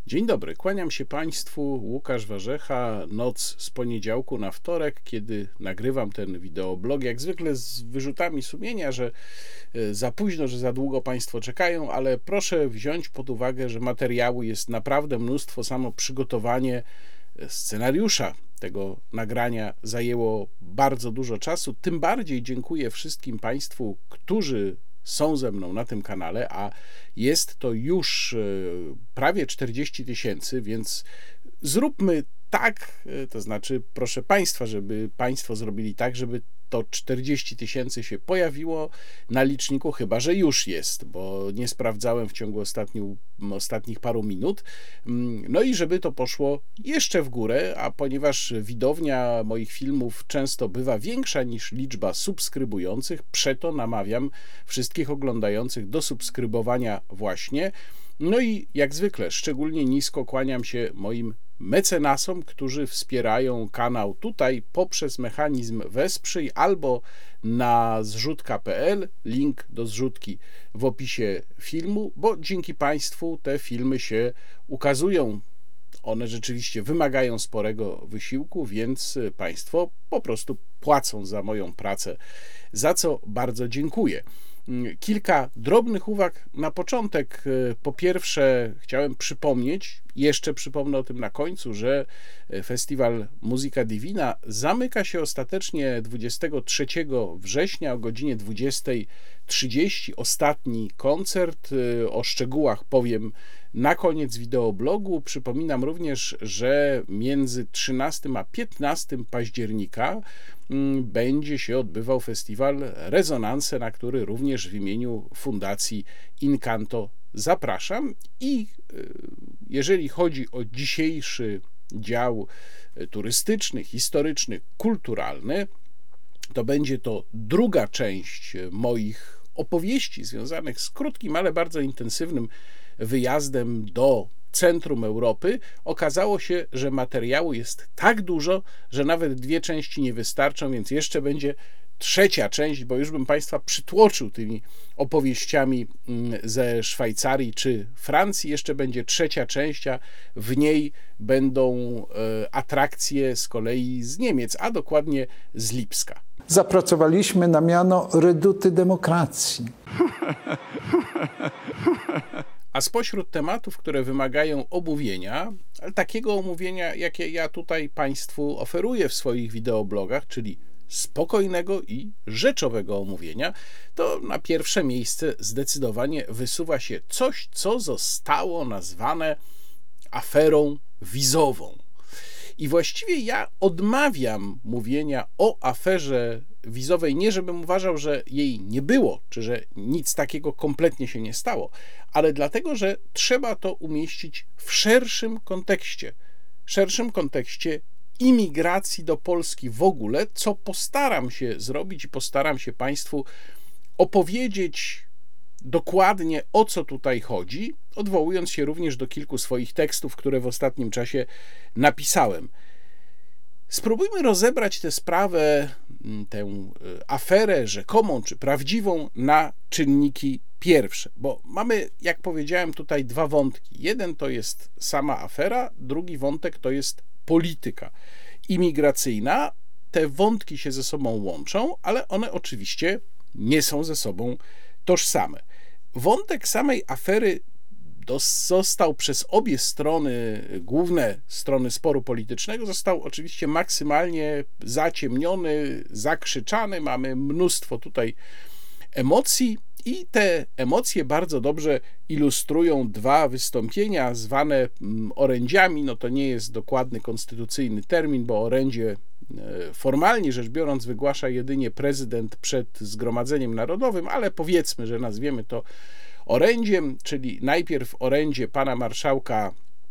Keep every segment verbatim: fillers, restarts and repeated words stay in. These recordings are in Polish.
Dzień dobry, kłaniam się Państwu, Łukasz Warzecha, noc z poniedziałku na wtorek, kiedy nagrywam ten wideoblog, jak zwykle z wyrzutami sumienia, że za późno, że za długo Państwo czekają, ale proszę wziąć pod uwagę, że materiału jest naprawdę mnóstwo, samo przygotowanie scenariusza tego nagrania zajęło bardzo dużo czasu, tym bardziej dziękuję wszystkim Państwu, którzy są ze mną na tym kanale, a jest to już prawie czterdzieści tysięcy, więc zróbmy tak, to znaczy proszę Państwa, żeby Państwo zrobili tak, żeby to czterdzieści tysięcy się pojawiło na liczniku, chyba że już jest, bo nie sprawdzałem w ciągu ostatniu, ostatnich paru minut. No i żeby to poszło jeszcze w górę, a ponieważ widownia moich filmów często bywa większa niż liczba subskrybujących, przeto namawiam wszystkich oglądających do subskrybowania właśnie. No i jak zwykle szczególnie nisko kłaniam się moim mecenasom, którzy wspierają kanał tutaj poprzez mechanizm Wesprzyj albo na zrzutka kropka pe el, link do zrzutki w opisie filmu, bo dzięki Państwu te filmy się ukazują. One rzeczywiście wymagają sporego wysiłku, więc Państwo po prostu płacą za moją pracę, za co bardzo dziękuję. Kilka drobnych uwag na początek. Po pierwsze, chciałem przypomnieć, jeszcze przypomnę o tym na końcu, że festiwal Musica Divina zamyka się ostatecznie dwudziestego trzeciego września o godzinie dwudziestej trzydzieści. Ostatni koncert. O szczegółach powiem na koniec wideoblogu. Przypominam również, że między trzynastego a piętnastego października będzie się odbywał festiwal Rezonanse, na który również w imieniu Fundacji Incanto zapraszam. I jeżeli chodzi o dzisiejszy dział turystyczny, historyczny, kulturalny, to będzie to druga część moich opowieści związanych z krótkim, ale bardzo intensywnym wyjazdem do centrum Europy. Okazało się, że materiału jest tak dużo, że nawet dwie części nie wystarczą, więc jeszcze będzie trzecia część, bo już bym Państwa przytłoczył tymi opowieściami ze Szwajcarii czy Francji. Jeszcze będzie trzecia część, a w niej będą atrakcje z kolei z Niemiec, a dokładnie z Lipska. Zapracowaliśmy na miano reduty demokracji. A spośród tematów, które wymagają omówienia, ale takiego omówienia, jakie ja tutaj Państwu oferuję w swoich wideoblogach, czyli spokojnego i rzeczowego omówienia, to na pierwsze miejsce zdecydowanie wysuwa się coś, co zostało nazwane aferą wizową. I właściwie ja odmawiam mówienia o aferze wizowej, nie żebym uważał, że jej nie było, czy że nic takiego kompletnie się nie stało, ale dlatego, że trzeba to umieścić w szerszym kontekście, szerszym kontekście imigracji do Polski w ogóle, co postaram się zrobić i postaram się Państwu opowiedzieć dokładnie, o co tutaj chodzi, odwołując się również do kilku swoich tekstów, które w ostatnim czasie napisałem. Spróbujmy rozebrać tę sprawę, tę aferę rzekomą czy prawdziwą na czynniki pierwsze, bo mamy, jak powiedziałem, tutaj dwa wątki. Jeden to jest sama afera, drugi wątek to jest polityka imigracyjna. Te wątki się ze sobą łączą, ale one oczywiście nie są ze sobą tożsame. Wątek samej afery został przez obie strony, główne strony sporu politycznego, został oczywiście maksymalnie zaciemniony, zakrzyczany. Mamy mnóstwo tutaj emocji i te emocje bardzo dobrze ilustrują dwa wystąpienia zwane orędziami. No to nie jest dokładny konstytucyjny termin, bo orędzie formalnie rzecz biorąc wygłasza jedynie prezydent przed Zgromadzeniem Narodowym, ale powiedzmy, że nazwiemy to orędziem, czyli najpierw orędzie pana marszałka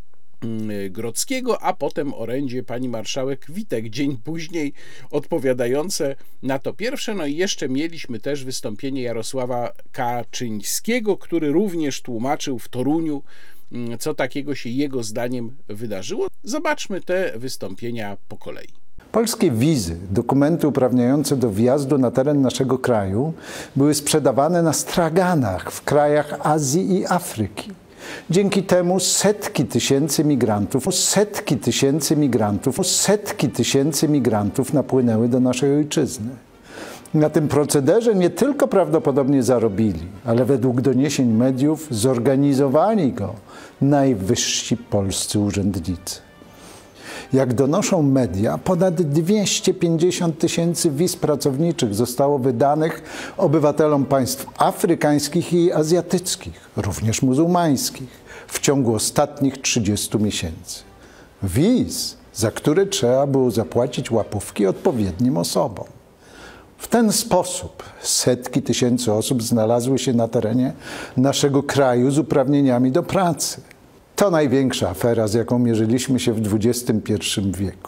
Grodzkiego, a potem orędzie pani marszałek Witek, dzień później odpowiadające na to pierwsze. No i jeszcze mieliśmy też wystąpienie Jarosława Kaczyńskiego, który również tłumaczył w Toruniu, co takiego się jego zdaniem wydarzyło. Zobaczmy te wystąpienia po kolei. Polskie wizy, dokumenty uprawniające do wjazdu na teren naszego kraju, były sprzedawane na straganach w krajach Azji i Afryki. Dzięki temu setki tysięcy migrantów, setki tysięcy migrantów, setki tysięcy migrantów napłynęły do naszej ojczyzny. Na tym procederze nie tylko prawdopodobnie zarobili, ale według doniesień mediów zorganizowali go najwyżsi polscy urzędnicy. Jak donoszą media, ponad dwieście pięćdziesiąt tysięcy wiz pracowniczych zostało wydanych obywatelom państw afrykańskich i azjatyckich, również muzułmańskich, w ciągu ostatnich trzydziestu miesięcy. Wiz, za które trzeba było zapłacić łapówki odpowiednim osobom. W ten sposób setki tysięcy osób znalazły się na terenie naszego kraju z uprawnieniami do pracy. To największa afera, z jaką mierzyliśmy się w dwudziestym pierwszym wieku.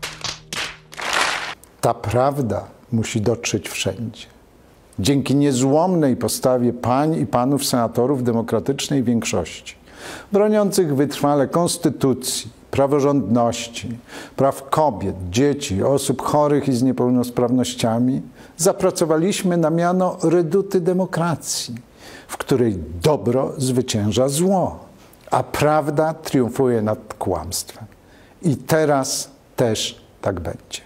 Ta prawda musi dotrzeć wszędzie. Dzięki niezłomnej postawie pań i panów senatorów demokratycznej większości, broniących wytrwale konstytucji, praworządności, praw kobiet, dzieci, osób chorych i z niepełnosprawnościami, zapracowaliśmy na miano reduty demokracji, w której dobro zwycięża zło, a prawda triumfuje nad kłamstwem. I teraz też tak będzie.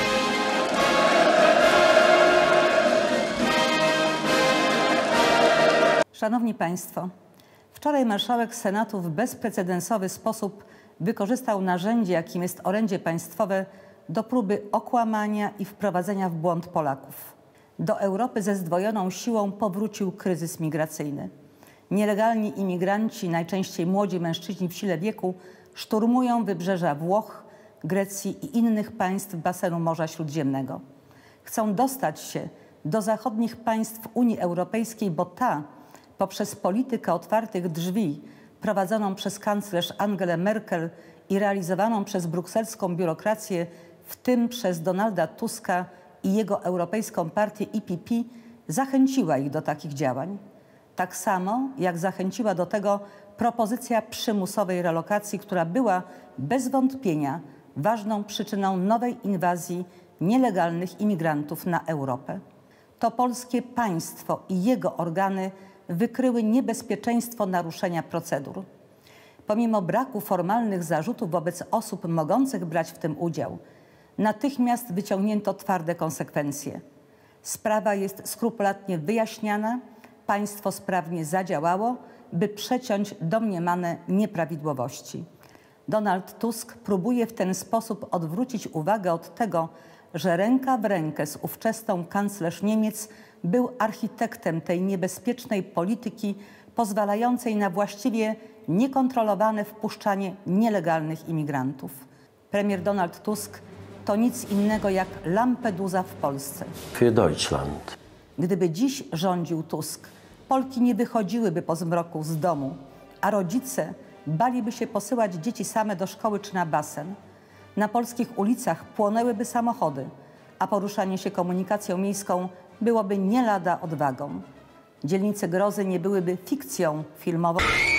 Szanowni Państwo, wczoraj marszałek Senatu w bezprecedensowy sposób wykorzystał narzędzie, jakim jest orędzie państwowe, do próby okłamania i wprowadzenia w błąd Polaków. Do Europy ze zdwojoną siłą powrócił kryzys migracyjny. Nielegalni imigranci, najczęściej młodzi mężczyźni w sile wieku, szturmują wybrzeża Włoch, Grecji i innych państw basenu Morza Śródziemnego. Chcą dostać się do zachodnich państw Unii Europejskiej, bo ta, poprzez politykę otwartych drzwi prowadzoną przez kanclerz Angelę Merkel i realizowaną przez brukselską biurokrację, w tym przez Donalda Tuska i jego europejską partię E P P, zachęciła ich do takich działań. Tak samo jak zachęciła do tego propozycja przymusowej relokacji, która była bez wątpienia ważną przyczyną nowej inwazji nielegalnych imigrantów na Europę. To polskie państwo i jego organy wykryły niebezpieczeństwo naruszenia procedur. Pomimo braku formalnych zarzutów wobec osób mogących brać w tym udział, natychmiast wyciągnięto twarde konsekwencje. Sprawa jest skrupulatnie wyjaśniana, państwo sprawnie zadziałało, by przeciąć domniemane nieprawidłowości. Donald Tusk próbuje w ten sposób odwrócić uwagę od tego, że ręka w rękę z ówczesną kanclerz Niemiec był architektem tej niebezpiecznej polityki pozwalającej na właściwie niekontrolowane wpuszczanie nielegalnych imigrantów. Premier Donald Tusk to nic innego jak Lampedusa w Polsce. Für Deutschland. Gdyby dziś rządził Tusk, Polki nie wychodziłyby po zmroku z domu, a rodzice baliby się posyłać dzieci same do szkoły czy na basen. Na polskich ulicach płonęłyby samochody, a poruszanie się komunikacją miejską byłoby nie lada odwagą. Dzielnice grozy nie byłyby fikcją filmową,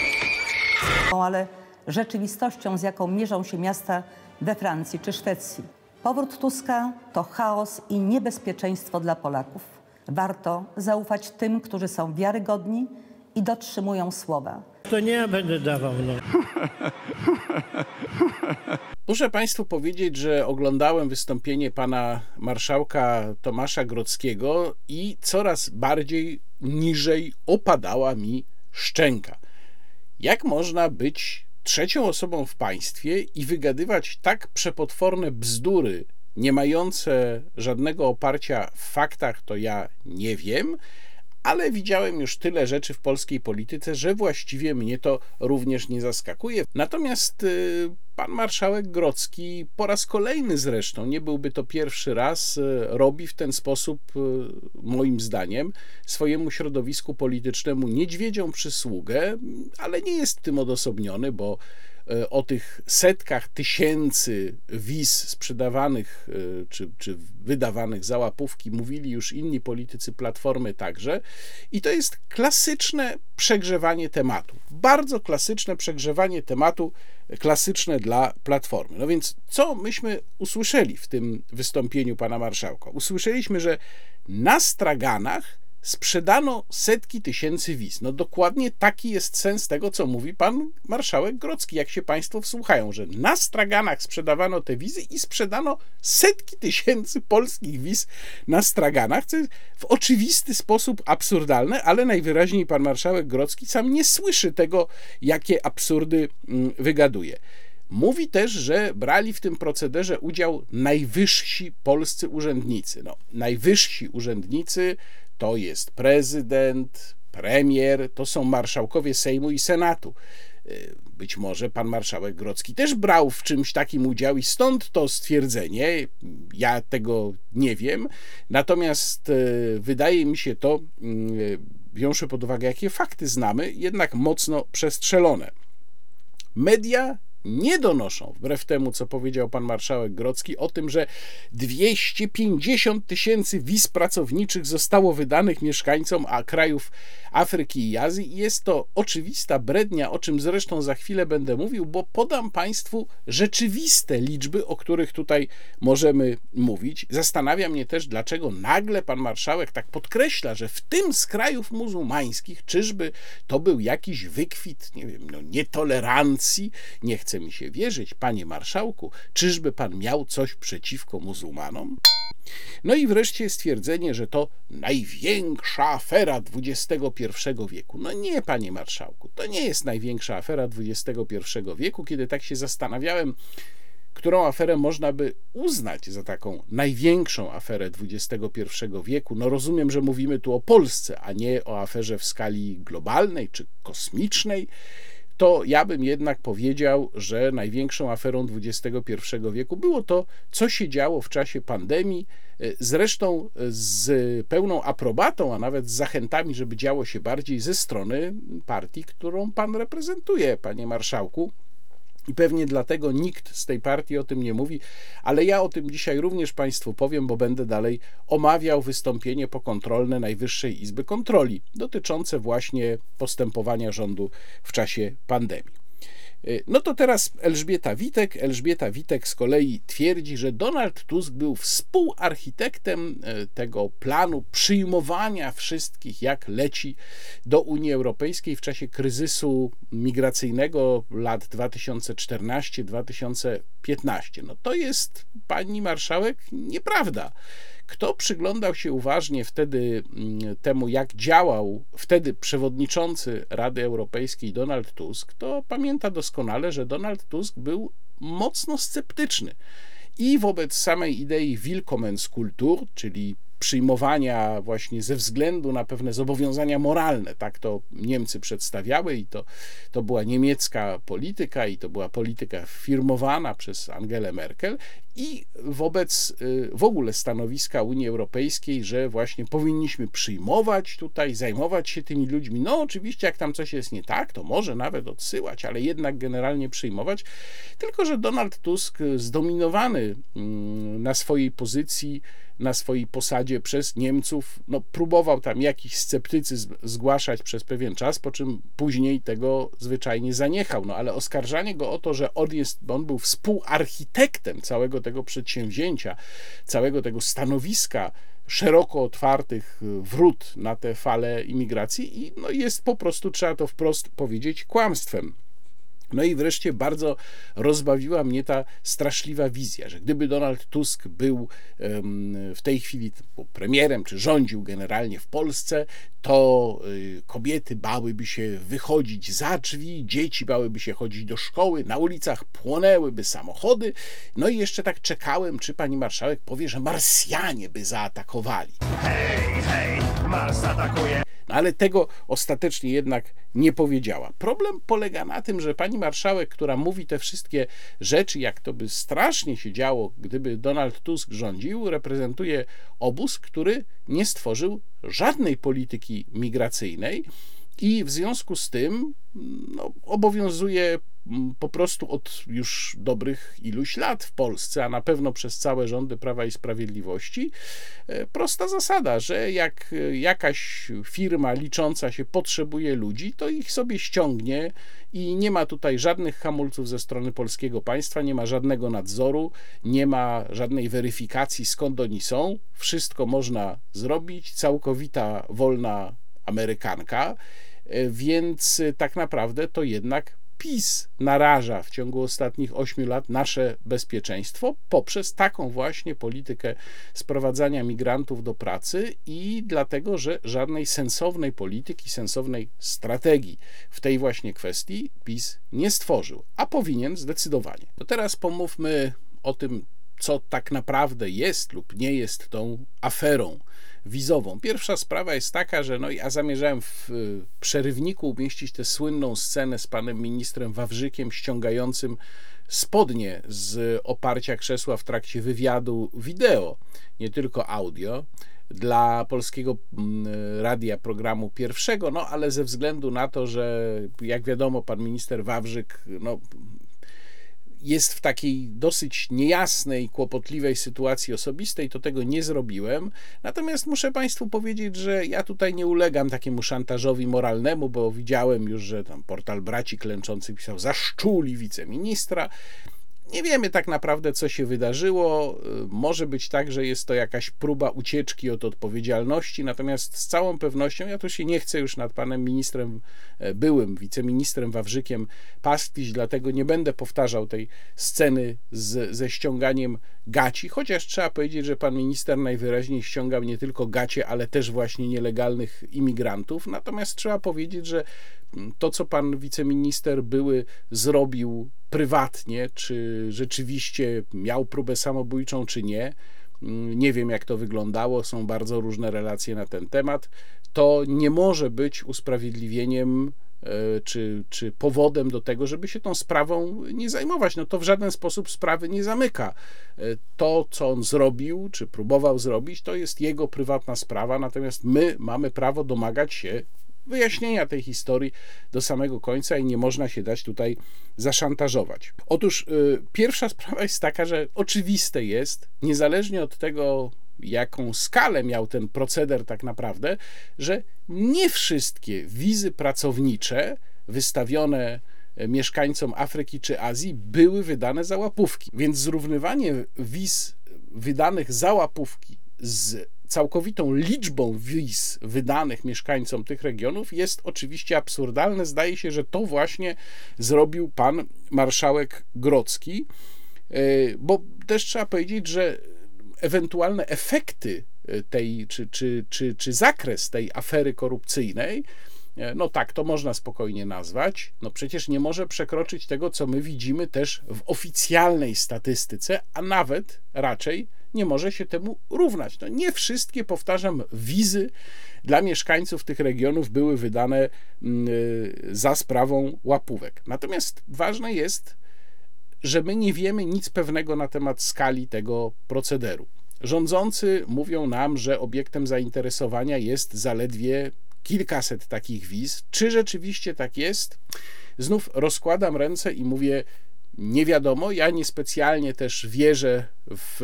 ale rzeczywistością, z jaką mierzą się miasta we Francji czy Szwecji. Powrót Tuska to chaos i niebezpieczeństwo dla Polaków. Warto zaufać tym, którzy są wiarygodni i dotrzymują słowa. To nie ja będę dawał, no. Muszę Państwu powiedzieć, że oglądałem wystąpienie pana marszałka Tomasza Grodzkiego i coraz bardziej niżej opadała mi szczęka. Jak można być trzecią osobą w państwie i wygadywać tak przepotworne bzdury, nie mające żadnego oparcia w faktach, to ja nie wiem, ale widziałem już tyle rzeczy w polskiej polityce, że właściwie mnie to również nie zaskakuje. Natomiast y, pan marszałek Grodzki po raz kolejny zresztą, nie byłby to pierwszy raz, y, robi w ten sposób, y, moim zdaniem, swojemu środowisku politycznemu niedźwiedzią przysługę, ale nie jest tym odosobniony, bo o tych setkach tysięcy wiz sprzedawanych czy, czy wydawanych za łapówki mówili już inni politycy Platformy także. I to jest klasyczne przegrzewanie tematu. Bardzo klasyczne przegrzewanie tematu, klasyczne dla Platformy. No więc co myśmy usłyszeli w tym wystąpieniu pana marszałka? Usłyszeliśmy, że na straganach sprzedano setki tysięcy wiz. No dokładnie taki jest sens tego, co mówi pan marszałek Grodzki, jak się państwo wsłuchają, że na straganach sprzedawano te wizy i sprzedano setki tysięcy polskich wiz na straganach, co jest w oczywisty sposób absurdalne, ale najwyraźniej pan marszałek Grodzki sam nie słyszy tego, jakie absurdy wygaduje. Mówi też, że brali w tym procederze udział najwyżsi polscy urzędnicy. No, najwyżsi urzędnicy to jest prezydent, premier, to są marszałkowie Sejmu i Senatu. Być może pan marszałek Grodzki też brał w czymś takim udział i stąd to stwierdzenie. Ja tego nie wiem. Natomiast wydaje mi się to, biorąc pod uwagę, jakie fakty znamy, jednak mocno przestrzelone. Media nie donoszą, wbrew temu, co powiedział pan marszałek Grodzki, o tym, że dwieście pięćdziesiąt tysięcy wiz pracowniczych zostało wydanych mieszkańcom krajów Afryki i Azji. I jest to oczywista brednia, o czym zresztą za chwilę będę mówił, bo podam państwu rzeczywiste liczby, o których tutaj możemy mówić. Zastanawia mnie też, dlaczego nagle pan marszałek tak podkreśla, że w tym z krajów muzułmańskich, czyżby to był jakiś wykwit, nie wiem, no, nietolerancji. Nie chce mi się wierzyć, panie marszałku, czyżby pan miał coś przeciwko muzułmanom? No i wreszcie stwierdzenie, że to największa afera dwudziestego pierwszego wieku. No nie, panie marszałku, to nie jest największa afera dwudziestego pierwszego wieku. Kiedy tak się zastanawiałem, którą aferę można by uznać za taką największą aferę dwudziestego pierwszego wieku, no rozumiem, że mówimy tu o Polsce, a nie o aferze w skali globalnej czy kosmicznej, to ja bym jednak powiedział, że największą aferą dwudziestego pierwszego wieku było to, co się działo w czasie pandemii, zresztą z pełną aprobatą, a nawet z zachętami, żeby działo się bardziej ze strony partii, którą pan reprezentuje, panie marszałku. I pewnie dlatego nikt z tej partii o tym nie mówi, ale ja o tym dzisiaj również państwu powiem, bo będę dalej omawiał wystąpienie pokontrolne Najwyższej Izby Kontroli dotyczące właśnie postępowania rządu w czasie pandemii. No to teraz Elżbieta Witek. Elżbieta Witek z kolei twierdzi, że Donald Tusk był współarchitektem tego planu przyjmowania wszystkich jak leci do Unii Europejskiej w czasie kryzysu migracyjnego lat dwa tysiące czternasty do dwa tysiące piętnastego. No to jest, pani marszałek, nieprawda. Kto przyglądał się uważnie wtedy temu, jak działał wtedy przewodniczący Rady Europejskiej Donald Tusk, to pamięta doskonale, że Donald Tusk był mocno sceptyczny i wobec samej idei Willkommenskultur, czyli przyjmowania właśnie ze względu na pewne zobowiązania moralne. Tak to Niemcy przedstawiały i to, to była niemiecka polityka i to była polityka firmowana przez Angelę Merkel i wobec w ogóle stanowiska Unii Europejskiej, że właśnie powinniśmy przyjmować tutaj, zajmować się tymi ludźmi. No oczywiście jak tam coś jest nie tak, to może nawet odsyłać, ale jednak generalnie przyjmować. Tylko że Donald Tusk zdominowany na swojej pozycji, na swojej posadzie przez Niemców, no, próbował tam jakiś sceptycyzm zgłaszać przez pewien czas, po czym później tego zwyczajnie zaniechał. No ale oskarżanie go o to, że on, jest, on był współarchitektem całego tego przedsięwzięcia, całego tego stanowiska szeroko otwartych wrót na tę falę imigracji i no, jest po prostu, trzeba to wprost powiedzieć, kłamstwem. No i wreszcie bardzo rozbawiła mnie ta straszliwa wizja, że gdyby Donald Tusk był w tej chwili premierem, czy rządził generalnie w Polsce, to kobiety bałyby się wychodzić za drzwi, dzieci bałyby się chodzić do szkoły, na ulicach płonęłyby samochody. No i jeszcze tak czekałem, czy pani marszałek powie, że Marsjanie by zaatakowali. Hej, hej, Mars atakuje! No ale tego ostatecznie jednak nie powiedziała. Problem polega na tym, że pani marszałek, która mówi te wszystkie rzeczy, jak to by strasznie się działo, gdyby Donald Tusk rządził, reprezentuje obóz, który nie stworzył żadnej polityki migracyjnej i w związku z tym no, obowiązuje po prostu od już dobrych iluś lat w Polsce, a na pewno przez całe rządy Prawa i Sprawiedliwości, prosta zasada, że jak jakaś firma licząca się potrzebuje ludzi, to ich sobie ściągnie i nie ma tutaj żadnych hamulców ze strony polskiego państwa, nie ma żadnego nadzoru, nie ma żadnej weryfikacji, skąd oni są. Wszystko można zrobić, całkowita wolna amerykanka, więc tak naprawdę to jednak PiS naraża w ciągu ostatnich ośmiu lat nasze bezpieczeństwo poprzez taką właśnie politykę sprowadzania migrantów do pracy i dlatego, że żadnej sensownej polityki, sensownej strategii w tej właśnie kwestii PiS nie stworzył, a powinien zdecydowanie. To teraz pomówmy o tym, co tak naprawdę jest lub nie jest tą aferą wizową. Pierwsza sprawa jest taka, że no ja zamierzałem w przerywniku umieścić tę słynną scenę z panem ministrem Wawrzykiem ściągającym spodnie z oparcia krzesła w trakcie wywiadu wideo, nie tylko audio, dla Polskiego Radia Programu Pierwszego, no ale ze względu na to, że jak wiadomo pan minister Wawrzyk no jest w takiej dosyć niejasnej, kłopotliwej sytuacji osobistej, to tego nie zrobiłem. Natomiast muszę państwu powiedzieć, że ja tutaj nie ulegam takiemu szantażowi moralnemu, bo widziałem już, że tam portal Braci Klęczących pisał, zaszczuli wiceministra. Nie wiemy tak naprawdę, co się wydarzyło. Może być tak, że jest to jakaś próba ucieczki od odpowiedzialności, natomiast z całą pewnością, ja tu się nie chcę już nad panem ministrem, byłym wiceministrem Wawrzykiem pastwić, dlatego nie będę powtarzał tej sceny z, ze ściąganiem gaci, chociaż trzeba powiedzieć, że pan minister najwyraźniej ściągał nie tylko gacie, ale też właśnie nielegalnych imigrantów. Natomiast trzeba powiedzieć, że to, co pan wiceminister były zrobił prywatnie, czy rzeczywiście miał próbę samobójczą, czy nie, nie wiem, jak to wyglądało, są bardzo różne relacje na ten temat, to nie może być usprawiedliwieniem czy, czy powodem do tego, żeby się tą sprawą nie zajmować. No to w żaden sposób sprawy nie zamyka. To, co on zrobił, czy próbował zrobić, to jest jego prywatna sprawa, natomiast my mamy prawo domagać się wyjaśnienia tej historii do samego końca i nie można się dać tutaj zaszantażować. Otóż y, pierwsza sprawa jest taka, że oczywiste jest, niezależnie od tego, jaką skalę miał ten proceder tak naprawdę, że nie wszystkie wizy pracownicze wystawione mieszkańcom Afryki czy Azji były wydane za łapówki. Więc zrównywanie wiz wydanych za łapówki z całkowitą liczbą wiz wydanych mieszkańcom tych regionów jest oczywiście absurdalne. Zdaje się, że to właśnie zrobił pan marszałek Grodzki, bo też trzeba powiedzieć, że ewentualne efekty tej, czy, czy, czy, czy zakres tej afery korupcyjnej, no tak to można spokojnie nazwać, no przecież nie może przekroczyć tego, co my widzimy też w oficjalnej statystyce, a nawet raczej nie może się temu równać. No nie wszystkie, powtarzam, wizy dla mieszkańców tych regionów były wydane za sprawą łapówek. Natomiast ważne jest, że my nie wiemy nic pewnego na temat skali tego procederu. Rządzący mówią nam, że obiektem zainteresowania jest zaledwie kilkaset takich wiz. Czy rzeczywiście tak jest? Znów rozkładam ręce i mówię, nie wiadomo. Ja niespecjalnie też wierzę w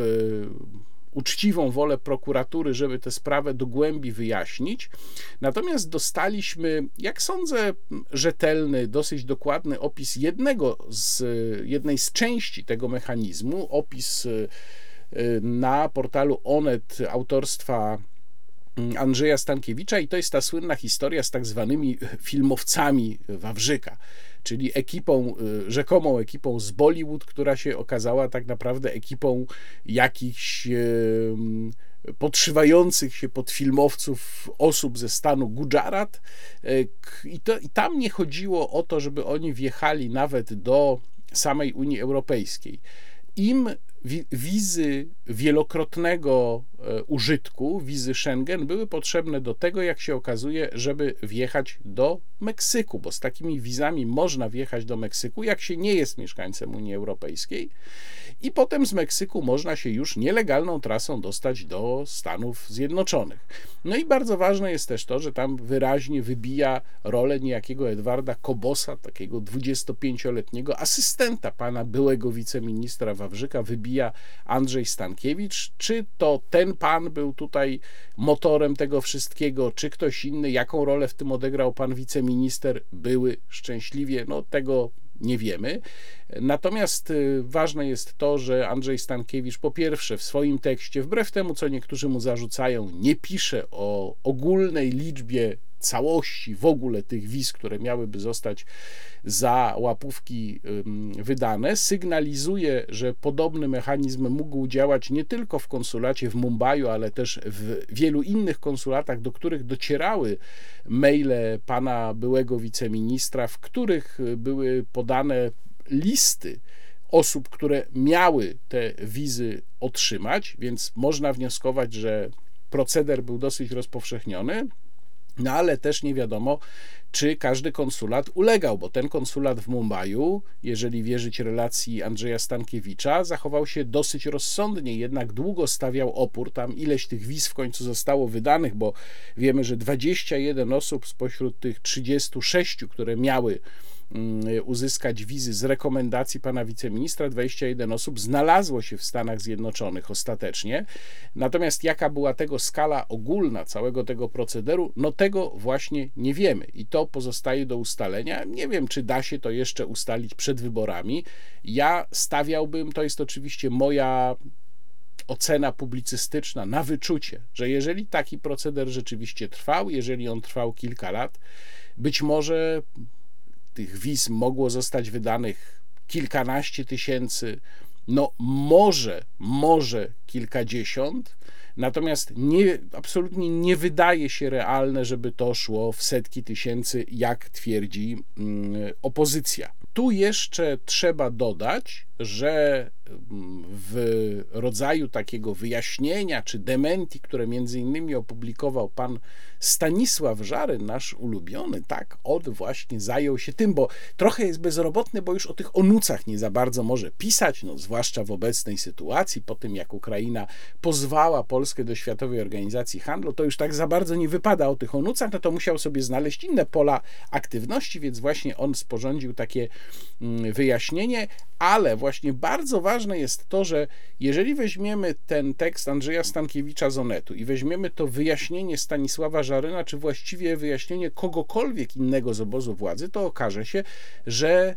uczciwą wolę prokuratury, żeby tę sprawę do głębi wyjaśnić. Natomiast dostaliśmy, jak sądzę, rzetelny, dosyć dokładny opis jednego z, jednej z części tego mechanizmu, opis na portalu Onet autorstwa Andrzeja Stankiewicza i to jest ta słynna historia z tak zwanymi filmowcami Wawrzyka, czyli ekipą, rzekomą ekipą z Bollywood, która się okazała tak naprawdę ekipą jakichś podszywających się pod filmowców osób ze stanu Gujarat i, to, i tam nie chodziło o to, żeby oni wjechali nawet do samej Unii Europejskiej. Im wizy wielokrotnego użytku, wizy Schengen, były potrzebne do tego, jak się okazuje, żeby wjechać do Meksyku, bo z takimi wizami można wjechać do Meksyku, jak się nie jest mieszkańcem Unii Europejskiej, i potem z Meksyku można się już nielegalną trasą dostać do Stanów Zjednoczonych. No i bardzo ważne jest też to, że tam wyraźnie wybija rolę niejakiego Edwarda Kobosa, takiego dwudziestopięcioletniego asystenta pana byłego wiceministra Wawrzyka, wybija Andrzej Stankiewicz. Czy to ten pan był tutaj motorem tego wszystkiego, czy ktoś inny, jaką rolę w tym odegrał pan wiceminister, były szczęśliwie, no tego nie wiemy. Natomiast ważne jest to, że Andrzej Stankiewicz po pierwsze w swoim tekście, wbrew temu, co niektórzy mu zarzucają, nie pisze o ogólnej liczbie całości w ogóle tych wiz, które miałyby zostać za łapówki wydane, sygnalizuje, że podobny mechanizm mógł działać nie tylko w konsulacie w Mumbaiu, ale też w wielu innych konsulatach, do których docierały maile pana byłego wiceministra, w których były podane listy osób, które miały te wizy otrzymać, więc można wnioskować, że proceder był dosyć rozpowszechniony. No ale też nie wiadomo, czy każdy konsulat ulegał, bo ten konsulat w Mumbaiu, jeżeli wierzyć relacji Andrzeja Stankiewicza, zachował się dosyć rozsądnie, jednak długo stawiał opór. Tam ileś tych wiz w końcu zostało wydanych, bo wiemy, że dwadzieścia jeden osób spośród tych trzydziestu sześciu, które miały uzyskać wizy z rekomendacji pana wiceministra, dwadzieścia jeden osób znalazło się w Stanach Zjednoczonych ostatecznie. Natomiast jaka była tego skala ogólna całego tego procederu, no tego właśnie nie wiemy i to pozostaje do ustalenia. Nie wiem, czy da się to jeszcze ustalić przed wyborami. Ja stawiałbym, to jest oczywiście moja ocena publicystyczna, na wyczucie, że jeżeli taki proceder rzeczywiście trwał, jeżeli on trwał kilka lat, być może tych wiz mogło zostać wydanych kilkanaście tysięcy, no może, może kilkadziesiąt, natomiast nie, absolutnie nie wydaje się realne, żeby to szło w setki tysięcy, jak twierdzi mm, opozycja. Tu jeszcze trzeba dodać, że w rodzaju takiego wyjaśnienia czy dementi, które między innymi opublikował pan Stanisław Żaryn, nasz ulubiony, tak, on właśnie zajął się tym, bo trochę jest bezrobotny, bo już o tych onucach nie za bardzo może pisać, no zwłaszcza w obecnej sytuacji, po tym jak Ukraina pozwała Polskę do Światowej Organizacji Handlu, to już tak za bardzo nie wypada o tych onucach, no to musiał sobie znaleźć inne pola aktywności, więc właśnie on sporządził takie wyjaśnienie, ale właśnie bardzo ważne jest to, że jeżeli weźmiemy ten tekst Andrzeja Stankiewicza z Onetu i weźmiemy to wyjaśnienie Stanisława Żaryna, czy właściwie wyjaśnienie kogokolwiek innego z obozu władzy, to okaże się, że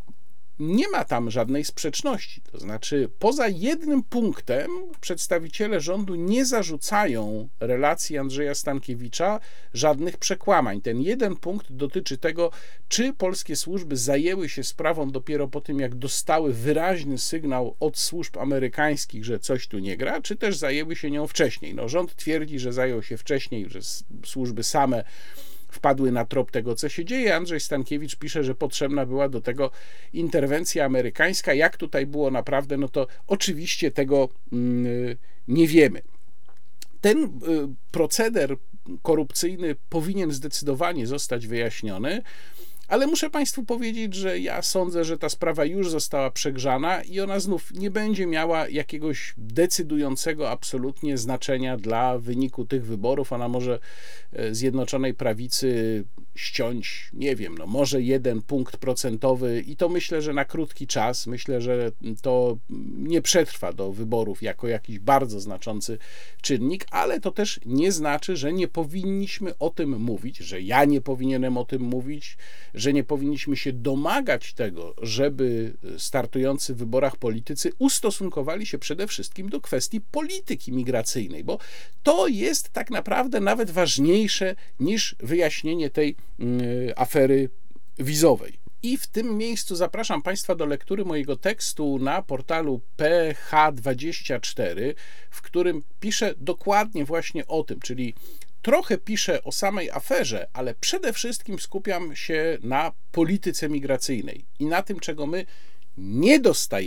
nie ma tam żadnej sprzeczności. To znaczy, poza jednym punktem przedstawiciele rządu nie zarzucają relacji Andrzeja Stankiewicza żadnych przekłamań. Ten jeden punkt dotyczy tego, czy polskie służby zajęły się sprawą dopiero po tym, jak dostały wyraźny sygnał od służb amerykańskich, że coś tu nie gra, czy też zajęły się nią wcześniej. No, rząd twierdzi, że zajął się wcześniej, że służby same wpadły na trop tego, co się dzieje. Andrzej Stankiewicz pisze, że potrzebna była do tego interwencja amerykańska. Jak tutaj było naprawdę, no to oczywiście tego nie wiemy. Ten proceder korupcyjny powinien zdecydowanie zostać wyjaśniony, ale muszę Państwu powiedzieć, że ja sądzę, że ta sprawa już została przegrzana i ona znów nie będzie miała jakiegoś decydującego absolutnie znaczenia dla wyniku tych wyborów. Ona może Zjednoczonej Prawicy ściąć, nie wiem, no może jeden punkt procentowy i to myślę, że na krótki czas. Myślę, że to nie przetrwa do wyborów jako jakiś bardzo znaczący czynnik, ale to też nie znaczy, że nie powinniśmy o tym mówić, że ja nie powinienem o tym mówić, że nie powinniśmy się domagać tego, żeby startujący w wyborach politycy ustosunkowali się przede wszystkim do kwestii polityki migracyjnej, bo to jest tak naprawdę nawet ważniejsze niż wyjaśnienie tej y, afery wizowej. I w tym miejscu zapraszam Państwa do lektury mojego tekstu na portalu P H dwadzieścia cztery, w którym piszę dokładnie właśnie o tym, czyli trochę piszę o samej aferze, ale przede wszystkim skupiam się na polityce migracyjnej i na tym, czego my nie dostajemy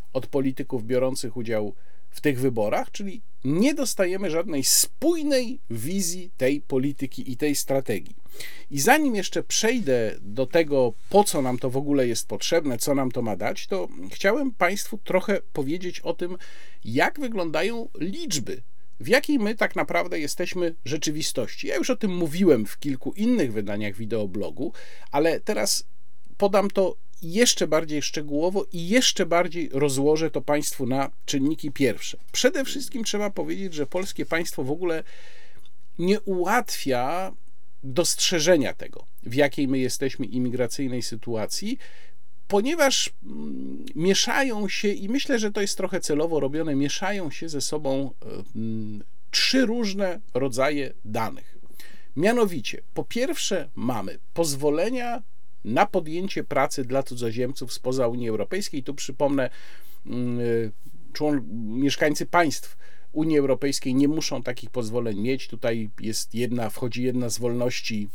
od polityków biorących udział w tych wyborach, czyli nie dostajemy żadnej spójnej wizji tej polityki i tej strategii. I zanim jeszcze przejdę do tego, po co nam to w ogóle jest potrzebne, co nam to ma dać, to chciałem Państwu trochę powiedzieć o tym, jak wyglądają liczby, w jakiej my tak naprawdę jesteśmy rzeczywistości. Ja już o tym mówiłem w kilku innych wydaniach wideoblogu, ale teraz podam to jeszcze bardziej szczegółowo i jeszcze bardziej rozłożę to Państwu na czynniki pierwsze. Przede wszystkim trzeba powiedzieć, że polskie państwo w ogóle nie ułatwia dostrzeżenia tego, w jakiej my jesteśmy imigracyjnej sytuacji, ponieważ mieszają się, i myślę, że to jest trochę celowo robione, mieszają się ze sobą trzy różne rodzaje danych. Mianowicie, po pierwsze mamy pozwolenia na podjęcie pracy dla cudzoziemców spoza Unii Europejskiej. Tu przypomnę, człon, mieszkańcy państw Unii Europejskiej nie muszą takich pozwoleń mieć. Tutaj jest jedna, wchodzi jedna z wolności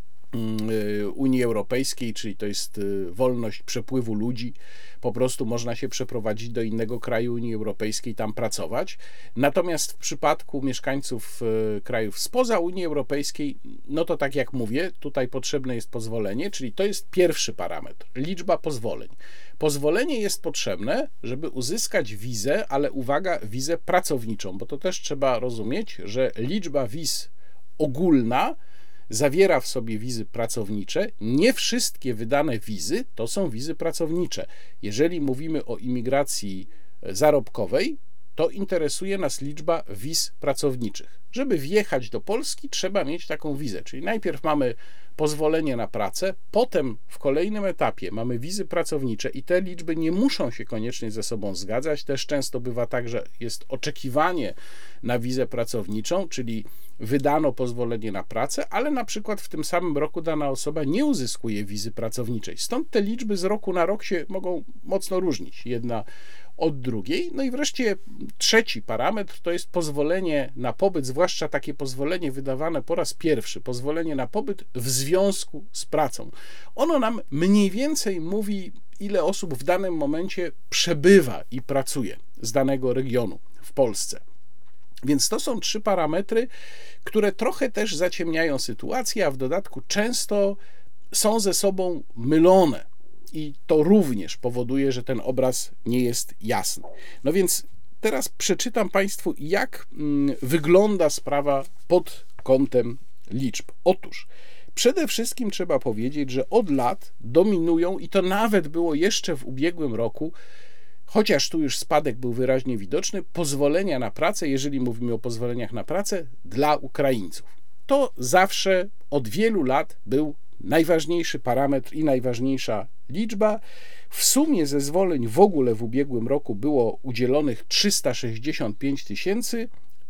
Unii Europejskiej, czyli to jest wolność przepływu ludzi. Po prostu można się przeprowadzić do innego kraju Unii Europejskiej, tam pracować. Natomiast w przypadku mieszkańców krajów spoza Unii Europejskiej, no to tak jak mówię, tutaj potrzebne jest pozwolenie, czyli to jest pierwszy parametr, liczba pozwoleń. Pozwolenie jest potrzebne, żeby uzyskać wizę, ale uwaga, wizę pracowniczą, bo to też trzeba rozumieć, że liczba wiz ogólna zawiera w sobie wizy pracownicze. Nie wszystkie wydane wizy to są wizy pracownicze. Jeżeli mówimy o imigracji zarobkowej, to interesuje nas liczba wiz pracowniczych. Żeby wjechać do Polski, trzeba mieć taką wizę, czyli najpierw mamy pozwolenie na pracę, potem w kolejnym etapie mamy wizy pracownicze i te liczby nie muszą się koniecznie ze sobą zgadzać. Też często bywa tak, że jest oczekiwanie na wizę pracowniczą, czyli wydano pozwolenie na pracę, ale na przykład w tym samym roku dana osoba nie uzyskuje wizy pracowniczej. Stąd te liczby z roku na rok się mogą mocno różnić, jedna od drugiej. No i wreszcie trzeci parametr to jest pozwolenie na pobyt, zwłaszcza takie pozwolenie wydawane po raz pierwszy, pozwolenie na pobyt w związku z pracą. Ono nam mniej więcej mówi, ile osób w danym momencie przebywa i pracuje z danego regionu w Polsce. Więc to są trzy parametry, które trochę też zaciemniają sytuację, a w dodatku często są ze sobą mylone. I to również powoduje, że ten obraz nie jest jasny. No więc teraz przeczytam Państwu, jak wygląda sprawa pod kątem liczb. Otóż przede wszystkim trzeba powiedzieć, że od lat dominują, i to nawet było jeszcze w ubiegłym roku, chociaż tu już spadek był wyraźnie widoczny, pozwolenia na pracę, jeżeli mówimy o pozwoleniach na pracę, dla Ukraińców. To zawsze od wielu lat był najważniejszy parametr i najważniejsza liczba. W sumie zezwoleń w ogóle w ubiegłym roku było udzielonych trzysta sześćdziesiąt pięć tysięcy,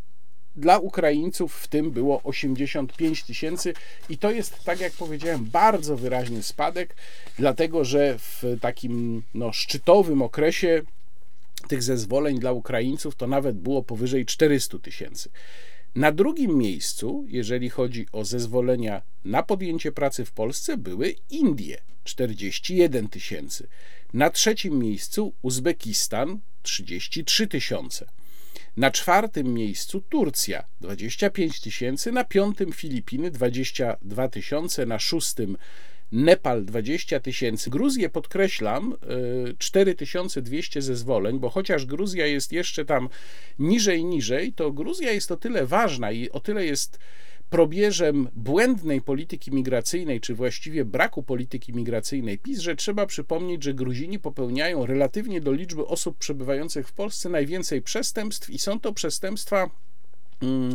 dla Ukraińców w tym było osiemdziesiąt pięć tysięcy i to jest, tak jak powiedziałem, bardzo wyraźny spadek, dlatego że w takim no, szczytowym okresie tych zezwoleń dla Ukraińców to nawet było powyżej czterysta tysięcy. Na drugim miejscu, jeżeli chodzi o zezwolenia na podjęcie pracy w Polsce, były Indie, czterdzieści jeden tysięcy. Na trzecim miejscu Uzbekistan, trzydzieści trzy tysiące. Na czwartym miejscu Turcja, dwadzieścia pięć tysięcy. Na piątym Filipiny, dwadzieścia dwa tysiące. Na szóstym Nepal, dwadzieścia tysięcy. Gruzję podkreślam, cztery tysiące dwieście zezwoleń, bo chociaż Gruzja jest jeszcze tam niżej, niżej, to Gruzja jest o tyle ważna i o tyle jest probierzem błędnej polityki migracyjnej, czy właściwie braku polityki migracyjnej PiS, że trzeba przypomnieć, że Gruzini popełniają relatywnie do liczby osób przebywających w Polsce najwięcej przestępstw i są to przestępstwa mm,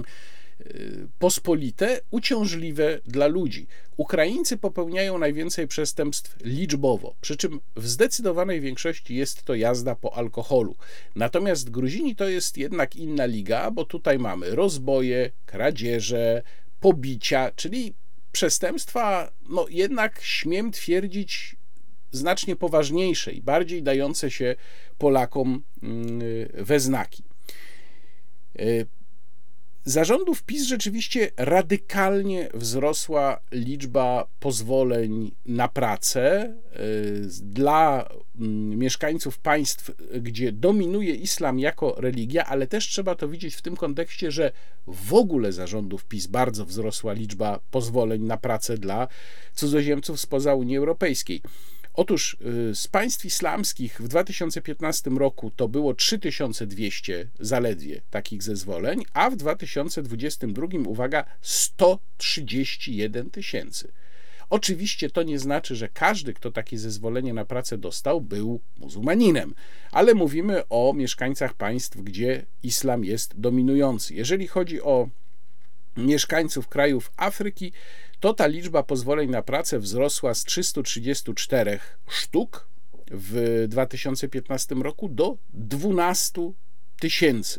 pospolite, uciążliwe dla ludzi. Ukraińcy popełniają najwięcej przestępstw liczbowo, przy czym w zdecydowanej większości jest to jazda po alkoholu. Natomiast Gruzini to jest jednak inna liga, bo tutaj mamy rozboje, kradzieże, pobicia, czyli przestępstwa, no jednak śmiem twierdzić, znacznie poważniejsze i bardziej dające się Polakom we znaki. Za rządów PiS rzeczywiście radykalnie wzrosła liczba pozwoleń na pracę dla mieszkańców państw, gdzie dominuje islam jako religia, ale też trzeba to widzieć w tym kontekście, że w ogóle za rządów PiS bardzo wzrosła liczba pozwoleń na pracę dla cudzoziemców spoza Unii Europejskiej. Otóż z państw islamskich w dwa tysiące piętnastym roku to było trzy tysiące dwieście zaledwie takich zezwoleń, a w dwa tysiące dwudziestym drugim, uwaga, sto trzydzieści jeden tysięcy. Oczywiście to nie znaczy, że każdy, kto takie zezwolenie na pracę dostał, był muzułmaninem, ale mówimy o mieszkańcach państw, gdzie islam jest dominujący. Jeżeli chodzi o mieszkańców krajów Afryki, to ta liczba pozwoleń na pracę wzrosła z trzystu trzydziestu czterech sztuk w dwa tysiące piętnastym roku do dwunastu tysięcy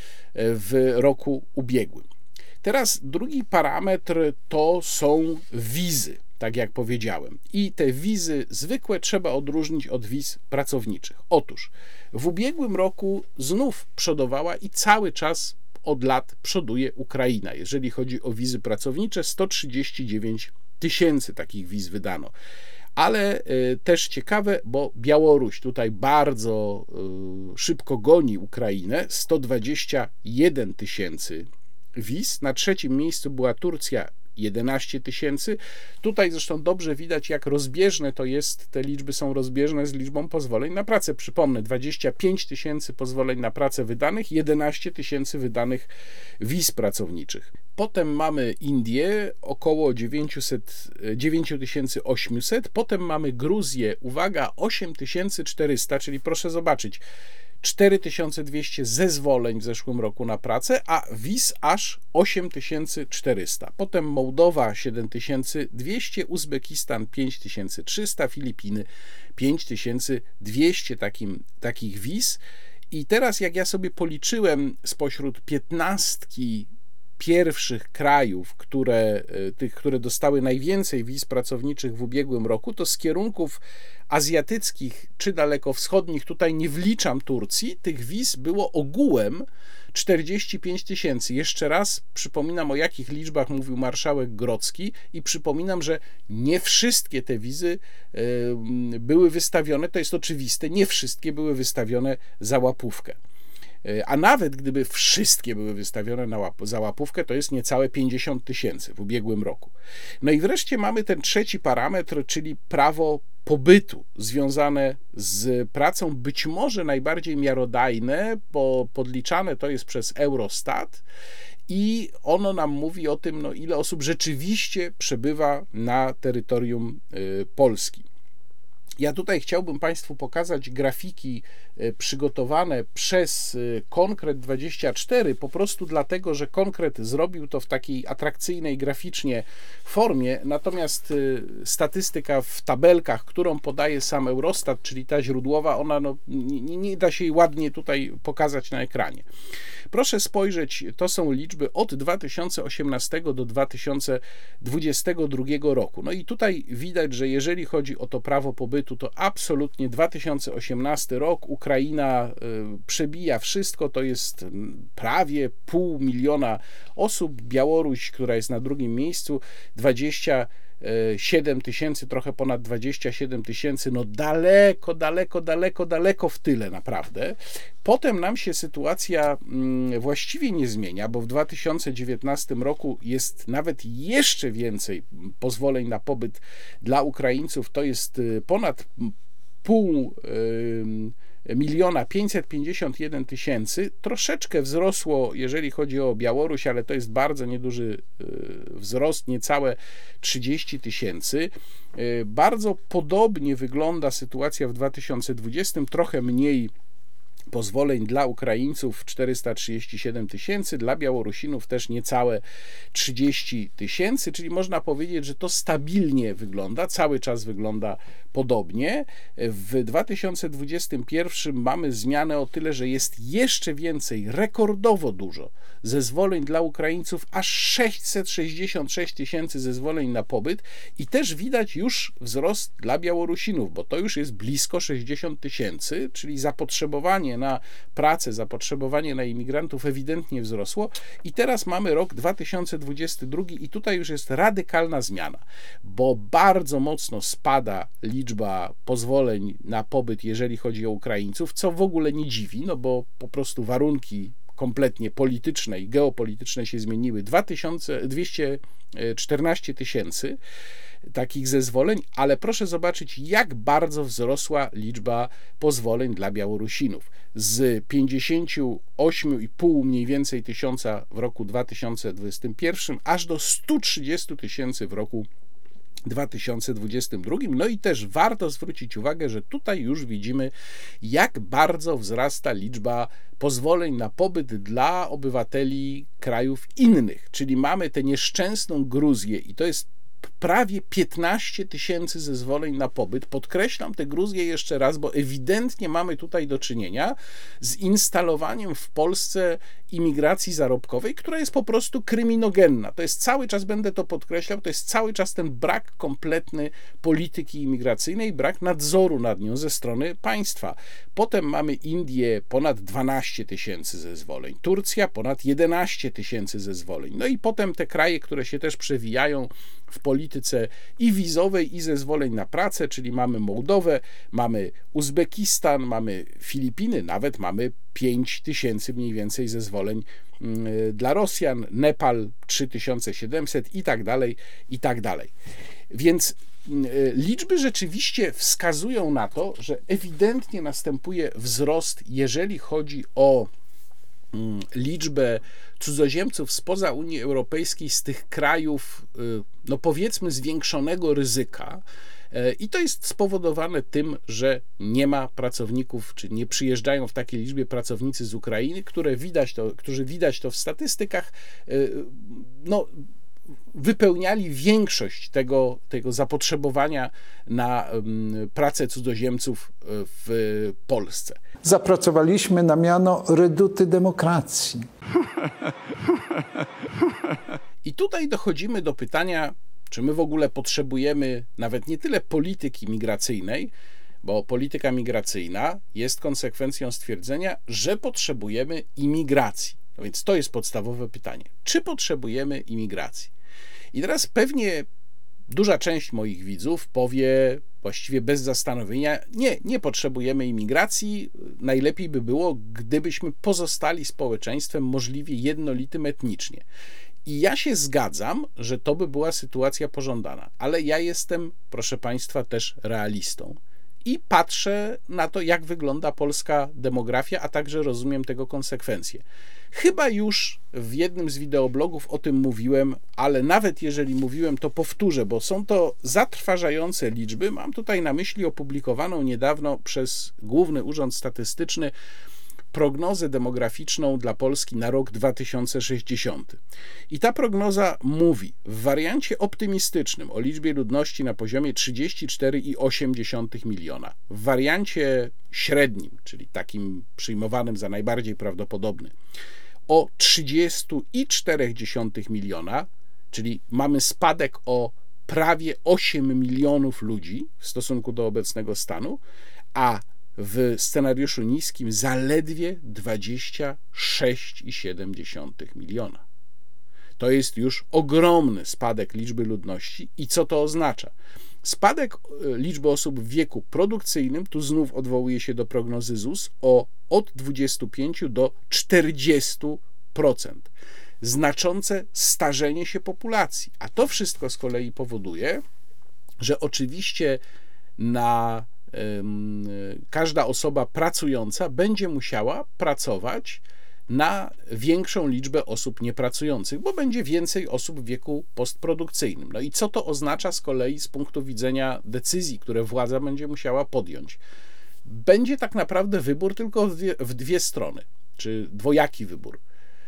w roku ubiegłym. Teraz drugi parametr to są wizy, tak jak powiedziałem. I te wizy zwykłe trzeba odróżnić od wiz pracowniczych. Otóż w ubiegłym roku znów przodowała i cały czas od lat przoduje Ukraina. Jeżeli chodzi o wizy pracownicze, sto trzydzieści dziewięć tysięcy takich wiz wydano. Ale y, też ciekawe, bo Białoruś tutaj bardzo y, szybko goni Ukrainę, sto dwadzieścia jeden tysięcy wiz. Na trzecim miejscu była Turcja, jedenaście tysięcy. Tutaj zresztą dobrze widać, jak rozbieżne to jest, te liczby są rozbieżne z liczbą pozwoleń na pracę. Przypomnę, dwadzieścia pięć tysięcy pozwoleń na pracę wydanych, jedenaście tysięcy wydanych wiz pracowniczych. Potem mamy Indię, około dziewięć tysięcy osiemset, potem mamy Gruzję, uwaga, osiem tysięcy czterysta, czyli proszę zobaczyć, cztery tysiące dwieście zezwoleń w zeszłym roku na pracę, a wiz aż osiem tysięcy czterysta. Potem Mołdowa siedem tysięcy dwieście, Uzbekistan pięć tysięcy trzysta, Filipiny pięć tysięcy dwieście takim, takich wiz. I teraz jak ja sobie policzyłem spośród piętnastki pierwszych krajów, które, tych, które dostały najwięcej wiz pracowniczych w ubiegłym roku, to z kierunków azjatyckich czy dalekowschodnich, tutaj nie wliczam Turcji, tych wiz było ogółem czterdzieści pięć tysięcy. Jeszcze raz przypominam, o jakich liczbach mówił marszałek Grodzki i przypominam, że nie wszystkie te wizy były wystawione, to jest oczywiste, nie wszystkie były wystawione za łapówkę. A nawet gdyby wszystkie były wystawione na łap- za łapówkę, to jest niecałe pięćdziesiąt tysięcy w ubiegłym roku. No i wreszcie mamy ten trzeci parametr, czyli prawo pobytu związane z pracą, być może najbardziej miarodajne, bo podliczane to jest przez Eurostat i ono nam mówi o tym, no, ile osób rzeczywiście przebywa na terytorium y, Polski. Ja tutaj chciałbym Państwu pokazać grafiki przygotowane przez Konkret dwadzieścia cztery, po prostu dlatego, że Konkret zrobił to w takiej atrakcyjnej graficznie formie, natomiast statystyka w tabelkach, którą podaje sam Eurostat, czyli ta źródłowa, ona no, nie, nie da się jej ładnie tutaj pokazać na ekranie. Proszę spojrzeć, to są liczby od dwa tysiące osiemnastego do dwa tysiące dwudziestego drugiego roku. No i tutaj widać, że jeżeli chodzi o to prawo pobytu, to absolutnie dwa tysiące osiemnasty rok, Ukraina przebija wszystko, to jest prawie pół miliona osób, Białoruś, która jest na drugim miejscu, dwadzieścia siedem tysięcy, trochę ponad dwadzieścia siedem tysięcy, no daleko, daleko, daleko, daleko w tyle naprawdę. Potem nam się sytuacja właściwie nie zmienia, bo w dwa tysiące dziewiętnastym roku jest nawet jeszcze więcej pozwoleń na pobyt dla Ukraińców, to jest ponad pół miliona pięćset pięćdziesiąt jeden tysięcy. Troszeczkę wzrosło, jeżeli chodzi o Białoruś, ale to jest bardzo nieduży wzrost, niecałe trzydzieści tysięcy. Bardzo podobnie wygląda sytuacja w dwa tysiące dwudziestym, trochę mniej pozwoleń dla Ukraińców, czterysta trzydzieści siedem tysięcy, dla Białorusinów też niecałe trzydzieści tysięcy, czyli można powiedzieć, że to stabilnie wygląda, cały czas wygląda podobnie. W dwa tysiące dwudziestym pierwszym mamy zmianę o tyle, że jest jeszcze więcej, rekordowo dużo zezwoleń dla Ukraińców, aż sześćset sześćdziesiąt sześć tysięcy zezwoleń na pobyt i też widać już wzrost dla Białorusinów, bo to już jest blisko sześćdziesiąt tysięcy, czyli zapotrzebowanie zapotrzebowanie na pracę, zapotrzebowanie na imigrantów ewidentnie wzrosło i teraz mamy rok dwa tysiące dwudziesty drugi i tutaj już jest radykalna zmiana, bo bardzo mocno spada liczba pozwoleń na pobyt, jeżeli chodzi o Ukraińców, co w ogóle nie dziwi, no bo po prostu warunki kompletnie polityczne i geopolityczne się zmieniły. dwieście czternaście tysięcy takich zezwoleń, ale proszę zobaczyć, jak bardzo wzrosła liczba pozwoleń dla Białorusinów. Z pięćdziesiąt osiem i pół mniej więcej tysiąca w roku dwa tysiące dwudziestym pierwszym aż do stu trzydziestu tysięcy w roku dwa tysiące dwudziestym drugim. No i też warto zwrócić uwagę, że tutaj już widzimy, jak bardzo wzrasta liczba pozwoleń na pobyt dla obywateli krajów innych, czyli mamy tę nieszczęsną Gruzję i to jest prawie piętnaście tysięcy zezwoleń na pobyt. Podkreślam tę Gruzję jeszcze raz, bo ewidentnie mamy tutaj do czynienia z instalowaniem w Polsce imigracji zarobkowej, która jest po prostu kryminogenna. To jest cały czas, będę to podkreślał, to jest cały czas ten brak kompletny polityki imigracyjnej, brak nadzoru nad nią ze strony państwa. Potem mamy Indię, ponad dwanaście tysięcy zezwoleń, Turcja ponad jedenaście tysięcy zezwoleń. No i potem te kraje, które się też przewijają w polityce i wizowej, i zezwoleń na pracę, czyli mamy Mołdowę, mamy Uzbekistan, mamy Filipiny, nawet mamy pięć tysięcy mniej więcej zezwoleń dla Rosjan, Nepal trzy tysiące siedemset i tak dalej, i tak dalej. Więc liczby rzeczywiście wskazują na to, że ewidentnie następuje wzrost, jeżeli chodzi o liczbę cudzoziemców spoza Unii Europejskiej, z tych krajów, no powiedzmy, zwiększonego ryzyka. I to jest spowodowane tym, że nie ma pracowników, czy nie przyjeżdżają w takiej liczbie pracownicy z Ukrainy, które widać to, którzy widać to w statystykach, no, wypełniali większość tego, tego zapotrzebowania na pracę cudzoziemców w Polsce. Zapracowaliśmy na miano reduty demokracji. I tutaj dochodzimy do pytania, czy my w ogóle potrzebujemy nawet nie tyle polityki migracyjnej, bo polityka migracyjna jest konsekwencją stwierdzenia, że potrzebujemy imigracji. No więc to jest podstawowe pytanie. Czy potrzebujemy imigracji? I teraz pewnie duża część moich widzów powie właściwie bez zastanowienia, nie, nie potrzebujemy imigracji, najlepiej by było, gdybyśmy pozostali społeczeństwem możliwie jednolitym etnicznie. I ja się zgadzam, że to by była sytuacja pożądana, ale ja jestem, proszę Państwa, też realistą i patrzę na to, jak wygląda polska demografia, a także rozumiem tego konsekwencje. Chyba już w jednym z wideoblogów o tym mówiłem, ale nawet jeżeli mówiłem, to powtórzę, bo są to zatrważające liczby. Mam tutaj na myśli opublikowaną niedawno przez Główny Urząd Statystyczny prognozę demograficzną dla Polski na rok dwa tysiące sześćdziesiąty. I ta prognoza mówi w wariancie optymistycznym o liczbie ludności na poziomie trzydzieści cztery i osiem dziesiątych miliona. W wariancie średnim, czyli takim przyjmowanym za najbardziej prawdopodobny, o trzydzieści i cztery dziesiątych miliona, czyli mamy spadek o prawie osiem milionów ludzi w stosunku do obecnego stanu, a w scenariuszu niskim zaledwie dwadzieścia sześć i siedem dziesiątych miliona. To jest już ogromny spadek liczby ludności. I co to oznacza? Spadek liczby osób w wieku produkcyjnym, tu znów odwołuję się do prognozy Z U S, o od dwudziestu pięciu do czterdziestu procent. Znaczące starzenie się populacji. A to wszystko z kolei powoduje, że oczywiście na każda osoba pracująca będzie musiała pracować na większą liczbę osób niepracujących, bo będzie więcej osób w wieku postprodukcyjnym. No i co to oznacza z kolei z punktu widzenia decyzji, które władza będzie musiała podjąć? Będzie tak naprawdę wybór tylko w dwie, w dwie strony, czy dwojaki wybór.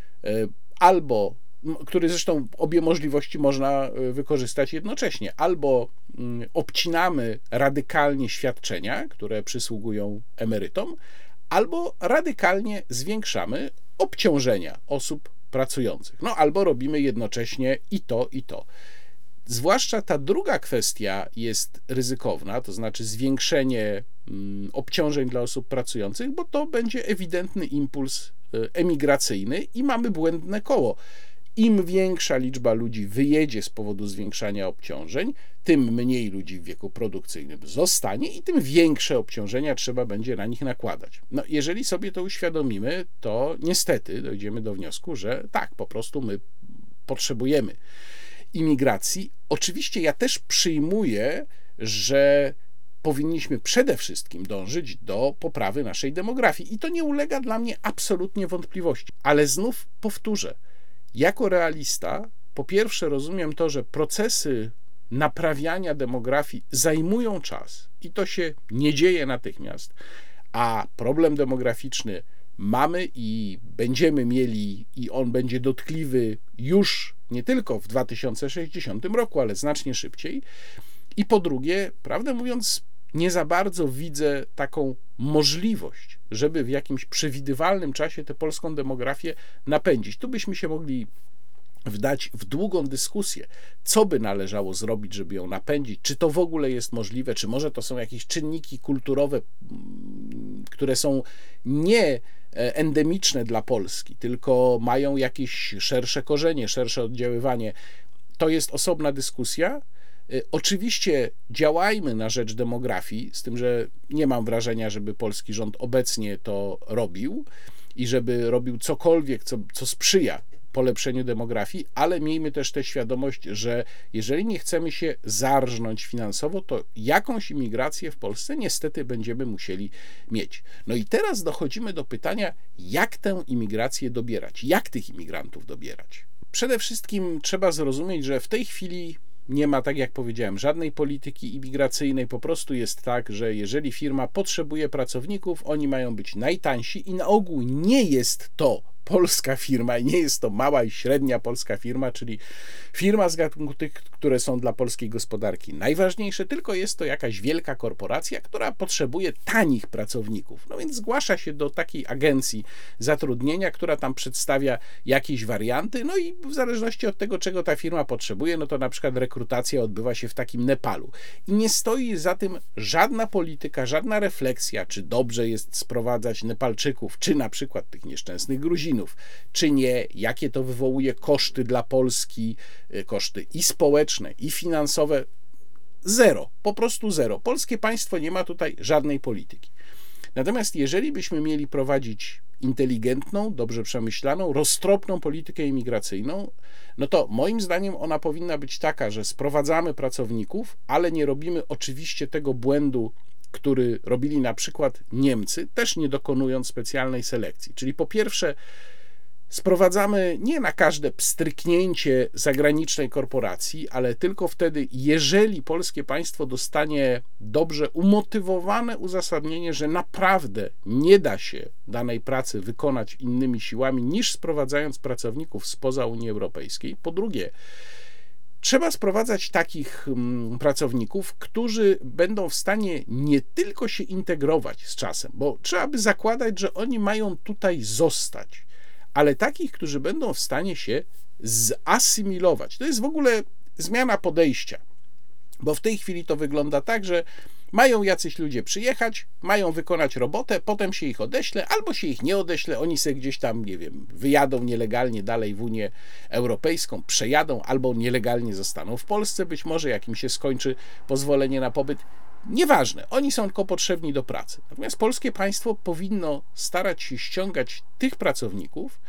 Albo, który zresztą obie możliwości można wykorzystać jednocześnie, albo obcinamy radykalnie świadczenia, które przysługują emerytom, albo radykalnie zwiększamy obciążenia osób pracujących. No albo robimy jednocześnie i to, i to. Zwłaszcza ta druga kwestia jest ryzykowna, to znaczy zwiększenie obciążeń dla osób pracujących, bo to będzie ewidentny impuls emigracyjny i mamy błędne koło. Im większa liczba ludzi wyjedzie z powodu zwiększania obciążeń, tym mniej ludzi w wieku produkcyjnym zostanie i tym większe obciążenia trzeba będzie na nich nakładać. No, jeżeli sobie to uświadomimy, to niestety dojdziemy do wniosku, że tak, po prostu my potrzebujemy imigracji. Oczywiście ja też przyjmuję, że powinniśmy przede wszystkim dążyć do poprawy naszej demografii i to nie ulega dla mnie absolutnie wątpliwości. Ale znów powtórzę, jako realista po pierwsze rozumiem to, że procesy naprawiania demografii zajmują czas i to się nie dzieje natychmiast, a problem demograficzny mamy i będziemy mieli i on będzie dotkliwy już nie tylko w dwa tysiące sześćdziesiątym roku, ale znacznie szybciej. I po drugie, prawdę mówiąc, nie za bardzo widzę taką możliwość, żeby w jakimś przewidywalnym czasie tę polską demografię napędzić. Tu byśmy się mogli wdać w długą dyskusję, co by należało zrobić, żeby ją napędzić, czy to w ogóle jest możliwe, czy może to są jakieś czynniki kulturowe, które są nie endemiczne dla Polski, tylko mają jakieś szersze korzenie, szersze oddziaływanie. To jest osobna dyskusja. Oczywiście działajmy na rzecz demografii, z tym, że nie mam wrażenia, żeby polski rząd obecnie to robił i żeby robił cokolwiek, co, co sprzyja polepszeniu demografii, ale miejmy też tę świadomość, że jeżeli nie chcemy się zarżnąć finansowo, to jakąś imigrację w Polsce niestety będziemy musieli mieć. No i teraz dochodzimy do pytania, jak tę imigrację dobierać, jak tych imigrantów dobierać. Przede wszystkim trzeba zrozumieć, że w tej chwili nie ma, tak jak powiedziałem, żadnej polityki imigracyjnej, po prostu jest tak, że jeżeli firma potrzebuje pracowników, oni mają być najtańsi i na ogół nie jest to polska firma i nie jest to mała i średnia polska firma, czyli firma z gatunku tych, które są dla polskiej gospodarki najważniejsze, tylko jest to jakaś wielka korporacja, która potrzebuje tanich pracowników. No więc zgłasza się do takiej agencji zatrudnienia, która tam przedstawia jakieś warianty, no i w zależności od tego, czego ta firma potrzebuje, no to na przykład rekrutacja odbywa się w takim Nepalu. I nie stoi za tym żadna polityka, żadna refleksja, czy dobrze jest sprowadzać Nepalczyków, czy na przykład tych nieszczęsnych Gruzinów, czy nie, jakie to wywołuje koszty dla Polski, koszty i społeczne, i finansowe. Zero, po prostu zero. Polskie państwo nie ma tutaj żadnej polityki. Natomiast jeżeli byśmy mieli prowadzić inteligentną, dobrze przemyślaną, roztropną politykę imigracyjną, no to moim zdaniem ona powinna być taka, że sprowadzamy pracowników, ale nie robimy oczywiście tego błędu, który robili na przykład Niemcy, też nie dokonując specjalnej selekcji. Czyli po pierwsze sprowadzamy nie na każde pstryknięcie zagranicznej korporacji, ale tylko wtedy, jeżeli polskie państwo dostanie dobrze umotywowane uzasadnienie, że naprawdę nie da się danej pracy wykonać innymi siłami niż sprowadzając pracowników spoza Unii Europejskiej. Po drugie, trzeba sprowadzać takich pracowników, którzy będą w stanie nie tylko się integrować z czasem, bo trzeba by zakładać, że oni mają tutaj zostać, ale takich, którzy będą w stanie się zasymilować. To jest w ogóle zmiana podejścia, bo w tej chwili to wygląda tak, że mają jacyś ludzie przyjechać, mają wykonać robotę, potem się ich odeśle, albo się ich nie odeśle, oni sobie gdzieś tam, nie wiem, wyjadą nielegalnie dalej w Unię Europejską, przejadą, albo nielegalnie zostaną w Polsce, być może jak im się skończy pozwolenie na pobyt. Nieważne, oni są tylko potrzebni do pracy. Natomiast polskie państwo powinno starać się ściągać tych pracowników,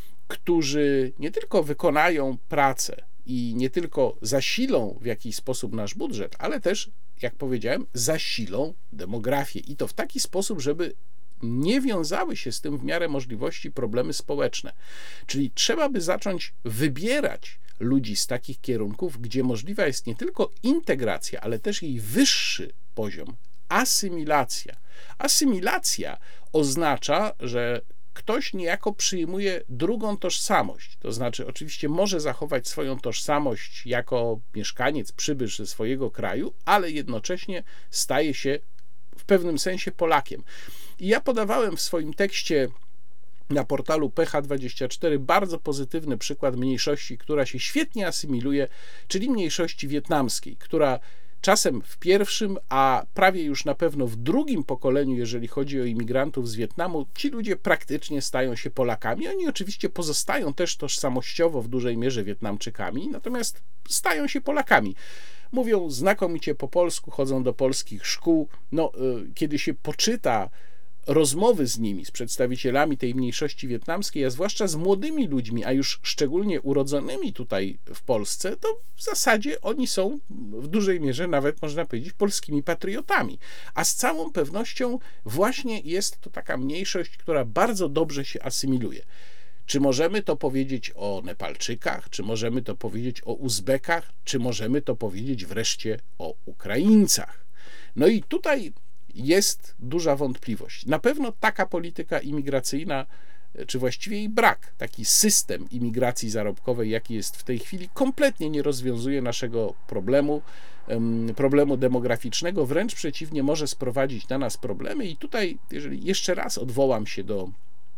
którzy nie tylko wykonają pracę i nie tylko zasilą w jakiś sposób nasz budżet, ale też, jak powiedziałem, zasilą demografię i to w taki sposób, żeby nie wiązały się z tym w miarę możliwości problemy społeczne. Czyli trzeba by zacząć wybierać ludzi z takich kierunków, gdzie możliwa jest nie tylko integracja, ale też jej wyższy poziom, asymilacja. Asymilacja oznacza, że ktoś niejako przyjmuje drugą tożsamość, to znaczy oczywiście może zachować swoją tożsamość jako mieszkaniec, przybysz ze swojego kraju, ale jednocześnie staje się w pewnym sensie Polakiem. I ja podawałem w swoim tekście na portalu P H dwadzieścia cztery bardzo pozytywny przykład mniejszości, która się świetnie asymiluje, czyli mniejszości wietnamskiej, która czasem w pierwszym, a prawie już na pewno w drugim pokoleniu, jeżeli chodzi o imigrantów z Wietnamu, ci ludzie praktycznie stają się Polakami. Oni oczywiście pozostają też tożsamościowo w dużej mierze Wietnamczykami, natomiast stają się Polakami. Mówią znakomicie po polsku, chodzą do polskich szkół. No, kiedy się poczyta rozmowy z nimi, z przedstawicielami tej mniejszości wietnamskiej, a zwłaszcza z młodymi ludźmi, a już szczególnie urodzonymi tutaj w Polsce, to w zasadzie oni są w dużej mierze, nawet można powiedzieć, polskimi patriotami. A z całą pewnością właśnie jest to taka mniejszość, która bardzo dobrze się asymiluje. Czy możemy to powiedzieć o Nepalczykach, czy możemy to powiedzieć o Uzbekach, czy możemy to powiedzieć wreszcie o Ukraińcach? No i tutaj jest duża wątpliwość. Na pewno taka polityka imigracyjna, czy właściwie jej brak, taki system imigracji zarobkowej, jaki jest w tej chwili, kompletnie nie rozwiązuje naszego problemu, problemu demograficznego, wręcz przeciwnie, może sprowadzić na nas problemy. I tutaj, jeżeli jeszcze raz odwołam się do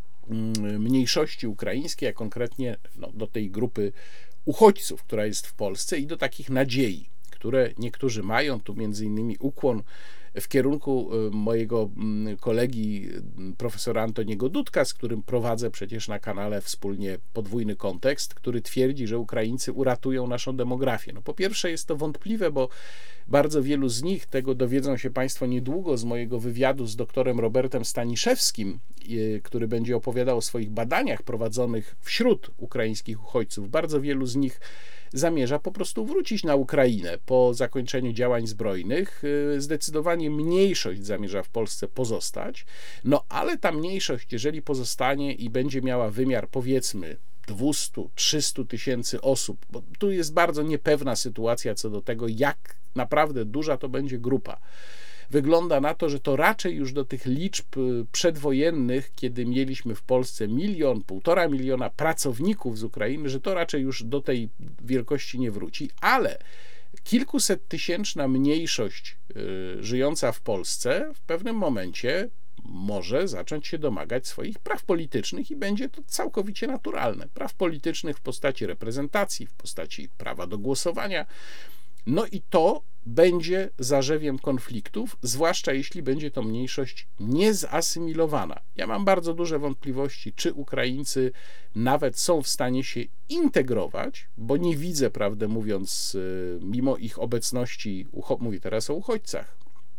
mniejszości ukraińskiej, a konkretnie no, do tej grupy uchodźców, która jest w Polsce, i do takich nadziei, które niektórzy mają, tu między innymi ukłon w kierunku mojego kolegi profesora Antoniego Dudka, z którym prowadzę przecież na kanale wspólnie Podwójny Kontekst, który twierdzi, że Ukraińcy uratują naszą demografię. No po pierwsze jest to wątpliwe, bo bardzo wielu z nich, tego dowiedzą się Państwo niedługo z mojego wywiadu z doktorem Robertem Staniszewskim, który będzie opowiadał o swoich badaniach prowadzonych wśród ukraińskich uchodźców. Bardzo wielu z nich zamierza po prostu wrócić na Ukrainę po zakończeniu działań zbrojnych. Zdecydowanie mniejszość zamierza w Polsce pozostać, no ale ta mniejszość, jeżeli pozostanie i będzie miała wymiar, powiedzmy, dwieście do trzystu tysięcy osób, bo tu jest bardzo niepewna sytuacja co do tego, jak naprawdę duża to będzie grupa. Wygląda na to, że to raczej już do tych liczb przedwojennych, kiedy mieliśmy w Polsce milion, półtora miliona pracowników z Ukrainy, że to raczej już do tej wielkości nie wróci, ale kilkusettysięczna mniejszość żyjąca w Polsce w pewnym momencie może zacząć się domagać swoich praw politycznych i będzie to całkowicie naturalne. Praw politycznych w postaci reprezentacji, w postaci prawa do głosowania. No i to będzie zarzewiem konfliktów, zwłaszcza jeśli będzie to mniejszość niezasymilowana. Ja mam bardzo duże wątpliwości, czy Ukraińcy nawet są w stanie się integrować, bo nie widzę, prawdę mówiąc, mimo ich obecności, mówię teraz o uchodźcach,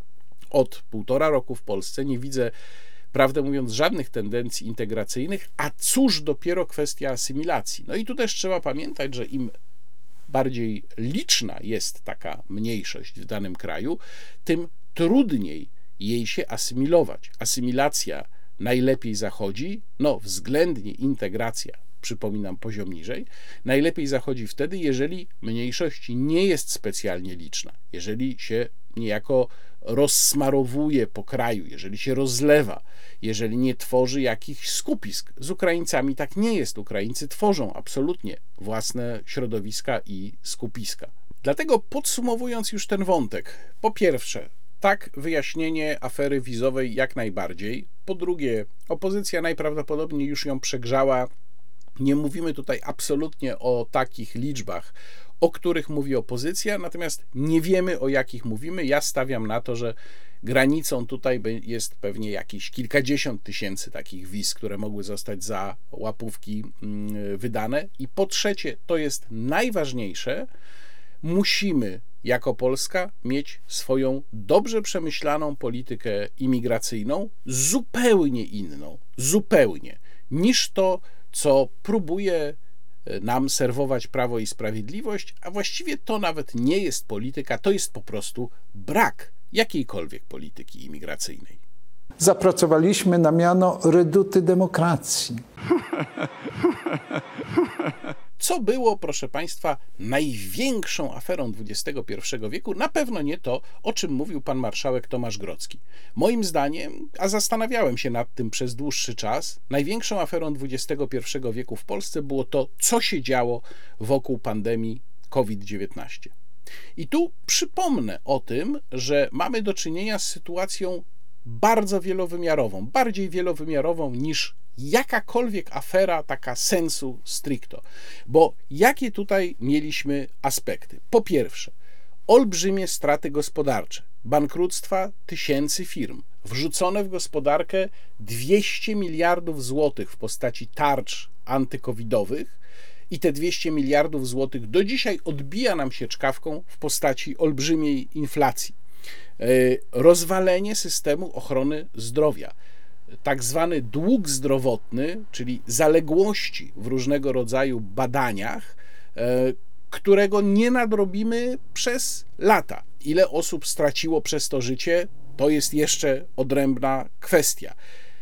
od półtora roku w Polsce, nie widzę, prawdę mówiąc, żadnych tendencji integracyjnych, a cóż dopiero kwestia asymilacji. No i tu też trzeba pamiętać, że im bardziej liczna jest taka mniejszość w danym kraju, tym trudniej jej się asymilować. Asymilacja najlepiej zachodzi, no względnie integracja, przypominam poziom niżej, najlepiej zachodzi wtedy, jeżeli mniejszość nie jest specjalnie liczna, jeżeli się niejako rozsmarowuje po kraju, jeżeli się rozlewa, jeżeli nie tworzy jakichś skupisk. Z Ukraińcami tak nie jest. Ukraińcy tworzą absolutnie własne środowiska i skupiska. Dlatego podsumowując już ten wątek, po pierwsze, tak, wyjaśnienie afery wizowej jak najbardziej. Po drugie, opozycja najprawdopodobniej już ją przegrzała. Nie mówimy tutaj absolutnie o takich liczbach, o których mówi opozycja, natomiast nie wiemy, o jakich mówimy. Ja stawiam na to, że granicą tutaj jest pewnie jakieś kilkadziesiąt tysięcy takich wiz, które mogły zostać za łapówki wydane. I po trzecie, to jest najważniejsze, musimy jako Polska mieć swoją dobrze przemyślaną politykę imigracyjną, zupełnie inną, zupełnie, niż to, co próbuje nam serwować Prawo i Sprawiedliwość, a właściwie to nawet nie jest polityka, to jest po prostu brak jakiejkolwiek polityki imigracyjnej. Zapracowaliśmy na miano reduty demokracji. Co było, proszę Państwa, największą aferą dwudziestego pierwszego wieku? Na pewno nie to, o czym mówił pan marszałek Tomasz Grodzki. Moim zdaniem, a zastanawiałem się nad tym przez dłuższy czas, największą aferą dwudziestego pierwszego wieku w Polsce było to, co się działo wokół pandemii COVID dziewiętnaście. I tu przypomnę o tym, że mamy do czynienia z sytuacją bardzo wielowymiarową, bardziej wielowymiarową niż jakakolwiek afera taka sensu stricto. Bo jakie tutaj mieliśmy aspekty? Po pierwsze, olbrzymie straty gospodarcze, bankructwa tysięcy firm, wrzucone w gospodarkę dwieście miliardów złotych w postaci tarcz antykowidowych i te dwieście miliardów złotych do dzisiaj odbija nam się czkawką w postaci olbrzymiej inflacji. Rozwalenie systemu ochrony zdrowia, tak zwany dług zdrowotny, czyli zaległości w różnego rodzaju badaniach, którego nie nadrobimy przez lata. Ile osób straciło przez to życie, to jest jeszcze odrębna kwestia.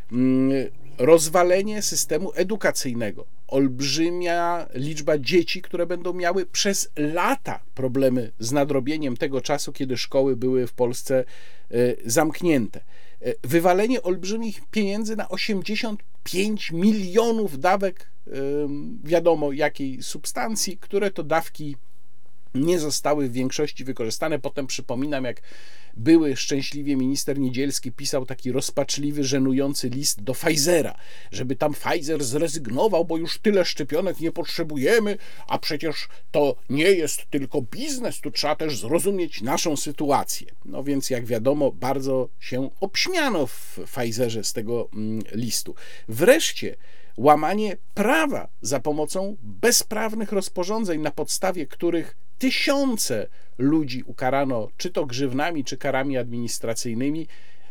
Rozwalenie systemu edukacyjnego, olbrzymia liczba dzieci, które będą miały przez lata problemy z nadrobieniem tego czasu, kiedy szkoły były w Polsce zamknięte. Wywalenie olbrzymich pieniędzy na osiemdziesiąt pięć milionów dawek wiadomo jakiej substancji, które to dawki nie zostały w większości wykorzystane. Potem przypominam, jak były szczęśliwie minister Niedzielski pisał taki rozpaczliwy, żenujący list do Pfizera, żeby tam Pfizer zrezygnował, bo już tyle szczepionek nie potrzebujemy, a przecież to nie jest tylko biznes, tu trzeba też zrozumieć naszą sytuację. No więc jak wiadomo, bardzo się obśmiano w Pfizerze z tego listu. Wreszcie łamanie prawa za pomocą bezprawnych rozporządzeń, na podstawie których tysiące ludzi ukarano czy to grzywnami, czy karami administracyjnymi,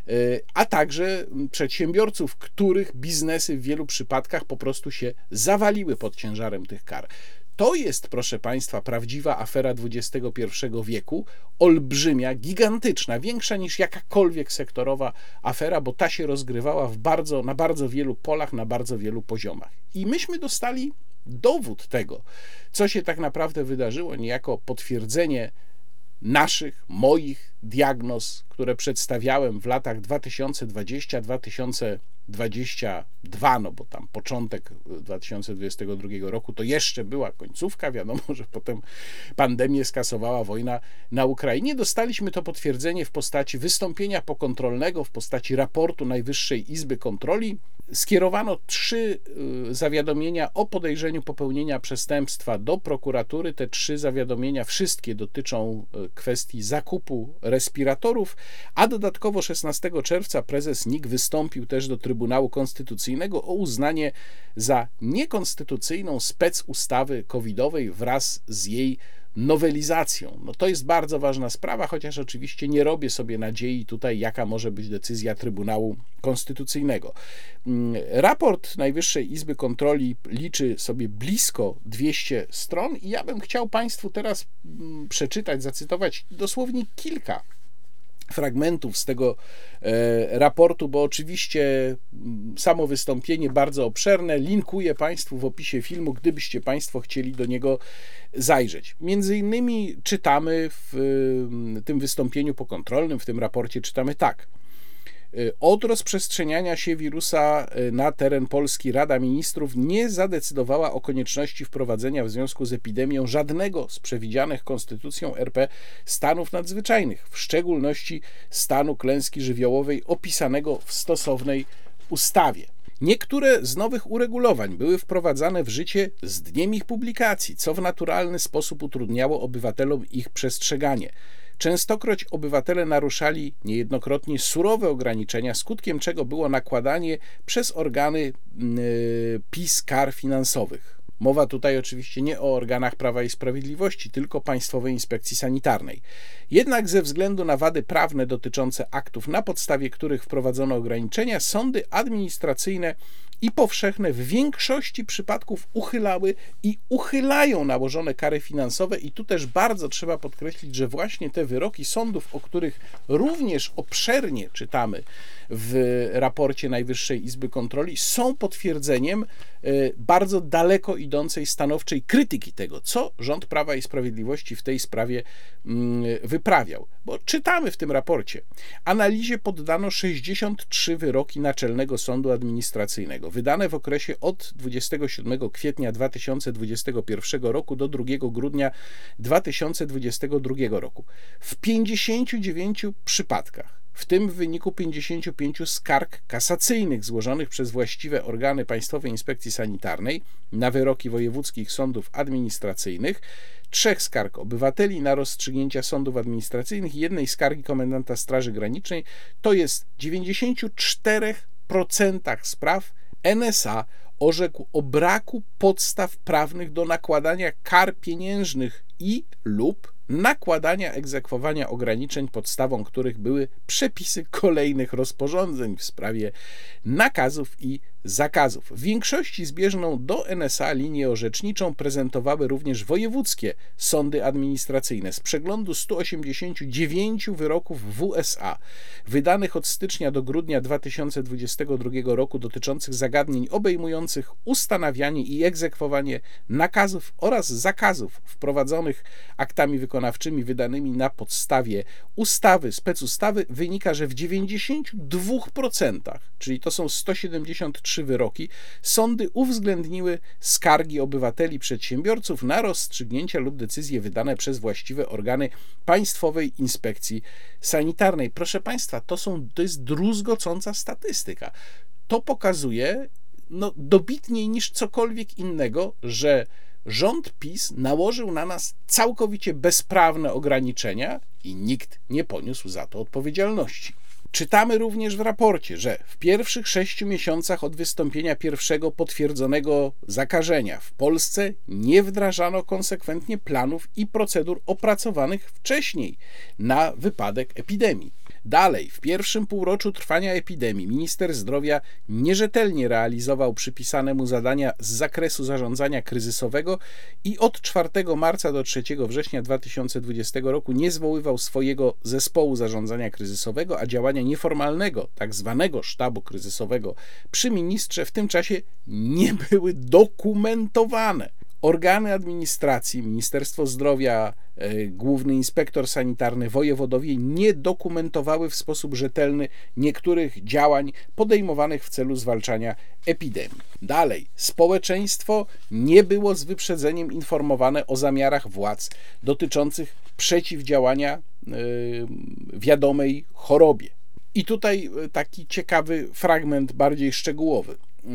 a także przedsiębiorców, których biznesy w wielu przypadkach po prostu się zawaliły pod ciężarem tych kar. To jest, proszę Państwa, prawdziwa afera dwudziestego pierwszego wieku, olbrzymia, gigantyczna, większa niż jakakolwiek sektorowa afera, bo ta się rozgrywała w bardzo, na bardzo wielu polach, na bardzo wielu poziomach. I myśmy dostali dowód tego, co się tak naprawdę wydarzyło, niejako potwierdzenie naszych, moich diagnoz, które przedstawiałem w latach dwa tysiące dwudziestym do dwa tysiące dwudziestego drugiego, no bo tam początek dwa tysiące dwudziestego drugiego roku to jeszcze była końcówka, wiadomo, że potem pandemię skasowała wojna na Ukrainie. Dostaliśmy to potwierdzenie w postaci wystąpienia pokontrolnego, w postaci raportu Najwyższej Izby Kontroli. Skierowano trzy zawiadomienia o podejrzeniu popełnienia przestępstwa do prokuratury. Te trzy zawiadomienia wszystkie dotyczą kwestii zakupu respiratorów, a dodatkowo szesnastego czerwca prezes N I K wystąpił też do Trybunału Konstytucyjnego o uznanie za niekonstytucyjną specustawy covidowej wraz z jej nowelizacją. No to jest bardzo ważna sprawa, chociaż oczywiście nie robię sobie nadziei tutaj, jaka może być decyzja Trybunału Konstytucyjnego. Raport Najwyższej Izby Kontroli liczy sobie blisko dwieście stron i ja bym chciał Państwu teraz przeczytać, zacytować dosłownie kilka fragmentów z tego e, raportu, bo oczywiście samo wystąpienie bardzo obszerne. Linkuję Państwu w opisie filmu, gdybyście Państwo chcieli do niego zajrzeć. Między innymi czytamy w e, tym wystąpieniu pokontrolnym, w tym raporcie czytamy tak. Od rozprzestrzeniania się wirusa na teren Polski Rada Ministrów nie zadecydowała o konieczności wprowadzenia w związku z epidemią żadnego z przewidzianych Konstytucją R P stanów nadzwyczajnych, w szczególności stanu klęski żywiołowej opisanego w stosownej ustawie. Niektóre z nowych uregulowań były wprowadzane w życie z dniem ich publikacji, co w naturalny sposób utrudniało obywatelom ich przestrzeganie. Częstokroć obywatele naruszali niejednokrotnie surowe ograniczenia, skutkiem czego było nakładanie przez organy yy, PiS kar finansowych. Mowa tutaj oczywiście nie o organach Prawa i Sprawiedliwości, tylko Państwowej Inspekcji Sanitarnej. Jednak ze względu na wady prawne dotyczące aktów, na podstawie których wprowadzono ograniczenia, sądy administracyjne i powszechne w większości przypadków uchylały i uchylają nałożone kary finansowe i tu też bardzo trzeba podkreślić, że właśnie te wyroki sądów, o których również obszernie czytamy w raporcie Najwyższej Izby Kontroli, są potwierdzeniem bardzo daleko idącej stanowczej krytyki tego, co rząd Prawa i Sprawiedliwości w tej sprawie wyprawiał. Bo czytamy w tym raporcie: analizie poddano sześćdziesiąt trzy wyroki Naczelnego Sądu Administracyjnego, wydane w okresie od dwudziestego siódmego kwietnia dwa tysiące dwudziestego pierwszego roku do drugiego grudnia dwa tysiące dwudziestego drugiego roku. W pięćdziesięciu dziewięciu przypadkach w tym w wyniku pięćdziesięciu pięciu skarg kasacyjnych złożonych przez właściwe organy Państwowej Inspekcji Sanitarnej na wyroki wojewódzkich sądów administracyjnych, trzech skarg obywateli na rozstrzygnięcia sądów administracyjnych i jednej skargi komendanta Straży Granicznej, to jest w dziewięćdziesięciu czterech procentach spraw N S A orzekł o braku podstaw prawnych do nakładania kar pieniężnych i lub nakładania egzekwowania ograniczeń, podstawą których były przepisy kolejnych rozporządzeń w sprawie nakazów i zakazów. W większości zbieżną do N S A linię orzeczniczą prezentowały również wojewódzkie sądy administracyjne. Z przeglądu stu osiemdziesięciu dziewięciu wyroków W S A wydanych od stycznia do grudnia dwa tysiące dwudziestego drugiego roku dotyczących zagadnień obejmujących ustanawianie i egzekwowanie nakazów oraz zakazów wprowadzonych aktami wykonawczymi wydanymi na podstawie ustawy, specustawy, wynika, że w dziewięćdziesięciu dwóch procentach, czyli to są sto siedemdziesiąt trzy wyroki, sądy uwzględniły skargi obywateli, przedsiębiorców na rozstrzygnięcia lub decyzje wydane przez właściwe organy Państwowej Inspekcji Sanitarnej. Proszę Państwa, to, są, to jest druzgocąca statystyka. To pokazuje no, dobitniej niż cokolwiek innego, że rząd PiS nałożył na nas całkowicie bezprawne ograniczenia i nikt nie poniósł za to odpowiedzialności. Czytamy również w raporcie, że w pierwszych sześciu miesiącach od wystąpienia pierwszego potwierdzonego zakażenia w Polsce nie wdrażano konsekwentnie planów i procedur opracowanych wcześniej na wypadek epidemii. Dalej, w pierwszym półroczu trwania epidemii minister zdrowia nierzetelnie realizował przypisane mu zadania z zakresu zarządzania kryzysowego i od czwartego marca do trzeciego września dwa tysiące dwudziestego roku nie zwoływał swojego zespołu zarządzania kryzysowego, a działania nieformalnego, tak zwanego sztabu kryzysowego przy ministrze w tym czasie nie były dokumentowane. Organy administracji, Ministerstwo Zdrowia, e, Główny Inspektor Sanitarny, wojewodowie nie dokumentowały w sposób rzetelny niektórych działań podejmowanych w celu zwalczania epidemii. Dalej, społeczeństwo nie było z wyprzedzeniem informowane o zamiarach władz dotyczących przeciwdziałania e, wiadomej chorobie. I tutaj taki ciekawy fragment bardziej szczegółowy.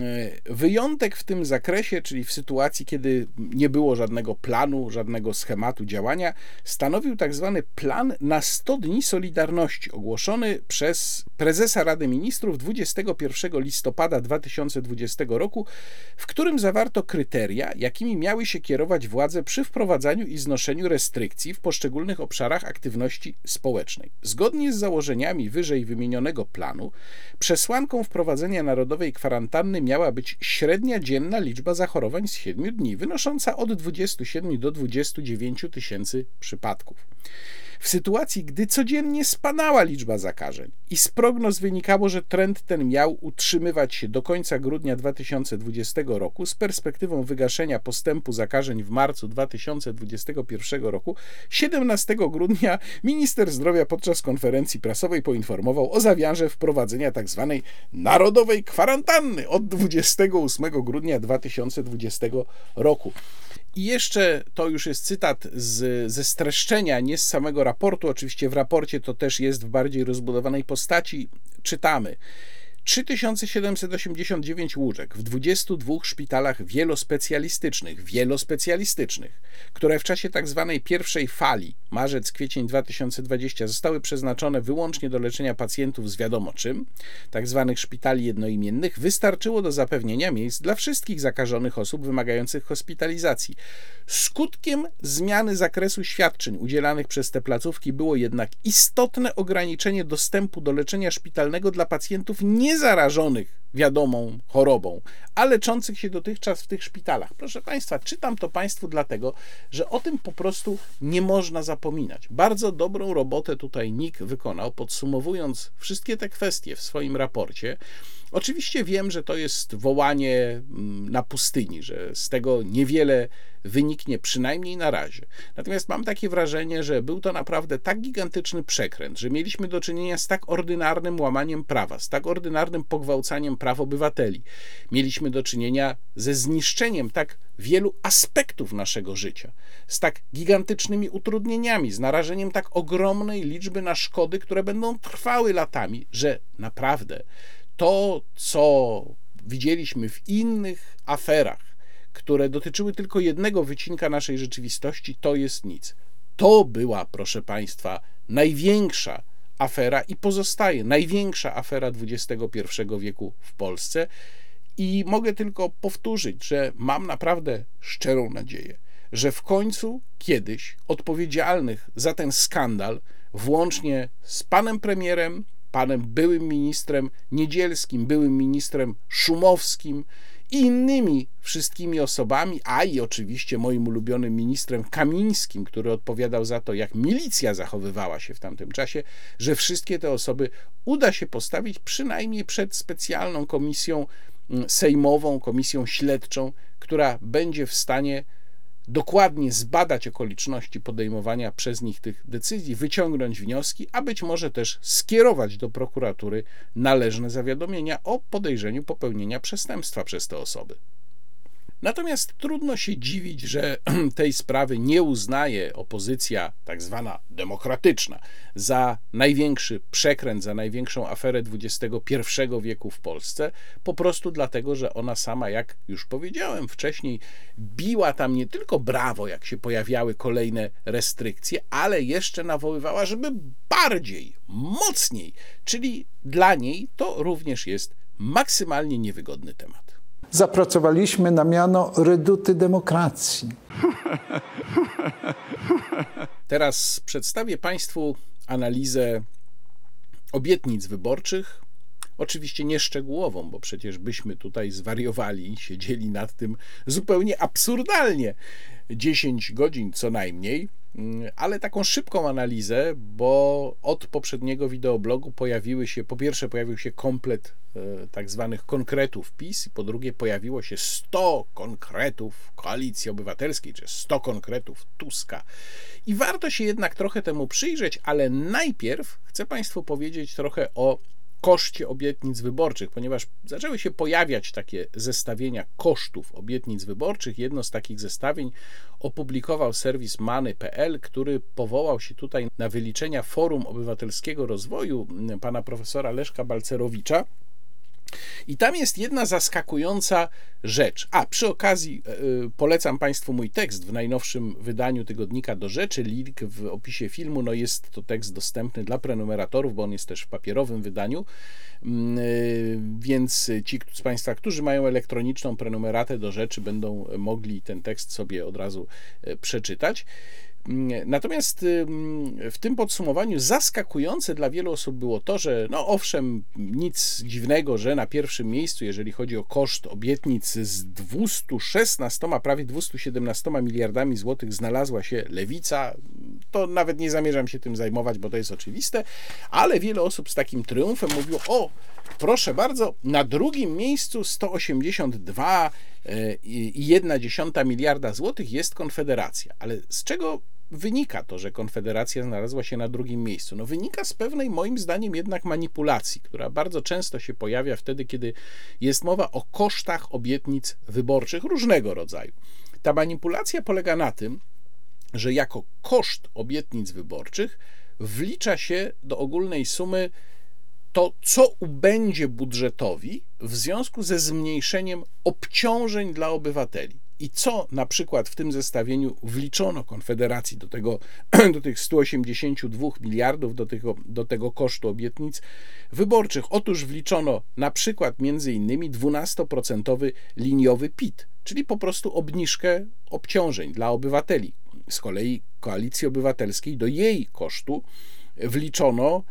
Wyjątek w tym zakresie, czyli w sytuacji, kiedy nie było żadnego planu, żadnego schematu działania, stanowił tak zwany plan na sto dni Solidarności, ogłoszony przez prezesa Rady Ministrów dwudziestego pierwszego listopada dwa tysiące dwudziestego roku, w którym zawarto kryteria, jakimi miały się kierować władze przy wprowadzaniu i znoszeniu restrykcji w poszczególnych obszarach aktywności społecznej. Zgodnie z założeniami wyżej wymienionego planu, przesłanką wprowadzenia narodowej kwarantanny miała być średnia dzienna liczba zachorowań z siedmiu dni, wynosząca od dwudziestu siedmiu do dwudziestu dziewięciu tysięcy przypadków. W sytuacji, gdy codziennie spadała liczba zakażeń i z prognoz wynikało, że trend ten miał utrzymywać się do końca grudnia dwa tysiące dwudziestego roku z perspektywą wygaszenia postępu zakażeń w marcu dwa tysiące dwudziestego pierwszego roku, siedemnastego grudnia minister zdrowia podczas konferencji prasowej poinformował o zamiarze wprowadzenia tzw. narodowej kwarantanny od dwudziestego ósmego grudnia dwa tysiące dwudziestego roku. I jeszcze to już jest cytat z, ze streszczenia, nie z samego raportu. Oczywiście w raporcie to też jest w bardziej rozbudowanej postaci. Czytamy. trzy tysiące siedemset osiemdziesiąt dziewięć łóżek w dwudziestu dwóch szpitalach wielospecjalistycznych, wielospecjalistycznych, które w czasie tak zwanej pierwszej fali, marzec-kwiecień dwa tysiące dwudziestego, zostały przeznaczone wyłącznie do leczenia pacjentów z wiadomo czym, tak zwanych szpitali jednoimiennych, wystarczyło do zapewnienia miejsc dla wszystkich zakażonych osób wymagających hospitalizacji. Skutkiem zmiany zakresu świadczeń udzielanych przez te placówki było jednak istotne ograniczenie dostępu do leczenia szpitalnego dla pacjentów nie zarażonych wiadomą chorobą, a leczących się dotychczas w tych szpitalach. Proszę Państwa, czytam to Państwu dlatego, że o tym po prostu nie można zapominać. Bardzo dobrą robotę tutaj N I K wykonał, podsumowując wszystkie te kwestie w swoim raporcie, Oczywiście wiem, że to jest wołanie na pustyni, że z tego niewiele wyniknie, przynajmniej na razie. Natomiast mam takie wrażenie, że był to naprawdę tak gigantyczny przekręt, że mieliśmy do czynienia z tak ordynarnym łamaniem prawa, z tak ordynarnym pogwałcaniem praw obywateli. Mieliśmy do czynienia ze zniszczeniem tak wielu aspektów naszego życia, z tak gigantycznymi utrudnieniami, z narażeniem tak ogromnej liczby na szkody, które będą trwały latami, że naprawdę to, co widzieliśmy w innych aferach, które dotyczyły tylko jednego wycinka naszej rzeczywistości, to jest nic. To była, proszę Państwa, największa afera i pozostaje największa afera dwudziestego pierwszego wieku w Polsce. I mogę tylko powtórzyć, że mam naprawdę szczerą nadzieję, że w końcu kiedyś odpowiedzialnych za ten skandal, włącznie z panem premierem, panem byłym ministrem Niedzielskim, byłym ministrem Szumowskim i innymi wszystkimi osobami, a i oczywiście moim ulubionym ministrem Kamińskim, który odpowiadał za to, jak milicja zachowywała się w tamtym czasie, że wszystkie te osoby uda się postawić przynajmniej przed specjalną komisją sejmową, komisją śledczą, która będzie w stanie dokładnie zbadać okoliczności podejmowania przez nich tych decyzji, wyciągnąć wnioski, a być może też skierować do prokuratury należne zawiadomienia o podejrzeniu popełnienia przestępstwa przez te osoby. Natomiast trudno się dziwić, że tej sprawy nie uznaje opozycja tak zwana demokratyczna za największy przekręt, za największą aferę dwudziestego pierwszego wieku w Polsce, po prostu dlatego, że ona sama, jak już powiedziałem wcześniej, biła tam nie tylko brawo, jak się pojawiały kolejne restrykcje, ale jeszcze nawoływała, żeby bardziej, mocniej, czyli dla niej to również jest maksymalnie niewygodny temat. Zapracowaliśmy na miano reduty demokracji. Teraz przedstawię Państwu analizę obietnic wyborczych. Oczywiście nie szczegółową, bo przecież byśmy tutaj zwariowali i siedzieli nad tym zupełnie absurdalnie dziesięć godzin co najmniej, ale taką szybką analizę, bo od poprzedniego wideoblogu pojawiły się, po pierwsze pojawił się komplet tak zwanych konkretów PiS i po drugie pojawiło się sto konkretów Koalicji Obywatelskiej, czy sto konkretów Tuska. I warto się jednak trochę temu przyjrzeć, ale najpierw chcę Państwu powiedzieć trochę o koszcie obietnic wyborczych, ponieważ zaczęły się pojawiać takie zestawienia kosztów obietnic wyborczych. Jedno z takich zestawień opublikował serwis Many kropka pe el, który powołał się tutaj na wyliczenia Forum Obywatelskiego Rozwoju pana profesora Leszka Balcerowicza. I tam jest jedna zaskakująca rzecz. A, przy okazji yy, polecam Państwu mój tekst w najnowszym wydaniu tygodnika Do Rzeczy. Link w opisie filmu. No jest to tekst dostępny dla prenumeratorów, bo on jest też w papierowym wydaniu. Yy, więc ci z Państwa, którzy mają elektroniczną prenumeratę Do Rzeczy, będą mogli ten tekst sobie od razu yy, przeczytać. Natomiast w tym podsumowaniu zaskakujące dla wielu osób było to, że no owszem, nic dziwnego, że na pierwszym miejscu, jeżeli chodzi o koszt obietnic z dwieście szesnaście, prawie dwieście siedemnaście miliardami złotych znalazła się Lewica. To nawet nie zamierzam się tym zajmować, bo to jest oczywiste, ale wiele osób z takim triumfem mówiło: o, proszę bardzo, na drugim miejscu sto osiemdziesiąt dwa i jedna dziesiąta miliarda złotych jest Konfederacja. Ale z czego wynika to, że Konfederacja znalazła się na drugim miejscu? No wynika z pewnej, moim zdaniem, jednak manipulacji, która bardzo często się pojawia wtedy, kiedy jest mowa o kosztach obietnic wyborczych różnego rodzaju. Ta manipulacja polega na tym, że jako koszt obietnic wyborczych wlicza się do ogólnej sumy to, co ubędzie budżetowi w związku ze zmniejszeniem obciążeń dla obywateli. I co na przykład w tym zestawieniu wliczono Konfederacji do tego, do tych stu osiemdziesięciu dwóch miliardów, do tego, do tego kosztu obietnic wyborczych? Otóż wliczono na przykład między innymi dwunastoprocentowy liniowy P I T, czyli po prostu obniżkę obciążeń dla obywateli. Z kolei Koalicji Obywatelskiej do jej kosztu wliczono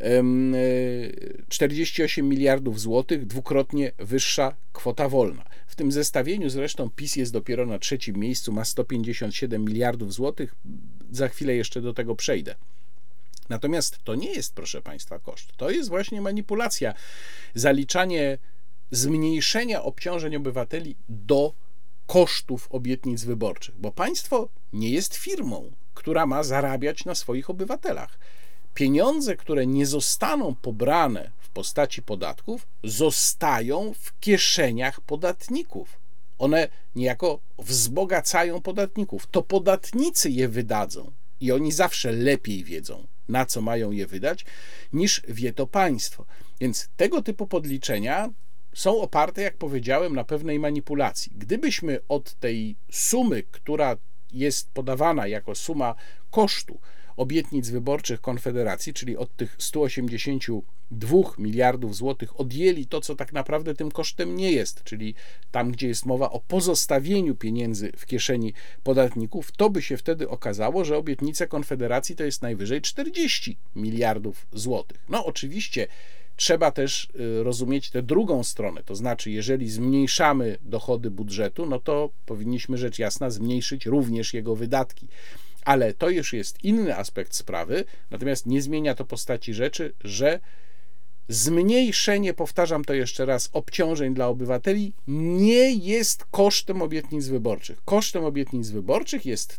czterdzieści osiem miliardów złotych, dwukrotnie wyższa kwota wolna. W tym zestawieniu zresztą PiS jest dopiero na trzecim miejscu, ma sto pięćdziesiąt siedem miliardów złotych. Za chwilę jeszcze do tego przejdę. Natomiast to nie jest, proszę Państwa, koszt. To jest właśnie manipulacja. Zaliczanie zmniejszenia obciążeń obywateli do kosztów obietnic wyborczych, bo państwo nie jest firmą, która ma zarabiać na swoich obywatelach. Pieniądze, które nie zostaną pobrane w postaci podatków, zostają w kieszeniach podatników. One niejako wzbogacają podatników. To podatnicy je wydadzą i oni zawsze lepiej wiedzą, na co mają je wydać, niż wie to państwo. Więc tego typu podliczenia są oparte, jak powiedziałem, na pewnej manipulacji. Gdybyśmy od tej sumy, która jest podawana jako suma kosztu obietnic wyborczych Konfederacji, czyli od tych stu osiemdziesięciu dwóch miliardów złotych, odjęli to, co tak naprawdę tym kosztem nie jest, czyli tam, gdzie jest mowa o pozostawieniu pieniędzy w kieszeni podatników, to by się wtedy okazało, że obietnice Konfederacji to jest najwyżej czterdzieści miliardów złotych. No oczywiście trzeba też rozumieć tę drugą stronę, to znaczy jeżeli zmniejszamy dochody budżetu, no to powinniśmy rzecz jasna zmniejszyć również jego wydatki. Ale to już jest inny aspekt sprawy, natomiast nie zmienia to postaci rzeczy, że zmniejszenie, powtarzam to jeszcze raz, obciążeń dla obywateli nie jest kosztem obietnic wyborczych. Kosztem obietnic wyborczych jest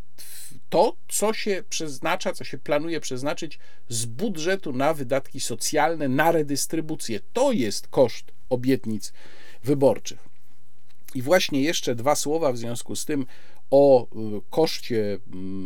to, co się przeznacza, co się planuje przeznaczyć z budżetu na wydatki socjalne, na redystrybucję. To jest koszt obietnic wyborczych. I właśnie jeszcze dwa słowa w związku z tym o koszcie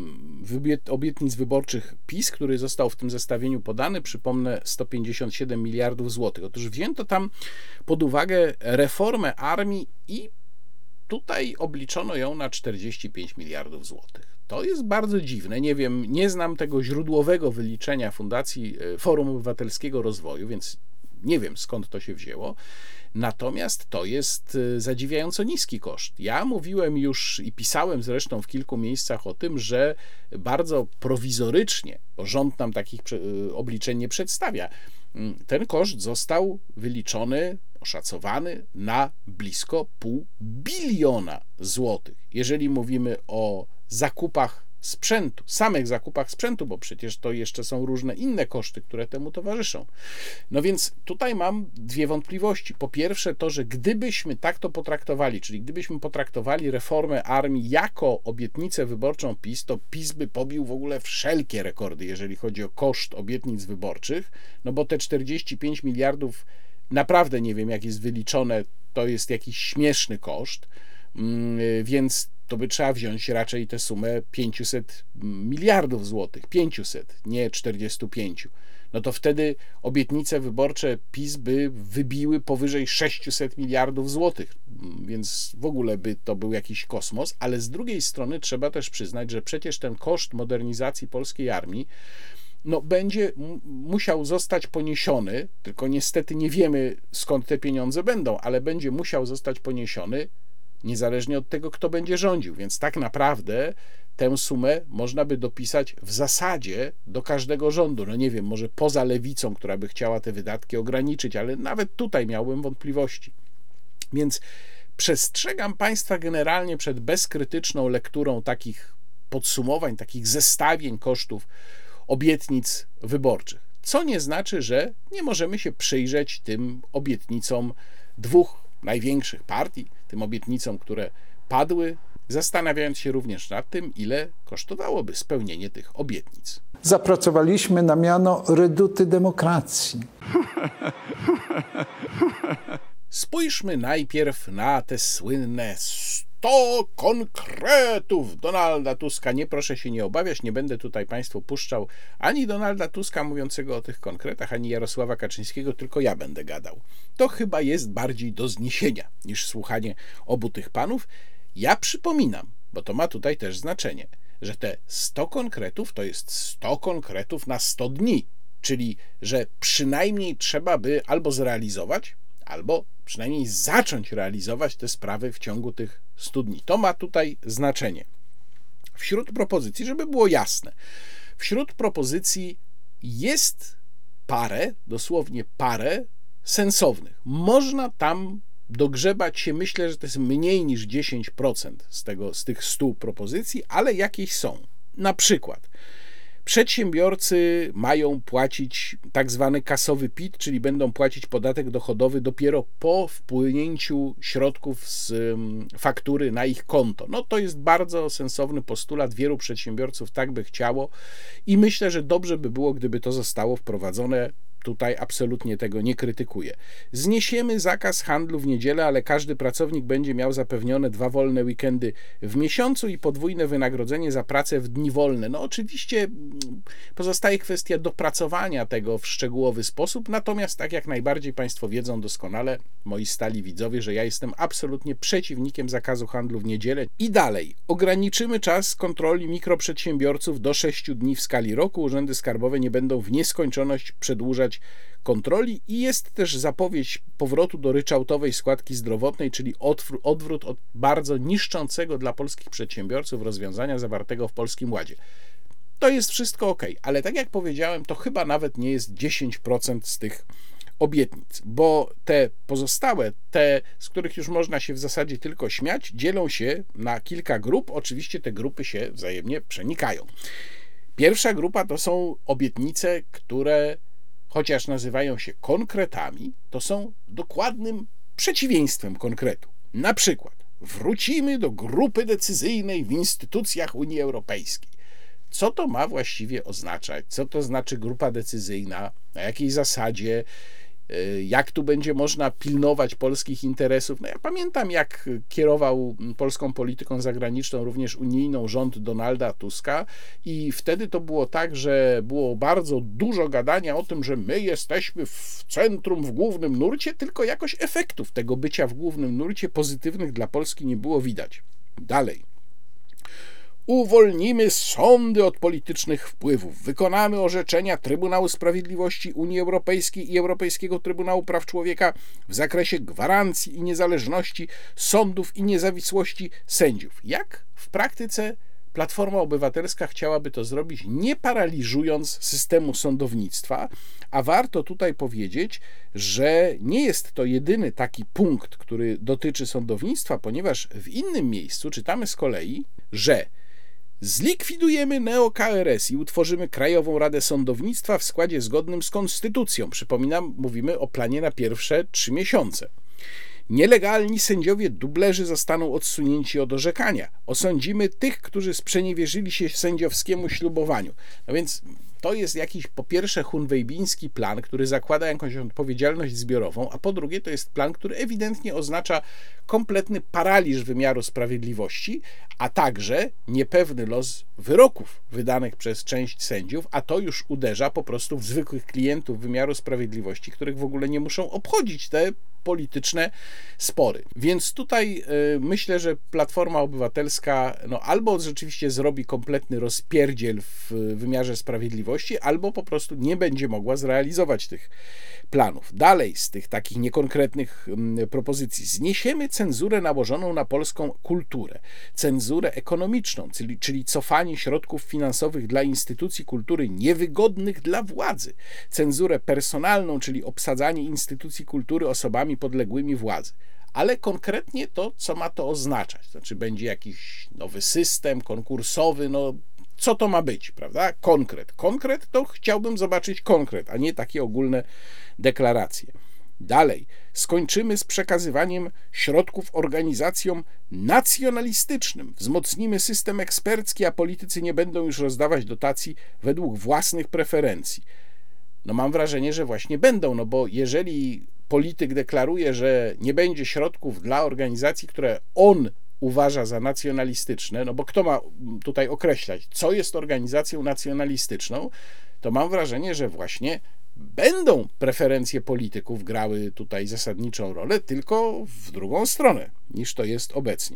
obietnic wyborczych PiS, który został w tym zestawieniu podany, przypomnę, sto pięćdziesiąt siedem miliardów złotych. Otóż wzięto tam pod uwagę reformę armii i tutaj obliczono ją na czterdzieści pięć miliardów złotych. To jest bardzo dziwne, nie wiem, nie znam tego źródłowego wyliczenia Fundacji Forum Obywatelskiego Rozwoju, więc nie wiem, skąd to się wzięło. Natomiast to jest zadziwiająco niski koszt. Ja mówiłem już i pisałem zresztą w kilku miejscach o tym, że bardzo prowizorycznie, bo rząd nam takich obliczeń nie przedstawia, ten koszt został wyliczony, oszacowany na blisko pół biliona złotych. Jeżeli mówimy o zakupach sprzętu, samych zakupach sprzętu, bo przecież to jeszcze są różne inne koszty, które temu towarzyszą. No więc tutaj mam dwie wątpliwości. Po pierwsze to, że gdybyśmy tak to potraktowali, czyli gdybyśmy potraktowali reformę armii jako obietnicę wyborczą PiS, to PiS by pobił w ogóle wszelkie rekordy, jeżeli chodzi o koszt obietnic wyborczych, no bo te czterdzieści pięć miliardów, naprawdę nie wiem jak jest wyliczone, to jest jakiś śmieszny koszt, więc to by trzeba wziąć raczej tę sumę pięćset miliardów złotych, pięćset, nie czterdzieści pięć. No to wtedy obietnice wyborcze PiS by wybiły powyżej sześćset miliardów złotych, więc w ogóle by to był jakiś kosmos, ale z drugiej strony trzeba też przyznać, że przecież ten koszt modernizacji polskiej armii no, będzie musiał zostać poniesiony, tylko niestety nie wiemy, skąd te pieniądze będą, ale będzie musiał zostać poniesiony niezależnie od tego, kto będzie rządził. Więc tak naprawdę tę sumę można by dopisać w zasadzie do każdego rządu. No nie wiem, może poza lewicą, która by chciała te wydatki ograniczyć, ale nawet tutaj miałbym wątpliwości. Więc przestrzegam Państwa generalnie przed bezkrytyczną lekturą takich podsumowań, takich zestawień kosztów obietnic wyborczych. Co nie znaczy, że nie możemy się przyjrzeć tym obietnicom dwóch największych partii, tym obietnicom, które padły, zastanawiając się również nad tym, ile kosztowałoby spełnienie tych obietnic. Zapracowaliśmy na miano reduty demokracji. Spójrzmy najpierw na te słynne sto konkretów Donalda Tuska. Nie, proszę się nie obawiać, nie będę tutaj Państwu puszczał ani Donalda Tuska mówiącego o tych konkretach, ani Jarosława Kaczyńskiego, tylko ja będę gadał. To chyba jest bardziej do zniesienia niż słuchanie obu tych panów. Ja przypominam, bo to ma tutaj też znaczenie, że te sto konkretów to jest sto konkretów na sto dni, czyli że przynajmniej trzeba by albo zrealizować, albo przynajmniej zacząć realizować te sprawy w ciągu tych stu dni. To ma tutaj znaczenie. Wśród propozycji, żeby było jasne, wśród propozycji jest parę, dosłownie parę sensownych. Można tam dogrzebać się, myślę, że to jest mniej niż dziesięć procent z, tego, z tych stu propozycji, ale jakieś są. Na przykład Przedsiębiorcy mają płacić tak zwany kasowy P I T, czyli będą płacić podatek dochodowy dopiero po wpłynięciu środków z faktury na ich konto. No to jest bardzo sensowny postulat, wielu przedsiębiorców tak by chciało i myślę, że dobrze by było, gdyby to zostało wprowadzone. Tutaj absolutnie tego nie krytykuję. Zniesiemy zakaz handlu w niedzielę, ale każdy pracownik będzie miał zapewnione dwa wolne weekendy w miesiącu i podwójne wynagrodzenie za pracę w dni wolne. No oczywiście pozostaje kwestia dopracowania tego w szczegółowy sposób, natomiast tak jak najbardziej Państwo wiedzą doskonale, moi stali widzowie, że ja jestem absolutnie przeciwnikiem zakazu handlu w niedzielę. I dalej, ograniczymy czas kontroli mikroprzedsiębiorców do sześciu dni w skali roku. Urzędy skarbowe nie będą w nieskończoność przedłużać kontroli i jest też zapowiedź powrotu do ryczałtowej składki zdrowotnej, czyli odwrót od bardzo niszczącego dla polskich przedsiębiorców rozwiązania zawartego w Polskim Ładzie. To jest wszystko ok, ale tak jak powiedziałem, to chyba nawet nie jest dziesięć procent z tych obietnic, bo te pozostałe, te, z których już można się w zasadzie tylko śmiać, dzielą się na kilka grup. Oczywiście te grupy się wzajemnie przenikają. Pierwsza grupa to są obietnice, które chociaż nazywają się konkretami, to są dokładnym przeciwieństwem konkretu. Na przykład wrócimy do grupy decyzyjnej w instytucjach Unii Europejskiej. Co to ma właściwie oznaczać? Co to znaczy grupa decyzyjna? Na jakiej zasadzie? Jak tu będzie można pilnować polskich interesów? No ja pamiętam, jak kierował polską polityką zagraniczną, również unijną, rząd Donalda Tuska i wtedy to było tak, że było bardzo dużo gadania o tym, że my jesteśmy w centrum, w głównym nurcie, tylko jakoś efektów tego bycia w głównym nurcie pozytywnych dla Polski nie było widać. Dalej. Uwolnimy sądy od politycznych wpływów, wykonamy orzeczenia Trybunału Sprawiedliwości Unii Europejskiej i Europejskiego Trybunału Praw Człowieka w zakresie gwarancji i niezależności sądów i niezawisłości sędziów. Jak w praktyce Platforma Obywatelska chciałaby to zrobić, nie paraliżując systemu sądownictwa, a warto tutaj powiedzieć, że nie jest to jedyny taki punkt, który dotyczy sądownictwa, ponieważ w innym miejscu czytamy z kolei, że zlikwidujemy neo-K R S i utworzymy Krajową Radę Sądownictwa w składzie zgodnym z konstytucją. Przypominam, mówimy o planie na pierwsze trzy miesiące. Nielegalni sędziowie dublerzy zostaną odsunięci od orzekania. Osądzimy tych, którzy sprzeniewierzyli się sędziowskiemu ślubowaniu. No więc to jest jakiś po pierwsze hunwejbiński plan, który zakłada jakąś odpowiedzialność zbiorową, a po drugie to jest plan, który ewidentnie oznacza kompletny paraliż wymiaru sprawiedliwości, a także niepewny los wyroków wydanych przez część sędziów, a to już uderza po prostu w zwykłych klientów wymiaru sprawiedliwości, których w ogóle nie muszą obchodzić te polityczne spory. Więc tutaj y, myślę, że Platforma Obywatelska no, albo rzeczywiście zrobi kompletny rozpierdziel w wymiarze sprawiedliwości, albo po prostu nie będzie mogła zrealizować tych planów. Dalej z tych takich niekonkretnych y, propozycji. Zniesiemy cenzurę nałożoną na polską kulturę, cenzurę ekonomiczną, czyli, czyli cofanie środków finansowych dla instytucji kultury niewygodnych dla władzy, cenzurę personalną, czyli obsadzanie instytucji kultury osobami podległymi władzy. Ale konkretnie to, co ma to oznaczać? Znaczy, będzie jakiś nowy system konkursowy, no co to ma być, prawda? Konkret. Konkret to chciałbym zobaczyć konkret, a nie takie ogólne deklaracje. Dalej, skończymy z przekazywaniem środków organizacjom nacjonalistycznym. Wzmocnimy system ekspercki, a politycy nie będą już rozdawać dotacji według własnych preferencji. No mam wrażenie, że właśnie będą, no bo jeżeli polityk deklaruje, że nie będzie środków dla organizacji, które on uważa za nacjonalistyczne, no bo kto ma tutaj określać, co jest organizacją nacjonalistyczną, to mam wrażenie, że właśnie będą preferencje polityków grały tutaj zasadniczą rolę, tylko w drugą stronę niż to jest obecnie.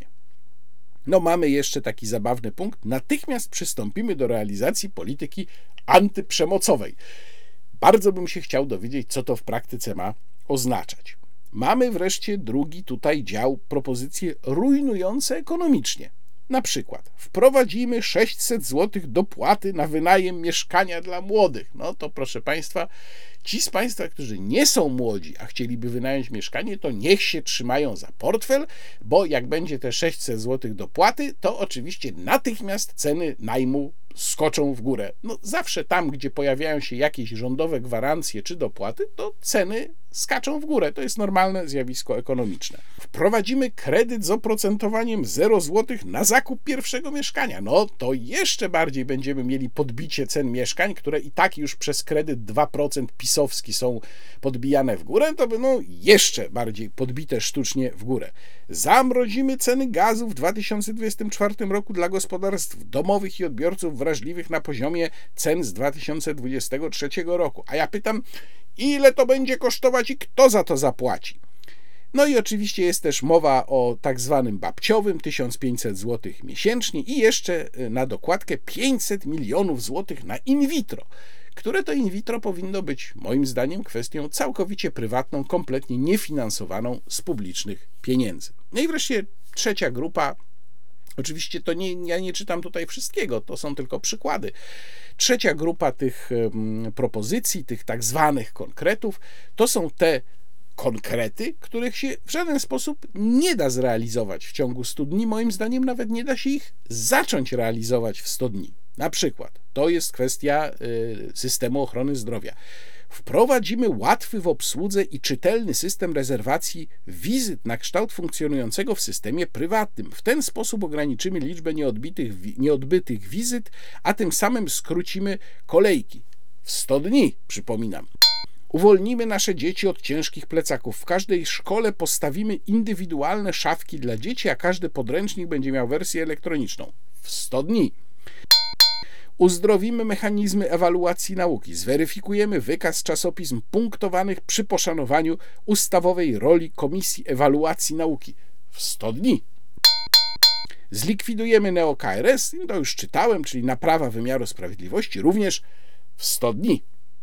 No mamy jeszcze taki zabawny punkt. Natychmiast przystąpimy do realizacji polityki antyprzemocowej. Bardzo bym się chciał dowiedzieć, co to w praktyce ma oznaczać. Mamy wreszcie drugi tutaj dział, propozycje rujnujące ekonomicznie. Na przykład wprowadzimy sześćset złotych dopłaty na wynajem mieszkania dla młodych. No to proszę Państwa, ci z Państwa, którzy nie są młodzi, a chcieliby wynająć mieszkanie, to niech się trzymają za portfel, bo jak będzie te sześćset złotych dopłaty, to oczywiście natychmiast ceny najmu skoczą w górę. No zawsze tam, gdzie pojawiają się jakieś rządowe gwarancje czy dopłaty, to ceny skaczą w górę. To jest normalne zjawisko ekonomiczne. Wprowadzimy kredyt z oprocentowaniem zero złotych na zakup pierwszego mieszkania. No to jeszcze bardziej będziemy mieli podbicie cen mieszkań, które i tak już przez kredyt dwa procent pisowski są podbijane w górę, to będą jeszcze bardziej podbite sztucznie w górę. Zamrozimy ceny gazu w dwa tysiące dwudziestym czwartym roku dla gospodarstw domowych i odbiorców wrażliwych na poziomie cen z dwa tysiące dwudziestego trzeciego roku. A ja pytam, ile to będzie kosztować i kto za to zapłaci? No i oczywiście jest też mowa o tak zwanym babciowym, tysiąc pięćset złotych miesięcznie i jeszcze na dokładkę pięćset milionów złotych na in vitro, które to in vitro powinno być moim zdaniem kwestią całkowicie prywatną, kompletnie niefinansowaną z publicznych pieniędzy. No i wreszcie trzecia grupa. Oczywiście to nie, ja nie czytam tutaj wszystkiego, to są tylko przykłady. Trzecia grupa tych um, propozycji, tych tak zwanych konkretów, to są te konkrety, których się w żaden sposób nie da zrealizować w ciągu stu dni. Moim zdaniem nawet nie da się ich zacząć realizować w sto dni. Na przykład, to jest kwestia y, systemu ochrony zdrowia. Wprowadzimy łatwy w obsłudze i czytelny system rezerwacji wizyt na kształt funkcjonującego w systemie prywatnym. W ten sposób ograniczymy liczbę nieodbitych, nieodbytych wizyt, a tym samym skrócimy kolejki. W sto dni, przypominam. Uwolnimy nasze dzieci od ciężkich plecaków. W każdej szkole postawimy indywidualne szafki dla dzieci, a każdy podręcznik będzie miał wersję elektroniczną. W sto dni. Uzdrowimy mechanizmy ewaluacji nauki. Zweryfikujemy wykaz czasopism punktowanych przy poszanowaniu ustawowej roli Komisji Ewaluacji Nauki. W sto dni. Zlikwidujemy neo-K R S, to już czytałem, czyli naprawa wymiaru sprawiedliwości, również w sto dni.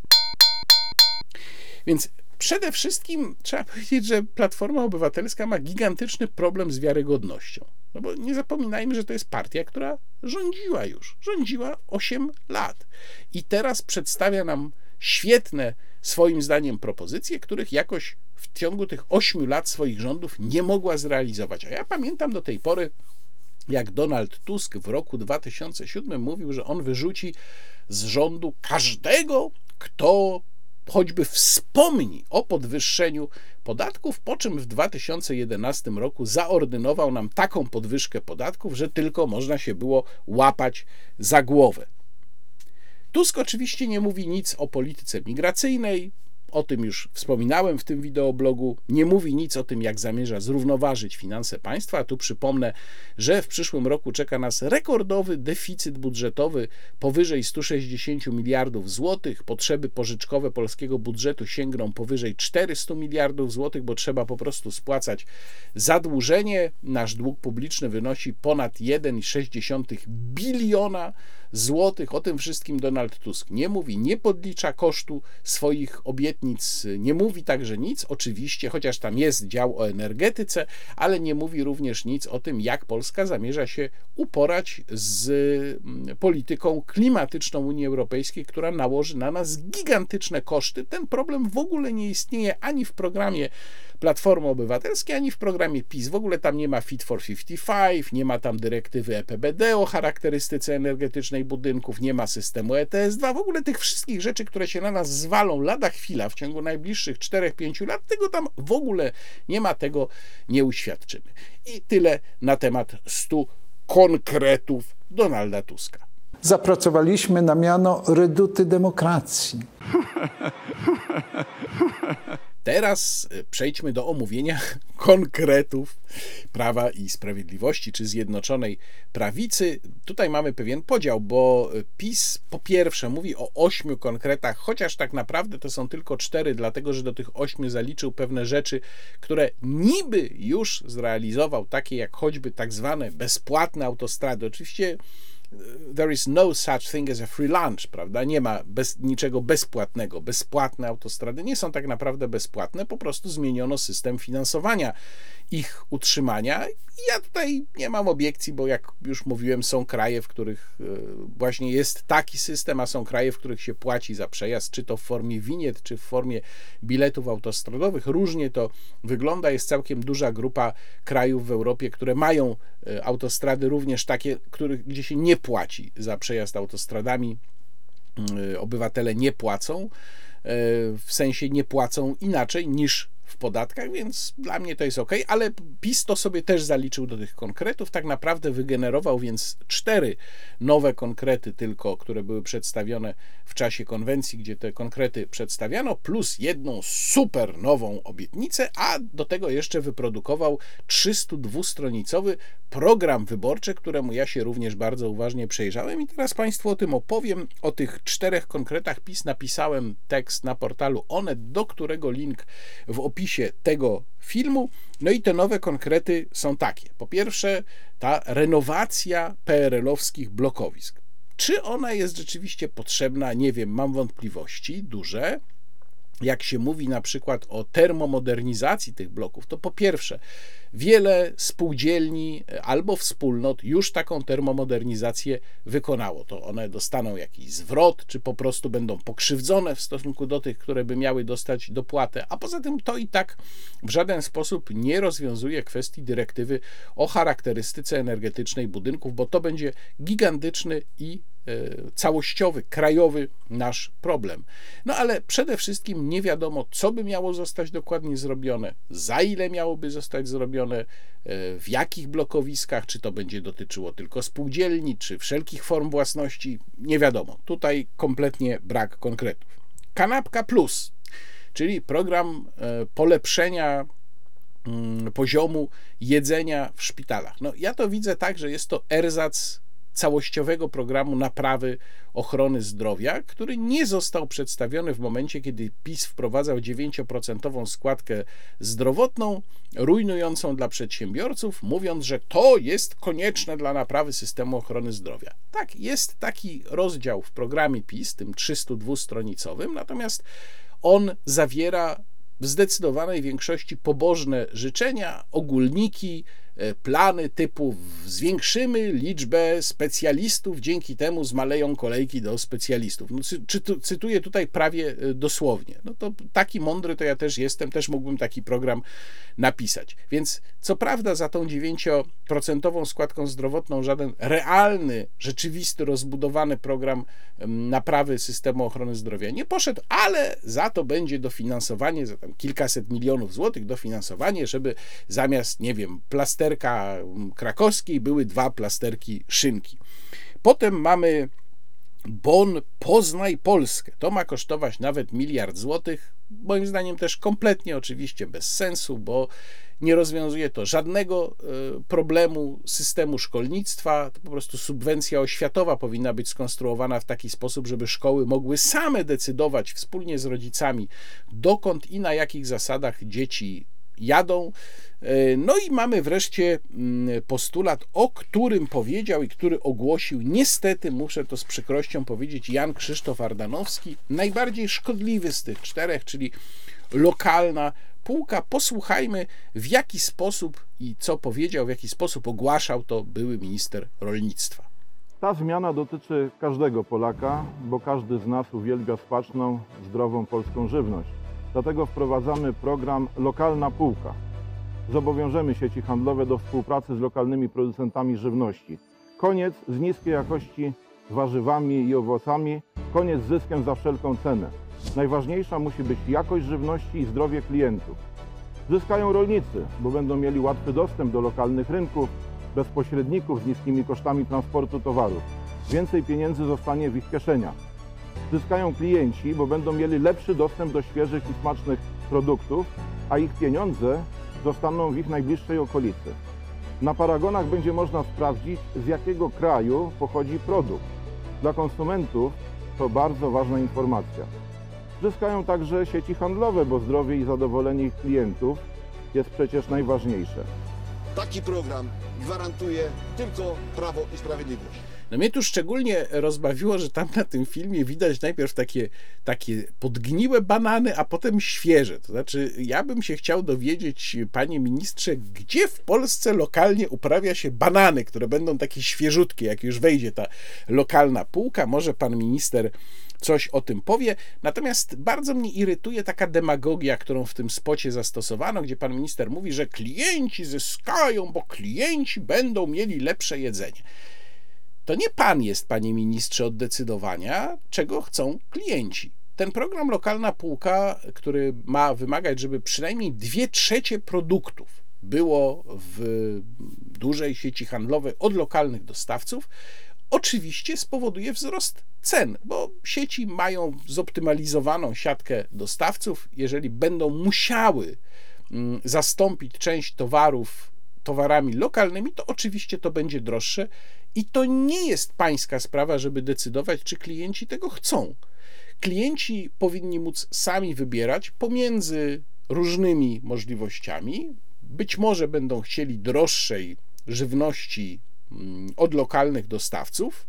Więc przede wszystkim trzeba powiedzieć, że Platforma Obywatelska ma gigantyczny problem z wiarygodnością. No bo nie zapominajmy, że to jest partia, która rządziła już. Rządziła osiem lat. I teraz przedstawia nam świetne, swoim zdaniem, propozycje, których jakoś w ciągu tych ośmiu lat swoich rządów nie mogła zrealizować. A ja pamiętam do tej pory, jak Donald Tusk w roku dwa tysiące siódmym mówił, że on wyrzuci z rządu każdego, kto choćby wspomni o podwyższeniu podatków, po czym w dwa tysiące jedenastym roku zaordynował nam taką podwyżkę podatków, że tylko można się było łapać za głowę. Tusk oczywiście nie mówi nic o polityce migracyjnej, o tym już wspominałem w tym wideoblogu, nie mówi nic o tym, jak zamierza zrównoważyć finanse państwa, a tu przypomnę, że w przyszłym roku czeka nas rekordowy deficyt budżetowy powyżej stu sześćdziesięciu miliardów złotych, potrzeby pożyczkowe polskiego budżetu sięgną powyżej czterystu miliardów złotych, bo trzeba po prostu spłacać zadłużenie, nasz dług publiczny wynosi ponad jeden i sześć dziesiątych biliona złotych. O tym wszystkim Donald Tusk nie mówi, nie podlicza kosztu swoich obietnic, nie mówi także nic, oczywiście, chociaż tam jest dział o energetyce, ale nie mówi również nic o tym, jak Polska zamierza się uporać z polityką klimatyczną Unii Europejskiej, która nałoży na nas gigantyczne koszty. Ten problem w ogóle nie istnieje ani w programie Platformy Obywatelskiej, ani w programie PiS. W ogóle tam nie ma Fit for pięćdziesiąt pięć, nie ma tam dyrektywy E P B D o charakterystyce energetycznej budynków, nie ma systemu E T S dwa, w ogóle tych wszystkich rzeczy, które się na nas zwalą lada chwila w ciągu najbliższych czterech pięciu lat, tego tam w ogóle nie ma, tego nie uświadczymy. I tyle na temat stu konkretów Donalda Tuska. Zapracowaliśmy na miano reduty demokracji. Teraz przejdźmy do omówienia konkretów Prawa i Sprawiedliwości, czy Zjednoczonej Prawicy. Tutaj mamy pewien podział, bo PiS po pierwsze mówi o ośmiu konkretach, chociaż tak naprawdę to są tylko cztery, dlatego że do tych ośmiu zaliczył pewne rzeczy, które niby już zrealizował, takie jak choćby tak zwane bezpłatne autostrady. Oczywiście there is no such thing as a free lunch, prawda? Nie ma bez, niczego bezpłatnego. Bezpłatne autostrady nie są tak naprawdę bezpłatne, po prostu zmieniono system finansowania ich utrzymania. I ja tutaj nie mam obiekcji, bo jak już mówiłem, są kraje, w których właśnie jest taki system, a są kraje, w których się płaci za przejazd, czy to w formie winiet, czy w formie biletów autostradowych. Różnie to wygląda. Jest całkiem duża grupa krajów w Europie, które mają autostrady również takie, których, gdzie się nie płaci za przejazd autostradami. Obywatele nie płacą, w sensie nie płacą inaczej niż w podatkach, więc dla mnie to jest ok, ale PiS to sobie też zaliczył do tych konkretów, tak naprawdę wygenerował więc cztery nowe konkrety tylko, które były przedstawione w czasie konwencji, gdzie te konkrety przedstawiano, plus jedną super nową obietnicę, a do tego jeszcze wyprodukował trzystuodwustronicowy program wyborczy, któremu ja się również bardzo uważnie przejrzałem i teraz Państwu o tym opowiem. O tych czterech konkretach PiS napisałem tekst na portalu Onet, do którego link w opisie tego filmu. No i te nowe konkrety są takie. Po pierwsze, ta renowacja P R L-owskich blokowisk. Czy ona jest rzeczywiście potrzebna? Nie wiem, mam wątpliwości duże. Jak się mówi na przykład o termomodernizacji tych bloków, to po pierwsze, wiele spółdzielni albo wspólnot już taką termomodernizację wykonało. To one dostaną jakiś zwrot, czy po prostu będą pokrzywdzone w stosunku do tych, które by miały dostać dopłatę, a poza tym to i tak w żaden sposób nie rozwiązuje kwestii dyrektywy o charakterystyce energetycznej budynków, bo to będzie gigantyczny i całościowy, krajowy nasz problem. No ale przede wszystkim nie wiadomo, co by miało zostać dokładnie zrobione, za ile miałoby zostać zrobione, w jakich blokowiskach, czy to będzie dotyczyło tylko spółdzielni, czy wszelkich form własności, nie wiadomo. Tutaj kompletnie brak konkretów. Kanapka Plus, czyli program polepszenia poziomu jedzenia w szpitalach. No ja to widzę tak, że jest to erzac całościowego programu naprawy ochrony zdrowia, który nie został przedstawiony w momencie, kiedy PiS wprowadzał dziewięcioprocentową składkę zdrowotną, rujnującą dla przedsiębiorców, mówiąc, że to jest konieczne dla naprawy systemu ochrony zdrowia. Tak, jest taki rozdział w programie PiS, tym trzystuodwustronicowym, natomiast on zawiera w zdecydowanej większości pobożne życzenia, ogólniki, plany typu zwiększymy liczbę specjalistów, dzięki temu zmaleją kolejki do specjalistów. No, cy, cytuję tutaj prawie dosłownie. No to taki mądry to ja też jestem, też mógłbym taki program napisać. Więc co prawda za tą dziewięcioprocentową składką zdrowotną żaden realny, rzeczywisty, rozbudowany program naprawy systemu ochrony zdrowia nie poszedł, ale za to będzie dofinansowanie, za tam kilkaset milionów złotych dofinansowanie, żeby zamiast, nie wiem, plasterka krakowskiej były dwa plasterki szynki. Potem mamy bon Poznaj Polskę. To ma kosztować nawet miliard złotych. Moim zdaniem też kompletnie oczywiście bez sensu, bo nie rozwiązuje to żadnego problemu systemu szkolnictwa. To po prostu subwencja oświatowa powinna być skonstruowana w taki sposób, żeby szkoły mogły same decydować wspólnie z rodzicami, dokąd i na jakich zasadach dzieci jadą. No i mamy wreszcie postulat, o którym powiedział i który ogłosił, niestety muszę to z przykrością powiedzieć, Jan Krzysztof Ardanowski, najbardziej szkodliwy z tych czterech, czyli lokalna półka. Posłuchajmy, w jaki sposób i co powiedział, w jaki sposób ogłaszał to były minister rolnictwa. Ta zmiana dotyczy każdego Polaka, bo każdy z nas uwielbia smaczną, zdrową polską żywność. Dlatego wprowadzamy program Lokalna Półka. Zobowiążemy sieci handlowe do współpracy z lokalnymi producentami żywności. Koniec z niskiej jakości warzywami i owocami, koniec z zyskiem za wszelką cenę. Najważniejsza musi być jakość żywności i zdrowie klientów. Zyskają rolnicy, bo będą mieli łatwy dostęp do lokalnych rynków, bez pośredników z niskimi kosztami transportu towarów. Więcej pieniędzy zostanie w ich kieszeniach. Zyskają klienci, bo będą mieli lepszy dostęp do świeżych i smacznych produktów, a ich pieniądze zostaną w ich najbliższej okolicy. Na paragonach będzie można sprawdzić, z jakiego kraju pochodzi produkt. Dla konsumentów to bardzo ważna informacja. Zyskają także sieci handlowe, bo zdrowie i zadowolenie ich klientów jest przecież najważniejsze. Taki program gwarantuje tylko Prawo i Sprawiedliwość. No mnie tu szczególnie rozbawiło, że tam na tym filmie widać najpierw takie, takie podgniłe banany, a potem świeże. To znaczy, ja bym się chciał dowiedzieć, panie ministrze, gdzie w Polsce lokalnie uprawia się banany, które będą takie świeżutkie, jak już wejdzie ta lokalna półka. Może pan minister coś o tym powie. Natomiast bardzo mnie irytuje taka demagogia, którą w tym spocie zastosowano, gdzie pan minister mówi, że klienci zyskają, bo klienci będą mieli lepsze jedzenie. To nie pan jest, panie ministrze, od decydowania, czego chcą klienci. Ten program Lokalna Półka, który ma wymagać, żeby przynajmniej dwie trzecie produktów było w dużej sieci handlowej od lokalnych dostawców, oczywiście spowoduje wzrost cen, bo sieci mają zoptymalizowaną siatkę dostawców. Jeżeli będą musiały zastąpić część towarów towarami lokalnymi, to oczywiście to będzie droższe i to nie jest pańska sprawa, żeby decydować, czy klienci tego chcą. Klienci powinni móc sami wybierać pomiędzy różnymi możliwościami. Być może będą chcieli droższej żywności od lokalnych dostawców,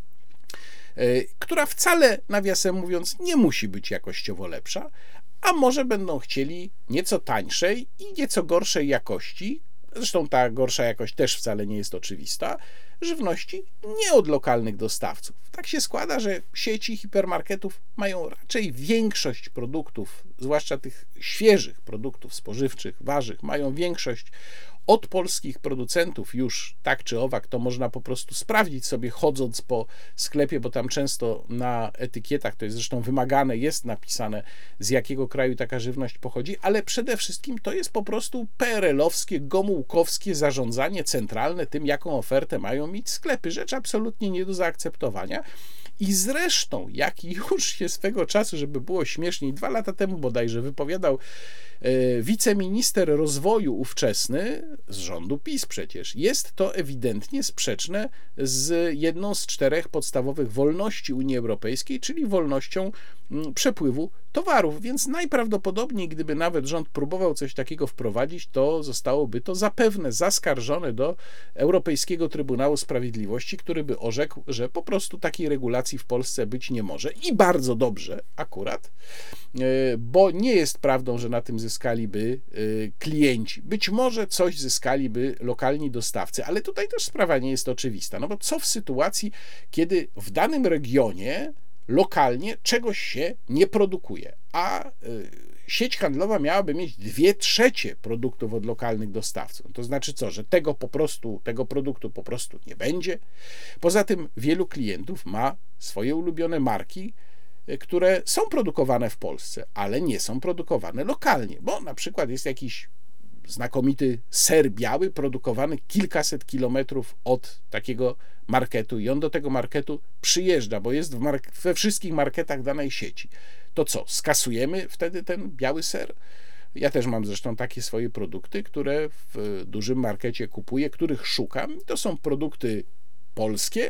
która wcale, nawiasem mówiąc, nie musi być jakościowo lepsza, a może będą chcieli nieco tańszej i nieco gorszej jakości, zresztą ta gorsza jakość też wcale nie jest oczywista, żywności nie od lokalnych dostawców. Tak się składa, że sieci hipermarketów mają raczej większość produktów, zwłaszcza tych świeżych produktów spożywczych, warzyw, mają większość od polskich producentów już tak czy owak. To można po prostu sprawdzić sobie chodząc po sklepie, bo tam często na etykietach, to jest zresztą wymagane, jest napisane, z jakiego kraju taka żywność pochodzi, ale przede wszystkim to jest po prostu P R L-owskie, gomułkowskie zarządzanie centralne tym, jaką ofertę mają mieć sklepy. Rzecz absolutnie nie do zaakceptowania. I zresztą, jak już się swego czasu, żeby było śmieszniej, dwa lata temu bodajże wypowiadał e, wiceminister rozwoju ówczesny, z rządu PiS przecież, jest to ewidentnie sprzeczne z jedną z czterech podstawowych wolności Unii Europejskiej, czyli wolnością m, przepływu towarów, więc najprawdopodobniej, gdyby nawet rząd próbował coś takiego wprowadzić, to zostałoby to zapewne zaskarżone do Europejskiego Trybunału Sprawiedliwości, który by orzekł, że po prostu takiej regulacji w Polsce być nie może. I bardzo dobrze akurat, bo nie jest prawdą, że na tym zyskaliby klienci. Być może coś zyskaliby lokalni dostawcy, ale tutaj też sprawa nie jest oczywista. No bo co w sytuacji, kiedy w danym regionie lokalnie czegoś się nie produkuje, a sieć handlowa miałaby mieć dwie trzecie produktów od lokalnych dostawców. To znaczy co, że tego po prostu, tego produktu po prostu nie będzie? Poza tym wielu klientów ma swoje ulubione marki, które są produkowane w Polsce, ale nie są produkowane lokalnie, bo na przykład jest jakiś znakomity ser biały produkowany kilkaset kilometrów od takiego marketu i on do tego marketu przyjeżdża, bo jest w mark- we wszystkich marketach danej sieci. To co, skasujemy wtedy ten biały ser? Ja też mam zresztą takie swoje produkty, które w dużym markecie kupuję, których szukam. To są produkty polskie,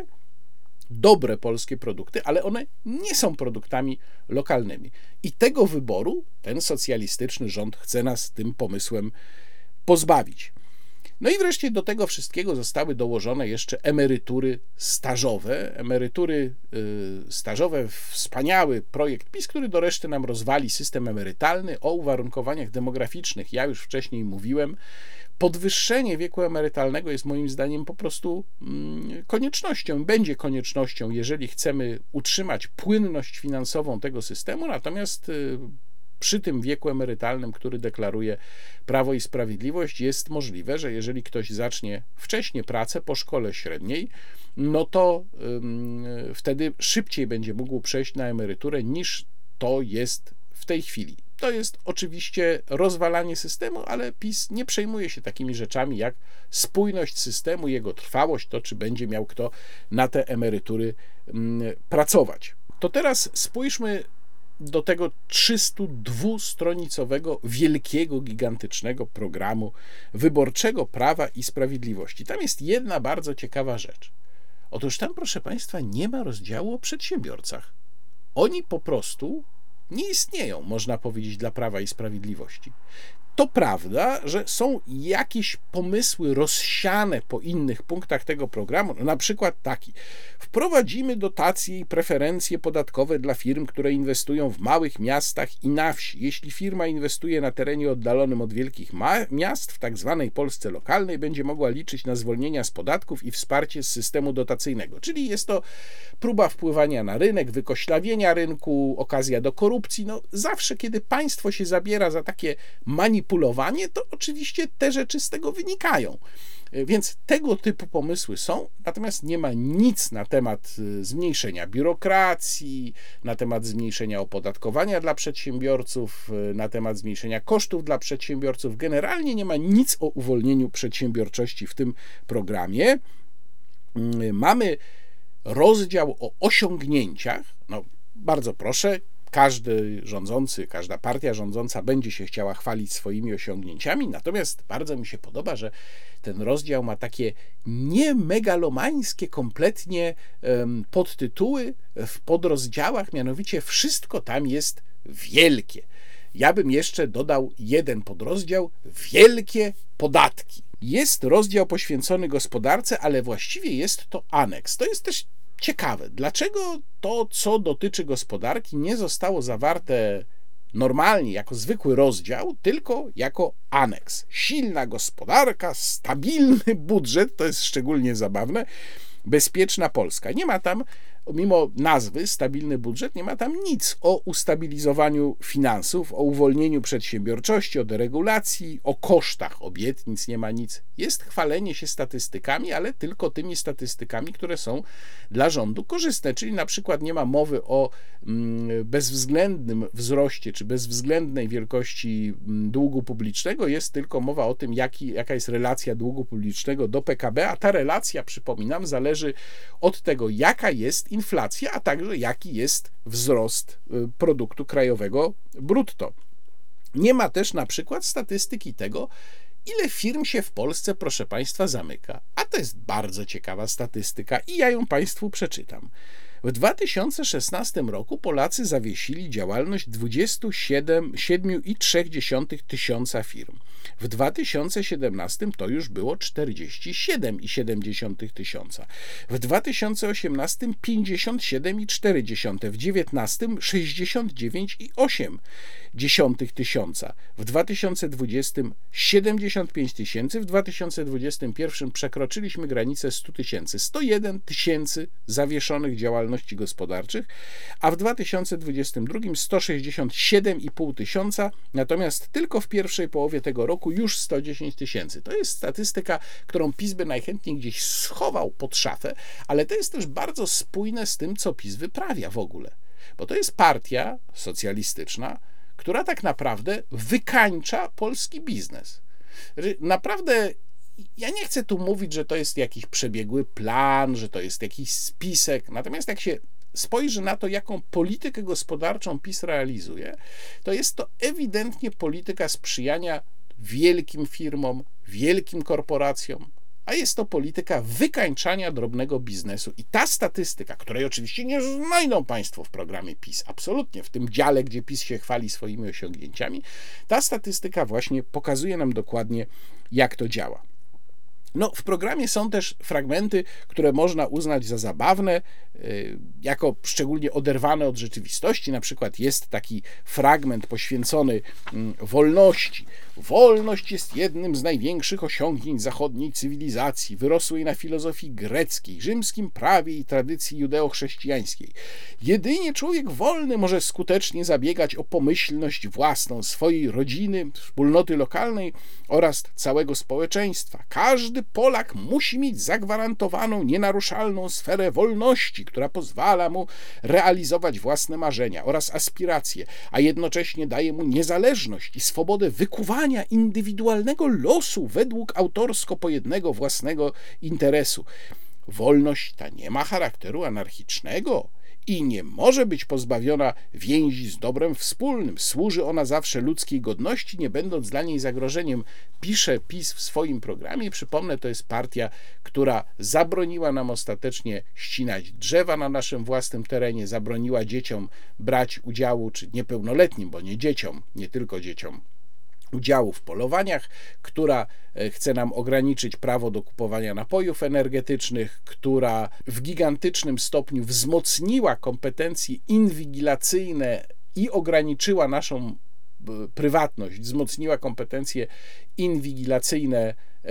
dobre polskie produkty, ale one nie są produktami lokalnymi. I tego wyboru ten socjalistyczny rząd chce nas tym pomysłem pozbawić. No i wreszcie do tego wszystkiego zostały dołożone jeszcze emerytury stażowe. Emerytury y, stażowe, wspaniały projekt PiS, który do reszty nam rozwali system emerytalny. O uwarunkowaniach demograficznych ja już wcześniej mówiłem. Podwyższenie wieku emerytalnego jest moim zdaniem po prostu mm, koniecznością, będzie koniecznością, jeżeli chcemy utrzymać płynność finansową tego systemu, natomiast y, przy tym wieku emerytalnym, który deklaruje Prawo i Sprawiedliwość, jest możliwe, że jeżeli ktoś zacznie wcześniej pracę po szkole średniej, no to y, wtedy szybciej będzie mógł przejść na emeryturę niż to jest w tej chwili. To jest oczywiście rozwalanie systemu, ale PiS nie przejmuje się takimi rzeczami jak spójność systemu, jego trwałość, to czy będzie miał kto na te emerytury mm, pracować. To teraz spójrzmy do tego trzystuodwustronicowego, wielkiego, gigantycznego programu wyborczego Prawa i Sprawiedliwości. Tam jest jedna bardzo ciekawa rzecz. Otóż tam, proszę Państwa, nie ma rozdziału o przedsiębiorcach. Oni po prostu nie istnieją, można powiedzieć, dla Prawa i Sprawiedliwości. To prawda, że są jakieś pomysły rozsiane po innych punktach tego programu, na przykład taki: wprowadzimy dotacje i preferencje podatkowe dla firm, które inwestują w małych miastach i na wsi. Jeśli firma inwestuje na terenie oddalonym od wielkich miast, w tak zwanej Polsce lokalnej, będzie mogła liczyć na zwolnienia z podatków i wsparcie z systemu dotacyjnego. Czyli jest to próba wpływania na rynek, wykoślawienia rynku, okazja do korupcji. No, zawsze, kiedy państwo się zabiera za takie manipulowanie, to oczywiście te rzeczy z tego wynikają. Więc tego typu pomysły są, natomiast nie ma nic na temat zmniejszenia biurokracji, na temat zmniejszenia opodatkowania dla przedsiębiorców, na temat zmniejszenia kosztów dla przedsiębiorców. Generalnie nie ma nic o uwolnieniu przedsiębiorczości w tym programie. Mamy rozdział o osiągnięciach. No, bardzo proszę, każdy rządzący, każda partia rządząca będzie się chciała chwalić swoimi osiągnięciami, natomiast bardzo mi się podoba, że ten rozdział ma takie niemegalomańskie kompletnie um, podtytuły w podrozdziałach, mianowicie wszystko tam jest wielkie. Ja bym jeszcze dodał jeden podrozdział: wielkie podatki. Jest rozdział poświęcony gospodarce, ale właściwie jest to aneks. To jest też ciekawe, dlaczego to, co dotyczy gospodarki, nie zostało zawarte normalnie jako zwykły rozdział, tylko jako aneks. Silna gospodarka, stabilny budżet, to jest szczególnie zabawne, bezpieczna Polska. Nie ma tam, mimo nazwy stabilny budżet, nie ma tam nic o ustabilizowaniu finansów, o uwolnieniu przedsiębiorczości, o deregulacji, o kosztach. Obietnic nie ma nic. Jest chwalenie się statystykami, ale tylko tymi statystykami, które są dla rządu korzystne. Czyli na przykład nie ma mowy o bezwzględnym wzroście czy bezwzględnej wielkości długu publicznego. Jest tylko mowa o tym, jaki, jaka jest relacja długu publicznego do P K B, a ta relacja, przypominam, zależy od tego, jaka jest inflacja, a także jaki jest wzrost produktu krajowego brutto. Nie ma też na przykład statystyki tego, ile firm się w Polsce, proszę Państwa, zamyka. A to jest bardzo ciekawa statystyka i ja ją Państwu przeczytam. W dwa tysiące szesnastym roku Polacy zawiesili działalność dwadzieścia siedem przecinek trzy tysiąca firm. W dwa tysiące siedemnastym to już było czterdzieści siedem przecinek siedem tysiąca. W dwa tysiące osiemnastym pięćdziesiąt siedem przecinek cztery. W dziewiętnastym sześćdziesiąt dziewięć przecinek osiem tysiąca. W dwa tysiące dwudziestym siedemdziesiąt pięć tysięcy. W dwa tysiące dwudziestym pierwszym przekroczyliśmy granicę stu tysięcy. sto jeden tysięcy zawieszonych działalności gospodarczych, a w dwa tysiące dwudziestym drugim sto sześćdziesiąt siedem i pół tysiąca, natomiast tylko w pierwszej połowie tego roku już sto dziesięć tysięcy. To jest statystyka, którą PiS by najchętniej gdzieś schował pod szafę, ale to jest też bardzo spójne z tym, co PiS wyprawia w ogóle. Bo to jest partia socjalistyczna, która tak naprawdę wykańcza polski biznes. Naprawdę ja nie chcę tu mówić, że to jest jakiś przebiegły plan, że to jest jakiś spisek, natomiast jak się spojrzy na to, jaką politykę gospodarczą PiS realizuje, to jest to ewidentnie polityka sprzyjania wielkim firmom, wielkim korporacjom, a jest to polityka wykańczania drobnego biznesu. I ta statystyka, której oczywiście nie znajdą Państwo w programie PiS, absolutnie, w tym dziale, gdzie PiS się chwali swoimi osiągnięciami, ta statystyka właśnie pokazuje nam dokładnie, jak to działa. No, w programie są też fragmenty, które można uznać za zabawne, jako szczególnie oderwane od rzeczywistości. Na przykład jest taki fragment poświęcony wolności. Wolność jest jednym z największych osiągnięć zachodniej cywilizacji, wyrosłej na filozofii greckiej, rzymskim prawie i tradycji judeo-chrześcijańskiej. Jedynie człowiek wolny może skutecznie zabiegać o pomyślność własną, swojej rodziny, wspólnoty lokalnej oraz całego społeczeństwa. Każdy Polak musi mieć zagwarantowaną, nienaruszalną sferę wolności, która pozwala mu realizować własne marzenia oraz aspiracje, a jednocześnie daje mu niezależność i swobodę wykuwania indywidualnego losu według autorsko pojednego własnego interesu. Wolność ta nie ma charakteru anarchicznego i nie może być pozbawiona więzi z dobrem wspólnym. Służy ona zawsze ludzkiej godności, nie będąc dla niej zagrożeniem, pisze PiS w swoim programie. Przypomnę, to jest partia, która zabroniła nam ostatecznie ścinać drzewa na naszym własnym terenie, zabroniła dzieciom brać udziału, czy niepełnoletnim, bo nie dzieciom, nie tylko dzieciom, udziału w polowaniach, która chce nam ograniczyć prawo do kupowania napojów energetycznych, która w gigantycznym stopniu wzmocniła kompetencje inwigilacyjne i ograniczyła naszą prywatność, wzmocniła kompetencje inwigilacyjne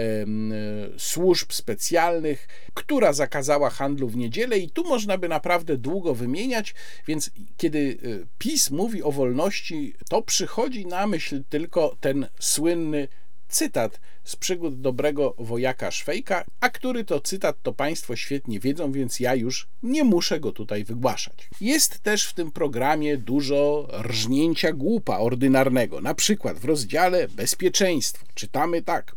służb specjalnych, która zakazała handlu w niedzielę i tu można by naprawdę długo wymieniać, więc kiedy PiS mówi o wolności, to przychodzi na myśl tylko ten słynny cytat z przygód dobrego wojaka Szwejka, a który to cytat to Państwo świetnie wiedzą, więc ja już nie muszę go tutaj wygłaszać. Jest też w tym programie dużo rżnięcia głupa ordynarnego. Na przykład w rozdziale Bezpieczeństwo czytamy tak: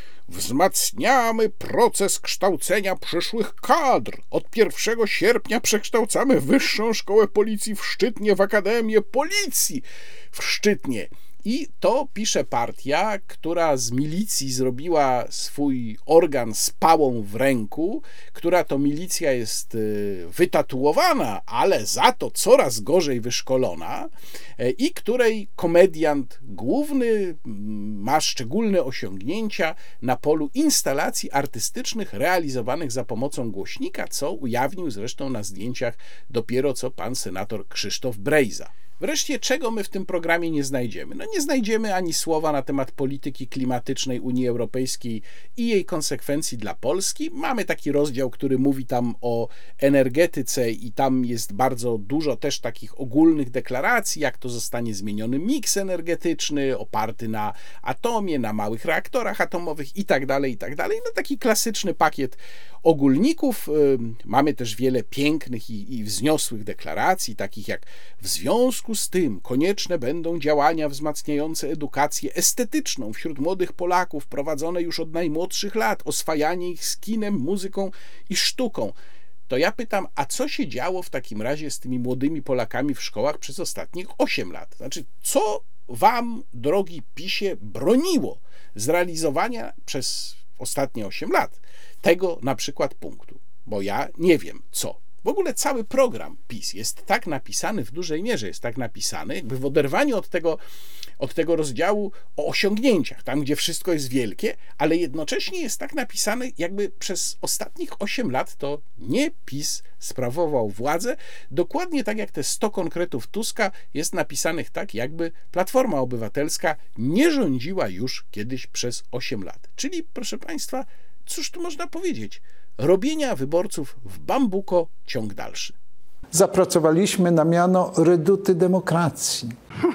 wzmacniamy proces kształcenia przyszłych kadr. Od pierwszego sierpnia przekształcamy Wyższą Szkołę Policji w Szczytnie w Akademię Policji w Szczytnie. I to pisze partia, która z milicji zrobiła swój organ z pałą w ręku, która to milicja jest wytatuowana, ale za to coraz gorzej wyszkolona i której komediant główny ma szczególne osiągnięcia na polu instalacji artystycznych realizowanych za pomocą głośnika, co ujawnił zresztą na zdjęciach dopiero co pan senator Krzysztof Brejza. Wreszcie, czego my w tym programie nie znajdziemy? No nie znajdziemy ani słowa na temat polityki klimatycznej Unii Europejskiej i jej konsekwencji dla Polski. Mamy taki rozdział, który mówi tam o energetyce i tam jest bardzo dużo też takich ogólnych deklaracji, jak to zostanie zmieniony miks energetyczny, oparty na atomie, na małych reaktorach atomowych i tak dalej, i tak dalej. No taki klasyczny pakiet ogólników. Mamy też wiele pięknych i, i wzniosłych deklaracji, takich jak w związku z tym konieczne będą działania wzmacniające edukację estetyczną wśród młodych Polaków, prowadzone już od najmłodszych lat, oswajanie ich z kinem, muzyką i sztuką. To ja pytam, a co się działo w takim razie z tymi młodymi Polakami w szkołach przez ostatnich osiem lat? Znaczy, co wam, drogi PiSie, broniło zrealizowania przez ostatnie osiem lat tego na przykład punktu? Bo ja nie wiem co. W ogóle cały program PiS jest tak napisany, w dużej mierze jest tak napisany, jakby w oderwaniu od tego, od tego rozdziału o osiągnięciach, tam gdzie wszystko jest wielkie, ale jednocześnie jest tak napisany, jakby przez ostatnich osiem lat to nie PiS sprawował władzę, dokładnie tak jak te sto konkretów Tuska jest napisanych tak, jakby Platforma Obywatelska nie rządziła już kiedyś przez osiem lat. Czyli, proszę Państwa, cóż tu można powiedzieć? Robienia wyborców w bambuko ciąg dalszy. Zapracowaliśmy na miano reduty demokracji.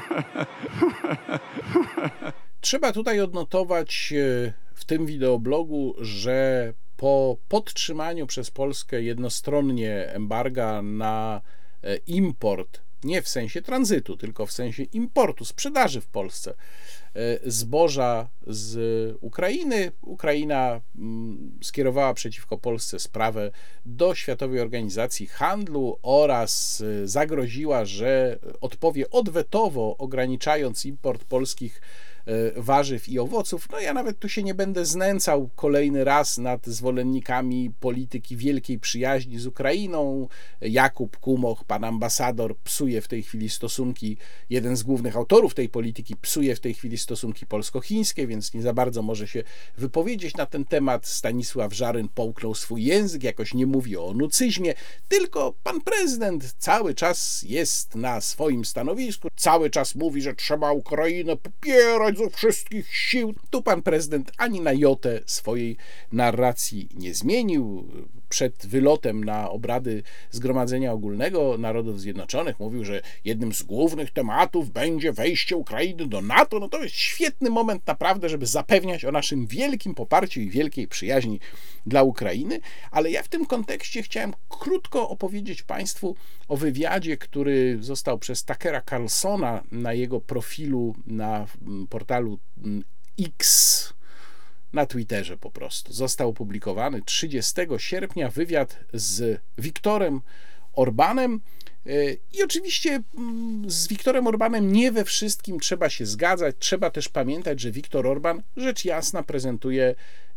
Trzeba tutaj odnotować w tym wideoblogu, że po podtrzymaniu przez Polskę jednostronnie embarga na import, nie w sensie tranzytu, tylko w sensie importu, sprzedaży w Polsce zboża z Ukrainy, Ukraina skierowała przeciwko Polsce sprawę do Światowej Organizacji Handlu oraz zagroziła, że odpowie odwetowo, ograniczając import polskich warzyw i owoców. No ja nawet tu się nie będę znęcał kolejny raz nad zwolennikami polityki wielkiej przyjaźni z Ukrainą. Jakub Kumoch, pan ambasador, psuje w tej chwili stosunki, jeden z głównych autorów tej polityki psuje w tej chwili stosunki polsko-chińskie, więc nie za bardzo może się wypowiedzieć na ten temat. Stanisław Żaryn połknął swój język, jakoś nie mówi o onucyzmie, tylko pan prezydent cały czas jest na swoim stanowisku, cały czas mówi, że trzeba Ukrainę popierać ze wszystkich sił. Tu pan prezydent ani na jotę swojej narracji nie zmienił. Przed wylotem na obrady Zgromadzenia Ogólnego Narodów Zjednoczonych mówił, że jednym z głównych tematów będzie wejście Ukrainy do NATO. No to jest świetny moment naprawdę, żeby zapewniać o naszym wielkim poparciu i wielkiej przyjaźni dla Ukrainy, ale ja w tym kontekście chciałem krótko opowiedzieć Państwu o wywiadzie, który został przez Tuckera Carlsona na jego profilu na portalu X, na Twitterze po prostu. Został opublikowany trzydziestego sierpnia wywiad z Viktorem Orbanem i oczywiście z Viktorem Orbanem nie we wszystkim trzeba się zgadzać. Trzeba też pamiętać, że Viktor Orban rzecz jasna prezentuje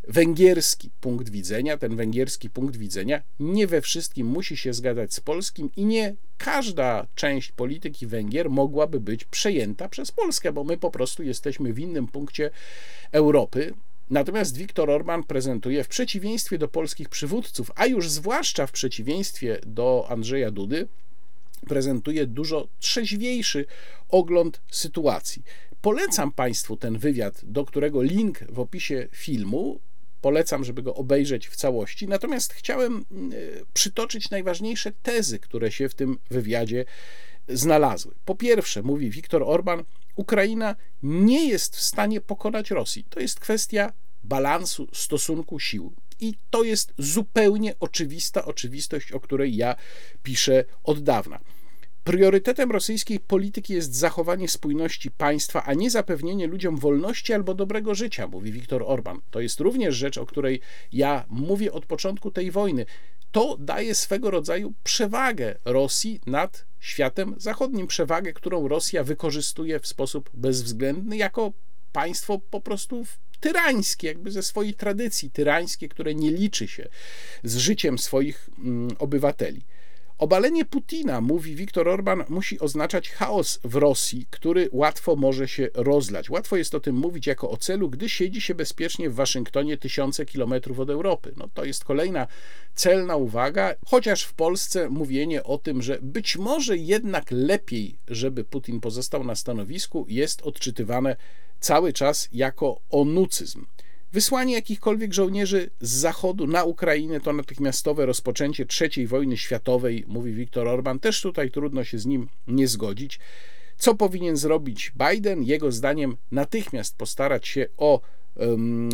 węgierski punkt widzenia. Ten węgierski punkt widzenia nie we wszystkim musi się zgadzać z polskim i nie każda część polityki Węgier mogłaby być przejęta przez Polskę, bo my po prostu jesteśmy w innym punkcie Europy. Natomiast Viktor Orban prezentuje w przeciwieństwie do polskich przywódców, a już zwłaszcza w przeciwieństwie do Andrzeja Dudy, prezentuje dużo trzeźwiejszy ogląd sytuacji. Polecam Państwu ten wywiad, do którego link w opisie filmu. Polecam, żeby go obejrzeć w całości. Natomiast chciałem przytoczyć najważniejsze tezy, które się w tym wywiadzie znalazły. Po pierwsze, mówi Viktor Orban, Ukraina nie jest w stanie pokonać Rosji. To jest kwestia balansu, stosunku sił. I to jest zupełnie oczywista oczywistość, o której ja piszę od dawna. Priorytetem rosyjskiej polityki jest zachowanie spójności państwa, a nie zapewnienie ludziom wolności albo dobrego życia, mówi Viktor Orban. To jest również rzecz, o której ja mówię od początku tej wojny. To daje swego rodzaju przewagę Rosji nad światem zachodnim. Przewagę, którą Rosja wykorzystuje w sposób bezwzględny jako państwo po prostu tyrańskie, jakby ze swojej tradycji tyrańskie, które nie liczy się z życiem swoich mm, obywateli. Obalenie Putina, mówi Viktor Orban, musi oznaczać chaos w Rosji, który łatwo może się rozlać. Łatwo jest o tym mówić jako o celu, gdy siedzi się bezpiecznie w Waszyngtonie tysiące kilometrów od Europy. No to jest kolejna celna uwaga, chociaż w Polsce mówienie o tym, że być może jednak lepiej, żeby Putin pozostał na stanowisku, jest odczytywane cały czas jako onucyzm. Wysłanie jakichkolwiek żołnierzy z Zachodu na Ukrainę to natychmiastowe rozpoczęcie trzeciej wojny światowej, mówi Viktor Orban. Też tutaj trudno się z nim nie zgodzić. Co powinien zrobić Biden? Jego zdaniem natychmiast postarać się o um,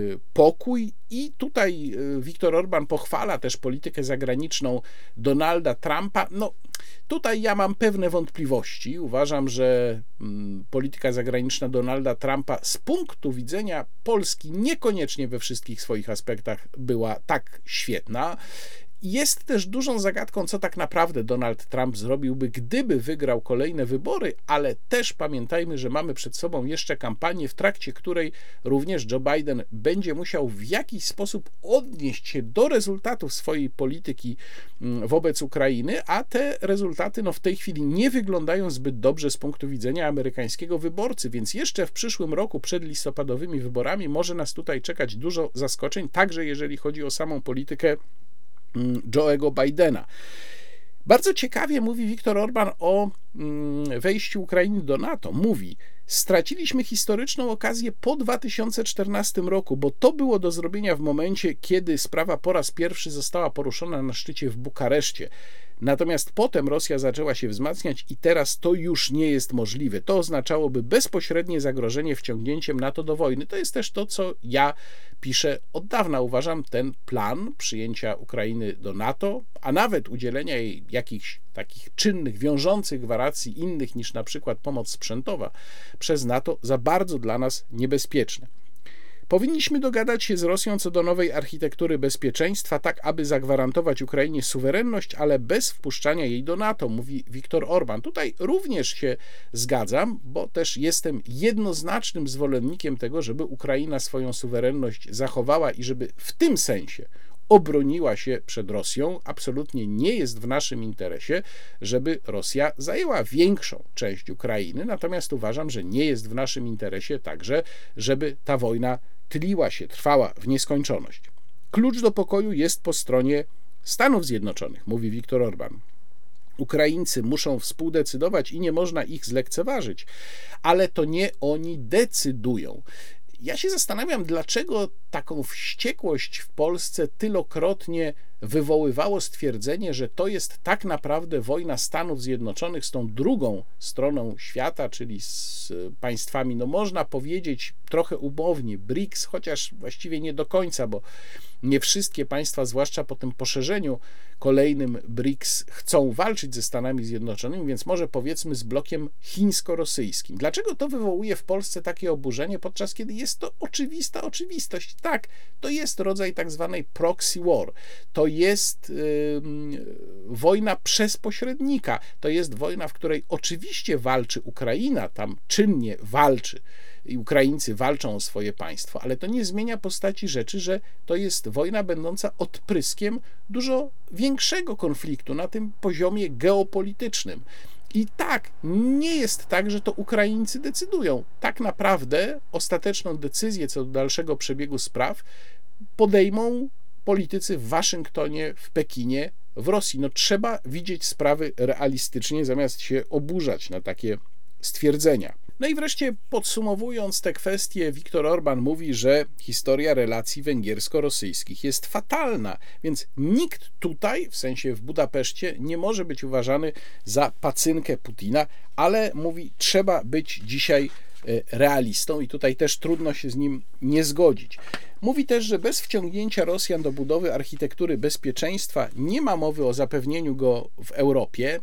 pokój i tutaj Viktor Orban pochwala też politykę zagraniczną Donalda Trumpa. No, tutaj ja mam pewne wątpliwości. Uważam, że um, polityka zagraniczna Donalda Trumpa z punktu widzenia Polski niekoniecznie we wszystkich swoich aspektach była tak świetna. Jest też dużą zagadką, co tak naprawdę Donald Trump zrobiłby, gdyby wygrał kolejne wybory, ale też pamiętajmy, że mamy przed sobą jeszcze kampanię, w trakcie której również Joe Biden będzie musiał w jakiś sposób odnieść się do rezultatów swojej polityki wobec Ukrainy, a te rezultaty no, w tej chwili nie wyglądają zbyt dobrze z punktu widzenia amerykańskiego wyborcy, więc jeszcze w przyszłym roku przed listopadowymi wyborami może nas tutaj czekać dużo zaskoczeń, także jeżeli chodzi o samą politykę Joe'ego Bidena. Bardzo ciekawie mówi Viktor Orban o wejściu Ukrainy do NATO. Mówi, straciliśmy historyczną okazję po dwa tysiące czternastym roku, bo to było do zrobienia w momencie, kiedy sprawa po raz pierwszy została poruszona na szczycie w Bukareszcie. Natomiast potem Rosja zaczęła się wzmacniać i teraz to już nie jest możliwe. To oznaczałoby bezpośrednie zagrożenie wciągnięciem NATO do wojny. To jest też to, co ja piszę od dawna. Uważam ten plan przyjęcia Ukrainy do NATO, a nawet udzielenia jej jakichś takich czynnych, wiążących gwarancji innych niż na przykład pomoc sprzętowa przez NATO za bardzo dla nas niebezpieczne. Powinniśmy dogadać się z Rosją co do nowej architektury bezpieczeństwa, tak aby zagwarantować Ukrainie suwerenność, ale bez wpuszczania jej do NATO, mówi Viktor Orban. Tutaj również się zgadzam, bo też jestem jednoznacznym zwolennikiem tego, żeby Ukraina swoją suwerenność zachowała i żeby w tym sensie obroniła się przed Rosją. Absolutnie nie jest w naszym interesie, żeby Rosja zajęła większą część Ukrainy, natomiast uważam, że nie jest w naszym interesie także, żeby ta wojna tliła się, trwała w nieskończoność. Klucz do pokoju jest po stronie Stanów Zjednoczonych, mówi Viktor Orban. Ukraińcy muszą współdecydować i nie można ich zlekceważyć, ale to nie oni decydują. Ja się zastanawiam, dlaczego taką wściekłość w Polsce tylokrotnie wywoływało stwierdzenie, że to jest tak naprawdę wojna Stanów Zjednoczonych z tą drugą stroną świata, czyli z państwami, no można powiedzieć trochę umownie, briks, chociaż właściwie nie do końca, bo nie wszystkie państwa, zwłaszcza po tym poszerzeniu kolejnym briks, chcą walczyć ze Stanami Zjednoczonymi, więc może powiedzmy z blokiem chińsko-rosyjskim. Dlaczego to wywołuje w Polsce takie oburzenie, podczas kiedy jest to oczywista oczywistość? Tak, to jest rodzaj tak zwanej proxy war. To jest yy, wojna przez pośrednika. To jest wojna, w której oczywiście walczy Ukraina, tam czynnie walczy i Ukraińcy walczą o swoje państwo, ale to nie zmienia postaci rzeczy, że to jest wojna będąca odpryskiem dużo większego konfliktu na tym poziomie geopolitycznym. I tak, nie jest tak, że to Ukraińcy decydują. Tak naprawdę ostateczną decyzję co do dalszego przebiegu spraw podejmą politycy w Waszyngtonie, w Pekinie, w Rosji. No trzeba widzieć sprawy realistycznie, zamiast się oburzać na takie stwierdzenia. No i wreszcie podsumowując te kwestie, Viktor Orban mówi, że historia relacji węgiersko-rosyjskich jest fatalna, więc nikt tutaj, w sensie w Budapeszcie, nie może być uważany za pacynkę Putina, ale mówi, trzeba być dzisiaj realistą i tutaj też trudno się z nim nie zgodzić. Mówi też, że bez wciągnięcia Rosjan do budowy architektury bezpieczeństwa nie ma mowy o zapewnieniu go w Europie.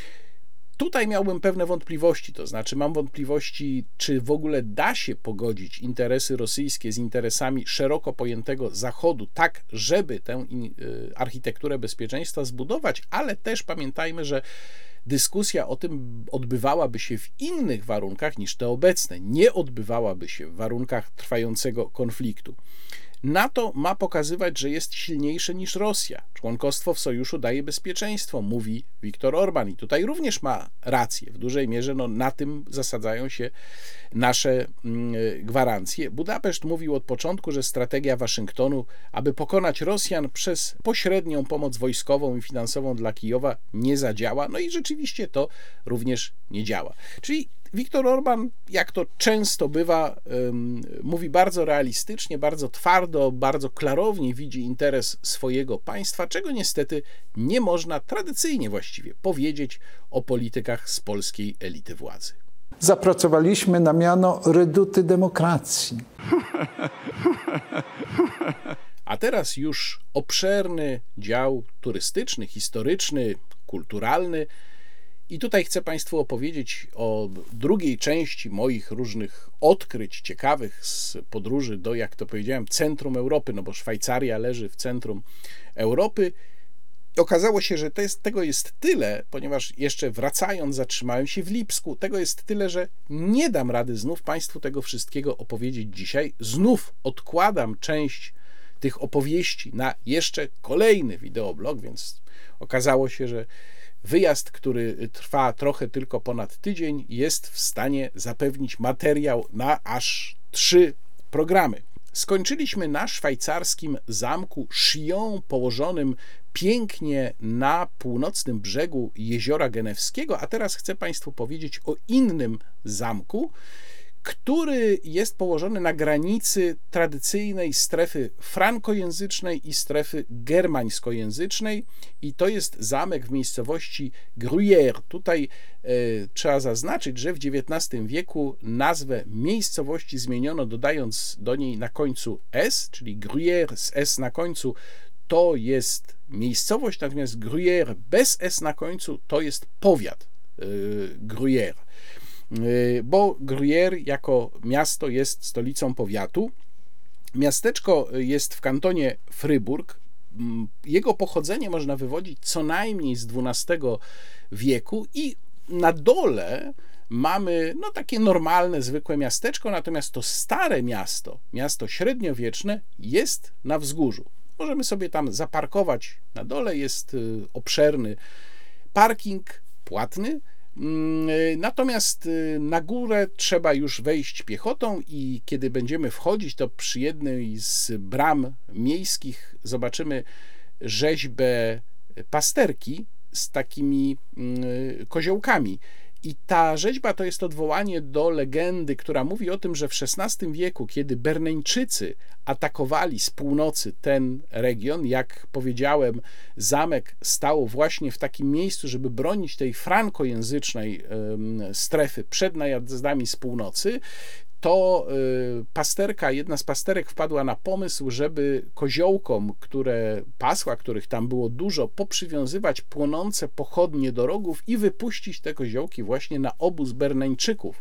Tutaj miałbym pewne wątpliwości, to znaczy mam wątpliwości, czy w ogóle da się pogodzić interesy rosyjskie z interesami szeroko pojętego Zachodu, tak żeby tę architekturę bezpieczeństwa zbudować, ale też pamiętajmy, że dyskusja o tym odbywałaby się w innych warunkach niż te obecne, nie odbywałaby się w warunkach trwającego konfliktu. NATO ma pokazywać, że jest silniejsze niż Rosja. Członkostwo w sojuszu daje bezpieczeństwo, mówi Viktor Orban i tutaj również ma rację. W dużej mierze no, na tym zasadzają się nasze mm, gwarancje. Budapeszt mówił od początku, że strategia Waszyngtonu, aby pokonać Rosjan przez pośrednią pomoc wojskową i finansową dla Kijowa nie zadziała. No i rzeczywiście to również nie działa. Czyli Viktor Orban, jak to często bywa, um, mówi bardzo realistycznie, bardzo twardo, bardzo klarownie widzi interes swojego państwa, czego niestety nie można tradycyjnie właściwie powiedzieć o politykach z polskiej elity władzy. Zapracowaliśmy na miano reduty demokracji. A teraz już obszerny dział turystyczny, historyczny, kulturalny. I tutaj chcę Państwu opowiedzieć o drugiej części moich różnych odkryć ciekawych z podróży do, jak to powiedziałem, centrum Europy, no bo Szwajcaria leży w centrum Europy. Okazało się, że to jest, tego jest tyle, ponieważ jeszcze wracając zatrzymałem się w Lipsku, tego jest tyle, że nie dam rady znów Państwu tego wszystkiego opowiedzieć dzisiaj. Znów odkładam część tych opowieści na jeszcze kolejny wideoblog, więc okazało się, że wyjazd, który trwa trochę tylko ponad tydzień, jest w stanie zapewnić materiał na aż trzy programy. Skończyliśmy na szwajcarskim zamku Chillon, położonym pięknie na północnym brzegu Jeziora Genewskiego, a teraz chcę Państwu powiedzieć o innym zamku, który jest położony na granicy tradycyjnej strefy frankojęzycznej i strefy germańskojęzycznej i to jest zamek w miejscowości Gruyère. Tutaj e, trzeba zaznaczyć, że w dziewiętnastym wieku nazwę miejscowości zmieniono, dodając do niej na końcu S, czyli Gruyère z S na końcu to jest miejscowość, natomiast Gruyère bez S na końcu to jest powiat e, Gruyère. Bo Gruyère jako miasto jest stolicą powiatu. Miasteczko jest w kantonie Fryburg. Jego pochodzenie można wywodzić co najmniej z dwunastego wieku i na dole mamy no, takie normalne, zwykłe miasteczko, natomiast to stare miasto, miasto średniowieczne jest na wzgórzu. Możemy sobie tam zaparkować. Na dole jest obszerny parking płatny, natomiast na górę trzeba już wejść piechotą i kiedy będziemy wchodzić, to przy jednej z bram miejskich zobaczymy rzeźbę pasterki z takimi koziołkami. I ta rzeźba to jest odwołanie do legendy, która mówi o tym, że w szesnastym wieku, kiedy Berneńczycy atakowali z północy ten region, jak powiedziałem, zamek stał właśnie w takim miejscu, żeby bronić tej frankojęzycznej strefy przed najazdami z północy, to pasterka, jedna z pasterek wpadła na pomysł, żeby koziołkom, które pasła, których tam było dużo, poprzywiązywać płonące pochodnie do rogów i wypuścić te koziołki właśnie na obóz Berneńczyków.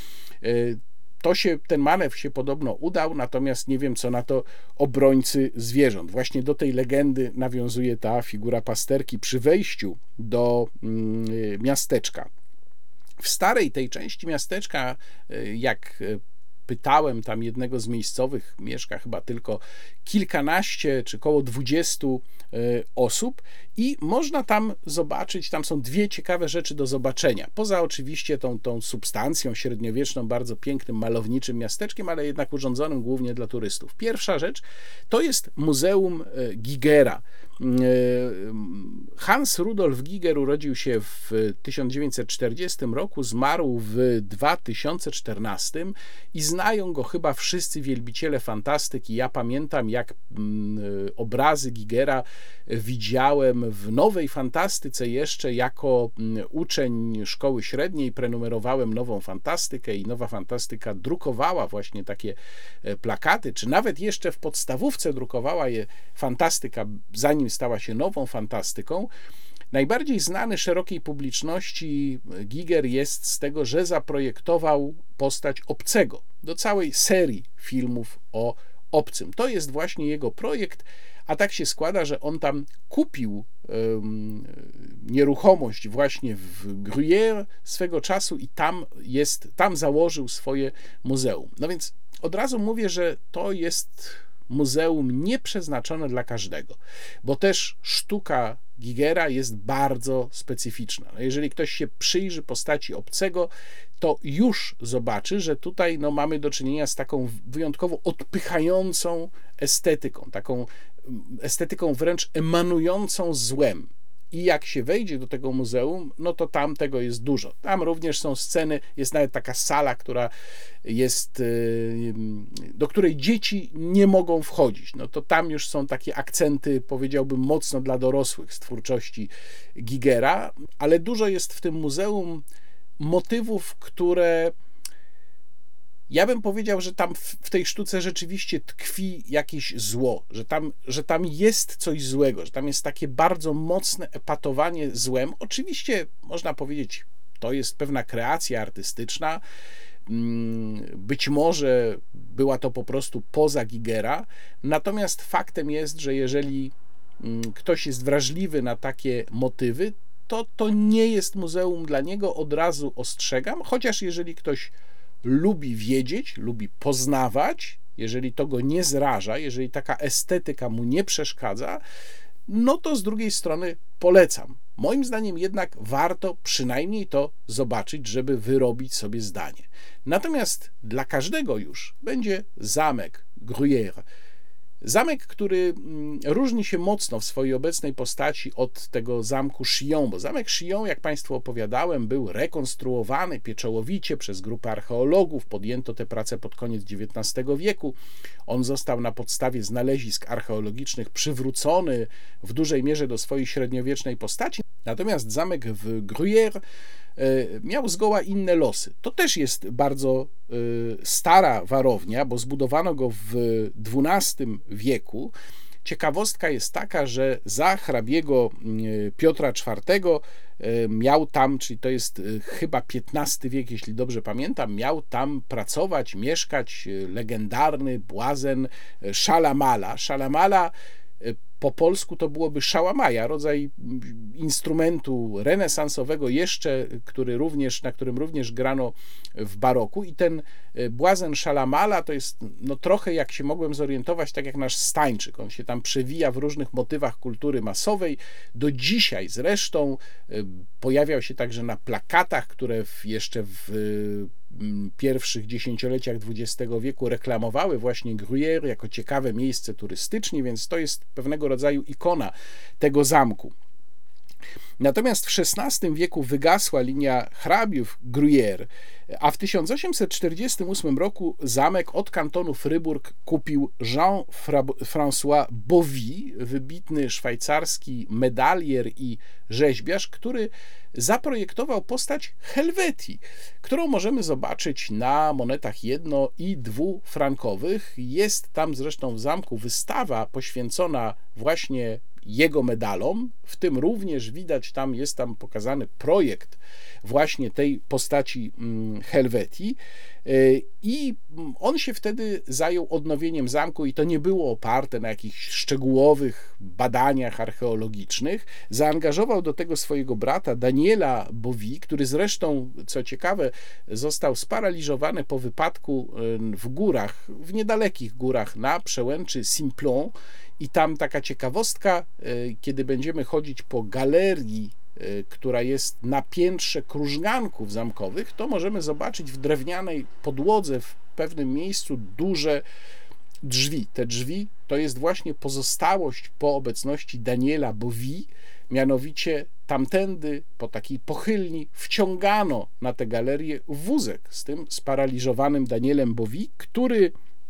To się, ten manewr się podobno udał, natomiast nie wiem, co na to obrońcy zwierząt. Właśnie do tej legendy nawiązuje ta figura pasterki przy wejściu do miasteczka. W starej tej części miasteczka, jak pytałem tam jednego z miejscowych, mieszka chyba tylko kilkanaście czy koło dwudziestu osób i można tam zobaczyć, tam są dwie ciekawe rzeczy do zobaczenia. Poza oczywiście tą, tą substancją średniowieczną, bardzo pięknym, malowniczym miasteczkiem, ale jednak urządzonym głównie dla turystów. Pierwsza rzecz to jest Muzeum Gigera. Hans Rudolf Giger urodził się w tysiąc dziewięćset czterdziestym roku, zmarł w dwa tysiące czternastym i znają go chyba wszyscy wielbiciele fantastyki. Ja pamiętam, jak obrazy Gigera widziałem w Nowej Fantastyce jeszcze jako uczeń szkoły średniej, prenumerowałem Nową Fantastykę i Nowa Fantastyka drukowała właśnie takie plakaty, czy nawet jeszcze w podstawówce drukowała je Fantastyka, zanim stała się Nową Fantastyką. Najbardziej znany szerokiej publiczności Giger jest z tego, że zaprojektował postać Obcego do całej serii filmów o obcym. To jest właśnie jego projekt, a tak się składa, że on tam kupił um, nieruchomość właśnie w Gruyère swego czasu i tam jest, tam założył swoje muzeum. No więc od razu mówię, że to jest muzeum nieprzeznaczone dla każdego, bo też sztuka Gigera jest bardzo specyficzna. No jeżeli ktoś się przyjrzy postaci Obcego, to już zobaczy, że tutaj no, mamy do czynienia z taką wyjątkowo odpychającą estetyką, taką estetyką wręcz emanującą złem. I jak się wejdzie do tego muzeum, no to tam tego jest dużo. Tam również są sceny, jest nawet taka sala, która jest, do której dzieci nie mogą wchodzić. No to tam już są takie akcenty, powiedziałbym, mocno dla dorosłych z twórczości Gigera, ale dużo jest w tym muzeum motywów, które ja bym powiedział, że tam w tej sztuce rzeczywiście tkwi jakieś zło, że tam, że tam jest coś złego, że tam jest takie bardzo mocne epatowanie złem. Oczywiście można powiedzieć, to jest pewna kreacja artystyczna, być może była to po prostu poza Gigera, natomiast faktem jest, że jeżeli ktoś jest wrażliwy na takie motywy, to to nie jest muzeum dla niego, od razu ostrzegam, chociaż jeżeli ktoś lubi wiedzieć, lubi poznawać, jeżeli to go nie zraża, jeżeli taka estetyka mu nie przeszkadza, no to z drugiej strony polecam. Moim zdaniem jednak warto przynajmniej to zobaczyć, żeby wyrobić sobie zdanie. Natomiast dla każdego już będzie zamek Gruyère. Zamek, który różni się mocno w swojej obecnej postaci od tego zamku Chillon, bo zamek Chillon, jak Państwu opowiadałem, był rekonstruowany pieczołowicie przez grupę archeologów, podjęto tę pracę pod koniec dziewiętnastego wieku. On został na podstawie znalezisk archeologicznych przywrócony w dużej mierze do swojej średniowiecznej postaci. Natomiast zamek w Gruyère miał zgoła inne losy. To też jest bardzo stara warownia, bo zbudowano go w dwunastym wieku. Ciekawostka jest taka, że za hrabiego Piotra czwartego miał tam, czyli to jest chyba piętnasty wiek, jeśli dobrze pamiętam, miał tam pracować, mieszkać legendarny błazen Szalamala. Szalamala po polsku to byłoby szałamaja, rodzaj instrumentu renesansowego jeszcze, który również, na którym również grano w baroku, i ten błazen Szalamala to jest no trochę, jak się mogłem zorientować, tak jak nasz stańczyk. On się tam przewija w różnych motywach kultury masowej. Do dzisiaj zresztą pojawiał się także na plakatach, które w, jeszcze w pierwszych dziesięcioleciach dwudziestego wieku reklamowały właśnie Gruyère jako ciekawe miejsce turystycznie, więc to jest pewnego rodzaju ikona tego zamku. Natomiast w szesnastym wieku wygasła linia hrabiów Gruyère, a w tysiąc osiemset czterdziestym ósmym roku zamek od kantonu Fryburg kupił Jean-François Bovy, wybitny szwajcarski medalier i rzeźbiarz, który zaprojektował postać Helwetii, którą możemy zobaczyć na monetach jedno- i dwufrankowych. Jest tam zresztą w zamku wystawa poświęcona właśnie jego medalom, w tym również widać, tam jest tam pokazany projekt właśnie tej postaci Helwetii i on się wtedy zajął odnowieniem zamku i to nie było oparte na jakichś szczegółowych badaniach archeologicznych. Zaangażował do tego swojego brata Daniela Bowie, który zresztą, co ciekawe, został sparaliżowany po wypadku w górach, w niedalekich górach na przełęczy Simplon. I tam taka ciekawostka, kiedy będziemy chodzić po galerii, która jest na piętrze krużganków zamkowych, to możemy zobaczyć w drewnianej podłodze w pewnym miejscu duże drzwi. Te drzwi to jest właśnie pozostałość po obecności Daniela Bowie, mianowicie tamtędy po takiej pochylni wciągano na tę galerię wózek z tym sparaliżowanym Danielem Bowie, który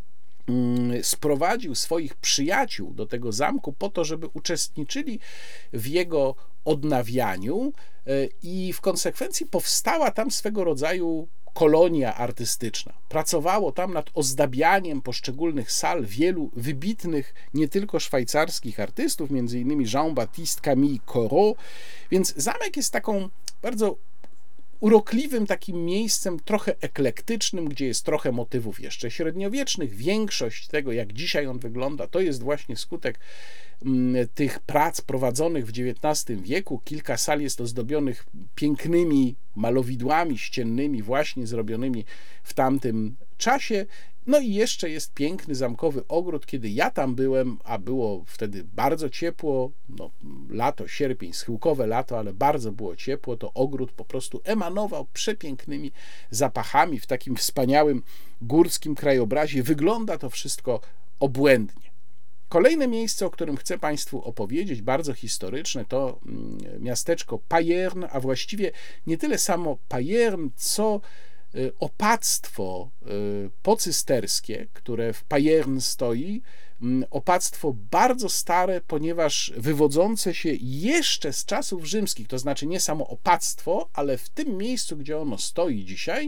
sprowadził swoich przyjaciół do tego zamku po to, żeby uczestniczyli w jego odnawianiu i w konsekwencji powstała tam swego rodzaju kolonia artystyczna. Pracowało tam nad ozdabianiem poszczególnych sal wielu wybitnych, nie tylko szwajcarskich artystów, między innymi Jean-Baptiste Camille Corot, więc zamek jest taką bardzo urokliwym takim miejscem, trochę eklektycznym, gdzie jest trochę motywów jeszcze średniowiecznych. Większość tego, jak dzisiaj on wygląda, to jest właśnie skutek tych prac prowadzonych w dziewiętnastym wieku. Kilka sal jest ozdobionych pięknymi malowidłami ściennymi, właśnie zrobionymi w tamtym czasie. No i jeszcze jest piękny zamkowy ogród. Kiedy ja tam byłem, a było wtedy bardzo ciepło, no, lato, sierpień, schyłkowe lato, ale bardzo było ciepło, to ogród po prostu emanował przepięknymi zapachami w takim wspaniałym górskim krajobrazie. Wygląda to wszystko obłędnie. Kolejne miejsce, o którym chcę Państwu opowiedzieć, bardzo historyczne, to miasteczko Payerne, a właściwie nie tyle samo Payerne, co opactwo pocysterskie, które w Payerne stoi, opactwo bardzo stare, ponieważ wywodzące się jeszcze z czasów rzymskich, to znaczy nie samo opactwo, ale w tym miejscu, gdzie ono stoi dzisiaj,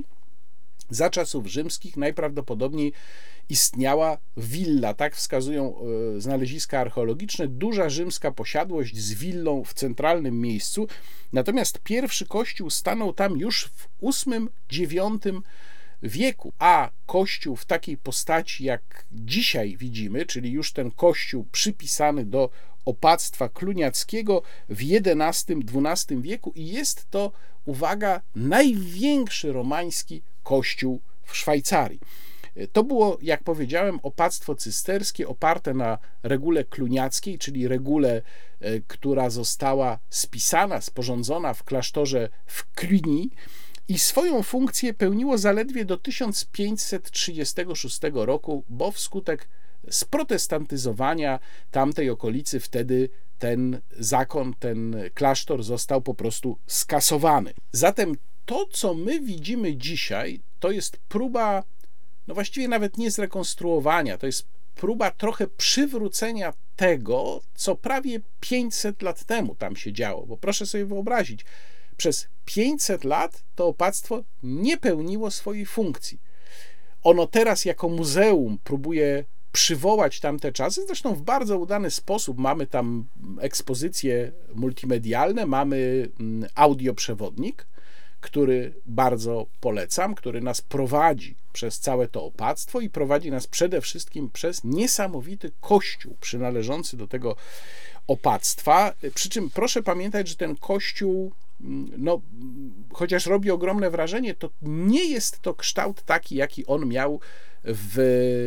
za czasów rzymskich najprawdopodobniej istniała willa, tak wskazują znaleziska archeologiczne, duża rzymska posiadłość z willą w centralnym miejscu, natomiast pierwszy kościół stanął tam już w ósmym dziewiątym wieku, a kościół w takiej postaci, jak dzisiaj widzimy, czyli już ten kościół przypisany do opactwa cluniackiego w jedenastym dwunastym wieku i jest to, uwaga, największy romański kościół w Szwajcarii. To było, jak powiedziałem, opactwo cysterskie oparte na regule cluniackiej, czyli regule, która została spisana, sporządzona w klasztorze w Cluny i swoją funkcję pełniło zaledwie do tysiąc pięćset trzydziestego szóstego roku, bo wskutek sprotestantyzowania tamtej okolicy wtedy ten zakon, ten klasztor został po prostu skasowany. Zatem to, co my widzimy dzisiaj, to jest próba, no właściwie nawet nie zrekonstruowania, to jest próba trochę przywrócenia tego, co prawie pięćset lat temu tam się działo, bo proszę sobie wyobrazić, przez pięćset lat to opactwo nie pełniło swojej funkcji. Ono teraz jako muzeum próbuje przywołać tamte czasy, zresztą w bardzo udany sposób. Mamy tam ekspozycje multimedialne, mamy audioprzewodnik, który bardzo polecam, który nas prowadzi przez całe to opactwo i prowadzi nas przede wszystkim przez niesamowity kościół przynależący do tego opactwa. Przy czym proszę pamiętać, że ten kościół, no, chociaż robi ogromne wrażenie, to nie jest to kształt taki, jaki on miał w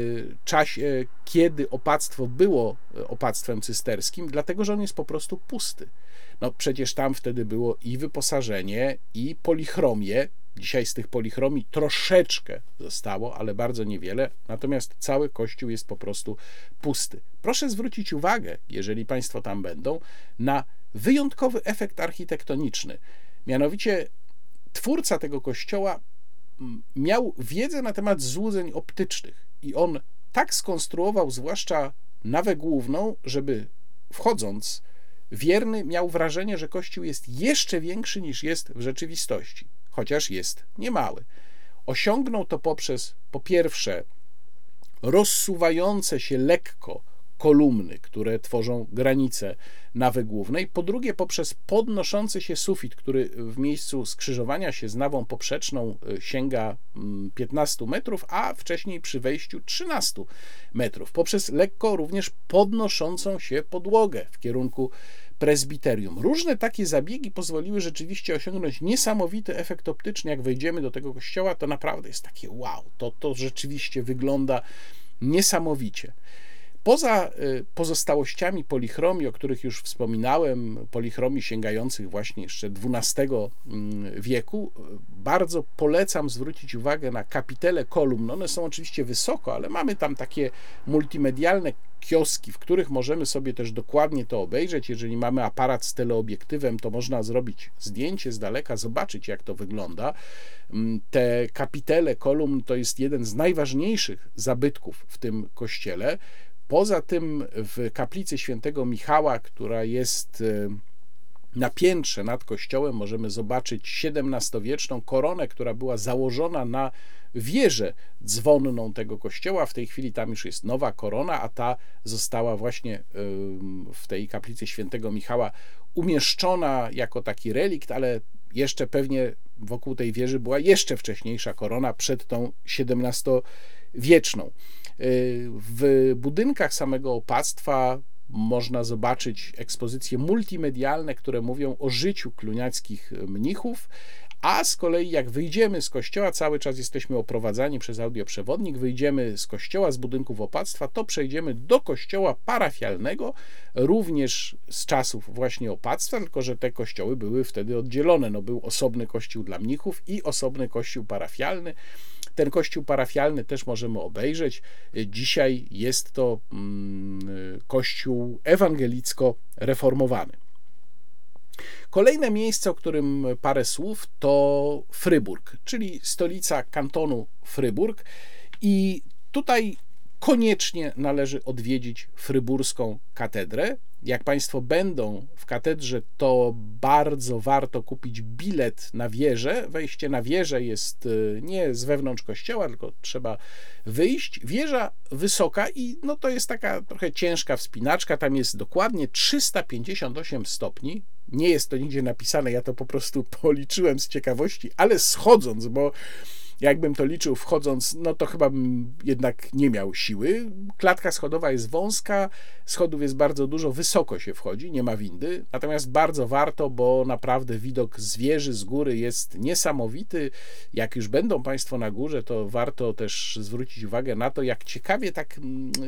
czasie, kiedy opactwo było opactwem cysterskim, dlatego że on jest po prostu pusty. No przecież tam wtedy było i wyposażenie, i polichromię. Dzisiaj z tych polichromii troszeczkę zostało, ale bardzo niewiele, natomiast cały kościół jest po prostu pusty. Proszę zwrócić uwagę, jeżeli Państwo tam będą, na wyjątkowy efekt architektoniczny. Mianowicie twórca tego kościoła miał wiedzę na temat złudzeń optycznych i on tak skonstruował zwłaszcza nawę główną, żeby wchodząc, wierny miał wrażenie, że kościół jest jeszcze większy niż jest w rzeczywistości, chociaż jest niemały. Osiągnął to poprzez, po pierwsze, rozsuwające się lekko kolumny, które tworzą granicę nawy głównej. Po drugie, poprzez podnoszący się sufit, który w miejscu skrzyżowania się z nawą poprzeczną sięga piętnastu metrów, a wcześniej przy wejściu trzynastu metrów. Poprzez lekko również podnoszącą się podłogę w kierunku prezbiterium. Różne takie zabiegi pozwoliły rzeczywiście osiągnąć niesamowity efekt optyczny. Jak wejdziemy do tego kościoła, to naprawdę jest takie wow, to, to rzeczywiście wygląda niesamowicie. Poza pozostałościami polichromii, o których już wspominałem, polichromii sięgających właśnie jeszcze dwunastego wieku, bardzo polecam zwrócić uwagę na kapitele kolumn. One są oczywiście wysoko, ale mamy tam takie multimedialne kioski, w których możemy sobie też dokładnie to obejrzeć. Jeżeli mamy aparat z teleobiektywem, to można zrobić zdjęcie z daleka, zobaczyć, jak to wygląda. Te kapitele kolumn to jest jeden z najważniejszych zabytków w tym kościele. Poza tym w kaplicy świętego Michała, która jest na piętrze nad kościołem, możemy zobaczyć siedemnastowieczną koronę, która była założona na wieżę dzwonną tego kościoła. W tej chwili tam już jest nowa korona, a ta została właśnie w tej kaplicy świętego Michała umieszczona jako taki relikt, ale jeszcze pewnie wokół tej wieży była jeszcze wcześniejsza korona przed tą siedemnastowieczną. W budynkach samego opactwa można zobaczyć ekspozycje multimedialne, które mówią o życiu cluniackich mnichów, a z kolei jak wyjdziemy z kościoła, cały czas jesteśmy oprowadzani przez audioprzewodnik, wyjdziemy z kościoła, z budynków opactwa, to przejdziemy do kościoła parafialnego, również z czasów właśnie opactwa, tylko że te kościoły były wtedy oddzielone. No, był osobny kościół dla mnichów i osobny kościół parafialny. Ten kościół parafialny też możemy obejrzeć. Dzisiaj jest to kościół ewangelicko-reformowany. Kolejne miejsce, o którym parę słów, to Fryburg, czyli stolica kantonu Fryburg. I tutaj koniecznie należy odwiedzić fryburską katedrę. Jak Państwo będą w katedrze, to bardzo warto kupić bilet na wieżę. Wejście na wieżę jest nie z wewnątrz kościoła, tylko trzeba wyjść. Wieża wysoka i no to jest taka trochę ciężka wspinaczka. Tam jest dokładnie trzysta pięćdziesiąt osiem stopni. Nie jest to nigdzie napisane, ja to po prostu policzyłem z ciekawości, ale schodząc, bo jakbym to liczył wchodząc, no to chyba bym jednak nie miał siły. Klatka schodowa jest wąska, schodów jest bardzo dużo, wysoko się wchodzi, nie ma windy, natomiast bardzo warto, bo naprawdę widok z wieży, z góry jest niesamowity. Jak już będą Państwo na górze, to warto też zwrócić uwagę na to, jak ciekawie tak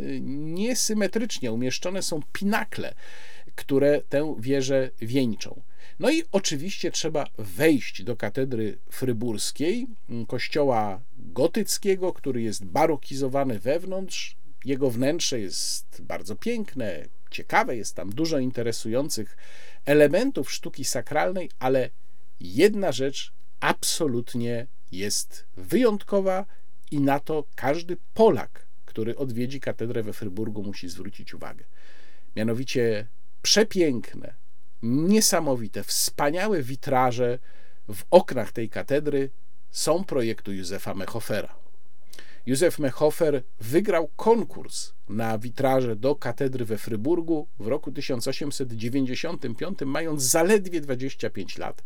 niesymetrycznie umieszczone są pinakle, które tę wieżę wieńczą. No i oczywiście trzeba wejść do katedry fryburskiej, kościoła gotyckiego, który jest barokizowany wewnątrz. Jego wnętrze jest bardzo piękne, ciekawe, jest tam dużo interesujących elementów sztuki sakralnej, ale jedna rzecz absolutnie jest wyjątkowa i na to każdy Polak, który odwiedzi katedrę we Fryburgu, musi zwrócić uwagę. Mianowicie przepiękne, niesamowite, wspaniałe witraże w oknach tej katedry są projektu Józefa Mechofera. Józef Mechofer wygrał konkurs na witraże do katedry we Fryburgu w roku tysiąc osiemset dziewięćdziesiątym piątym, mając zaledwie dwadzieścia pięć lat.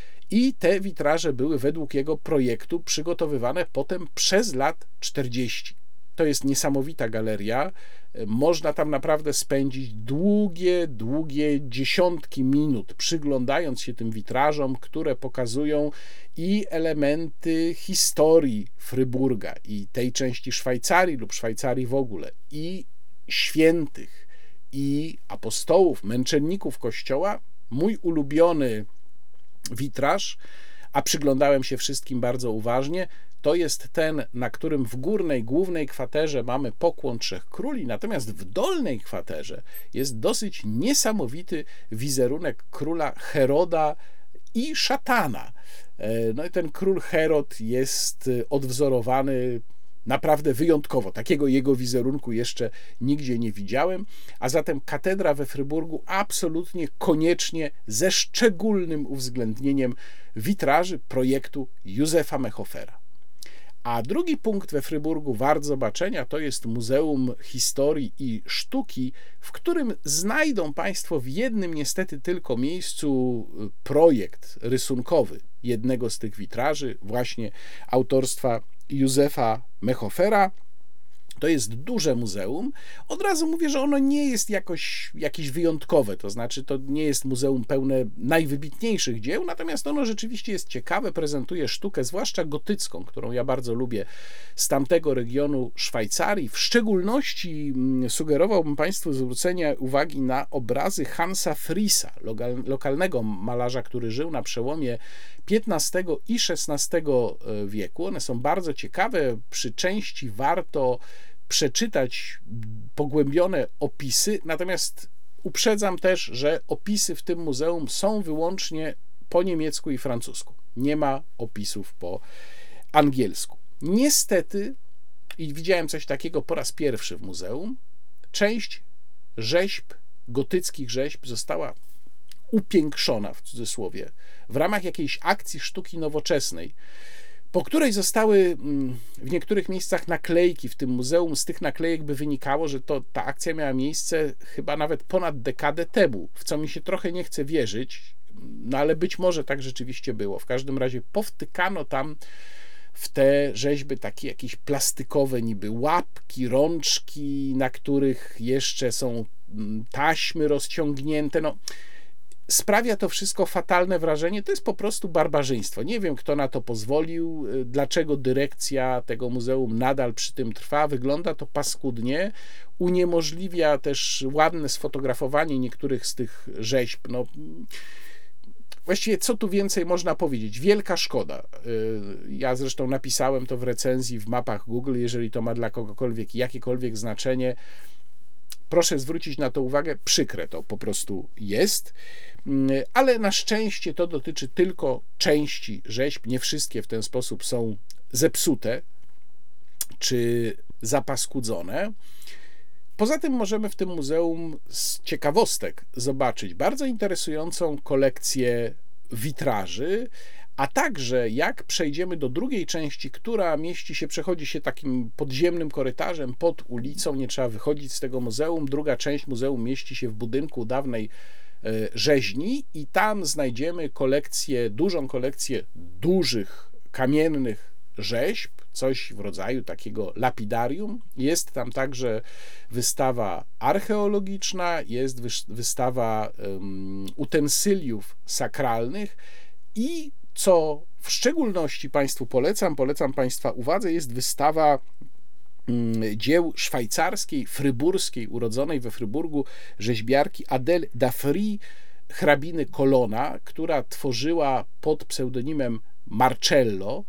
I te witraże były według jego projektu przygotowywane potem przez lat czterdzieści. To jest niesamowita galeria. Można tam naprawdę spędzić długie, długie dziesiątki minut, przyglądając się tym witrażom, które pokazują i elementy historii Fryburga, i tej części Szwajcarii lub Szwajcarii w ogóle, i świętych, i apostołów, męczenników Kościoła. Mój ulubiony witraż, a przyglądałem się wszystkim bardzo uważnie, to jest ten, na którym w górnej, głównej kwaterze mamy pokłon Trzech Króli, natomiast w dolnej kwaterze jest dosyć niesamowity wizerunek króla Heroda i szatana. No i ten król Herod jest odwzorowany naprawdę wyjątkowo. Takiego jego wizerunku jeszcze nigdzie nie widziałem, a zatem katedra we Fryburgu absolutnie koniecznie ze szczególnym uwzględnieniem witraży projektu Józefa Mechofera. A drugi punkt we Fryburgu wart zobaczenia to jest Muzeum Historii i Sztuki, w którym znajdą Państwo w jednym niestety tylko miejscu projekt rysunkowy jednego z tych witraży, właśnie autorstwa Józefa Mechofera. To jest duże muzeum. Od razu mówię, że ono nie jest jakoś, jakieś wyjątkowe, to znaczy to nie jest muzeum pełne najwybitniejszych dzieł, natomiast ono rzeczywiście jest ciekawe, prezentuje sztukę, zwłaszcza gotycką, którą ja bardzo lubię, z tamtego regionu Szwajcarii. W szczególności sugerowałbym Państwu zwrócenie uwagi na obrazy Hansa Friesa, lokalnego malarza, który żył na przełomie piętnastego i szesnastego wieku. One są bardzo ciekawe, przy części warto przeczytać pogłębione opisy, natomiast uprzedzam też, że opisy w tym muzeum są wyłącznie po niemiecku i francusku. Nie ma opisów po angielsku. Niestety, i widziałem coś takiego po raz pierwszy w muzeum, część rzeźb, gotyckich rzeźb została upiększona, w cudzysłowie, w ramach jakiejś akcji sztuki nowoczesnej, po której zostały w niektórych miejscach naklejki w tym muzeum. Z tych naklejek by wynikało, że to, ta akcja miała miejsce chyba nawet ponad dekadę temu, w co mi się trochę nie chce wierzyć, no ale być może tak rzeczywiście było. W każdym razie powtykano tam w te rzeźby takie jakieś plastikowe niby łapki, rączki, na których jeszcze są taśmy rozciągnięte. No, sprawia to wszystko fatalne wrażenie. To jest po prostu barbarzyństwo. Nie wiem, kto na to pozwolił, dlaczego dyrekcja tego muzeum nadal przy tym trwa. Wygląda to paskudnie. Uniemożliwia też ładne sfotografowanie niektórych z tych rzeźb. No, właściwie co tu więcej można powiedzieć? Wielka szkoda. Ja zresztą napisałem to w recenzji w mapach Google. Jeżeli to ma dla kogokolwiek jakiekolwiek znaczenie, proszę zwrócić na to uwagę, przykre to po prostu jest, ale na szczęście to dotyczy tylko części rzeźb, nie wszystkie w ten sposób są zepsute czy zapaskudzone. Poza tym możemy w tym muzeum z ciekawostek zobaczyć bardzo interesującą kolekcję witraży, a także jak przejdziemy do drugiej części, która mieści się, przechodzi się takim podziemnym korytarzem pod ulicą, nie trzeba wychodzić z tego muzeum. Druga część muzeum mieści się w budynku dawnej rzeźni i tam znajdziemy kolekcję, dużą kolekcję dużych kamiennych rzeźb, coś w rodzaju takiego lapidarium. Jest tam także wystawa archeologiczna, jest wystawa um, utensyliów sakralnych i co w szczególności Państwu polecam, polecam Państwa uwadze, jest wystawa dzieł szwajcarskiej, fryburskiej, urodzonej we Fryburgu rzeźbiarki Adèle Daffry, hrabiny Colonna, która tworzyła pod pseudonimem Marcello.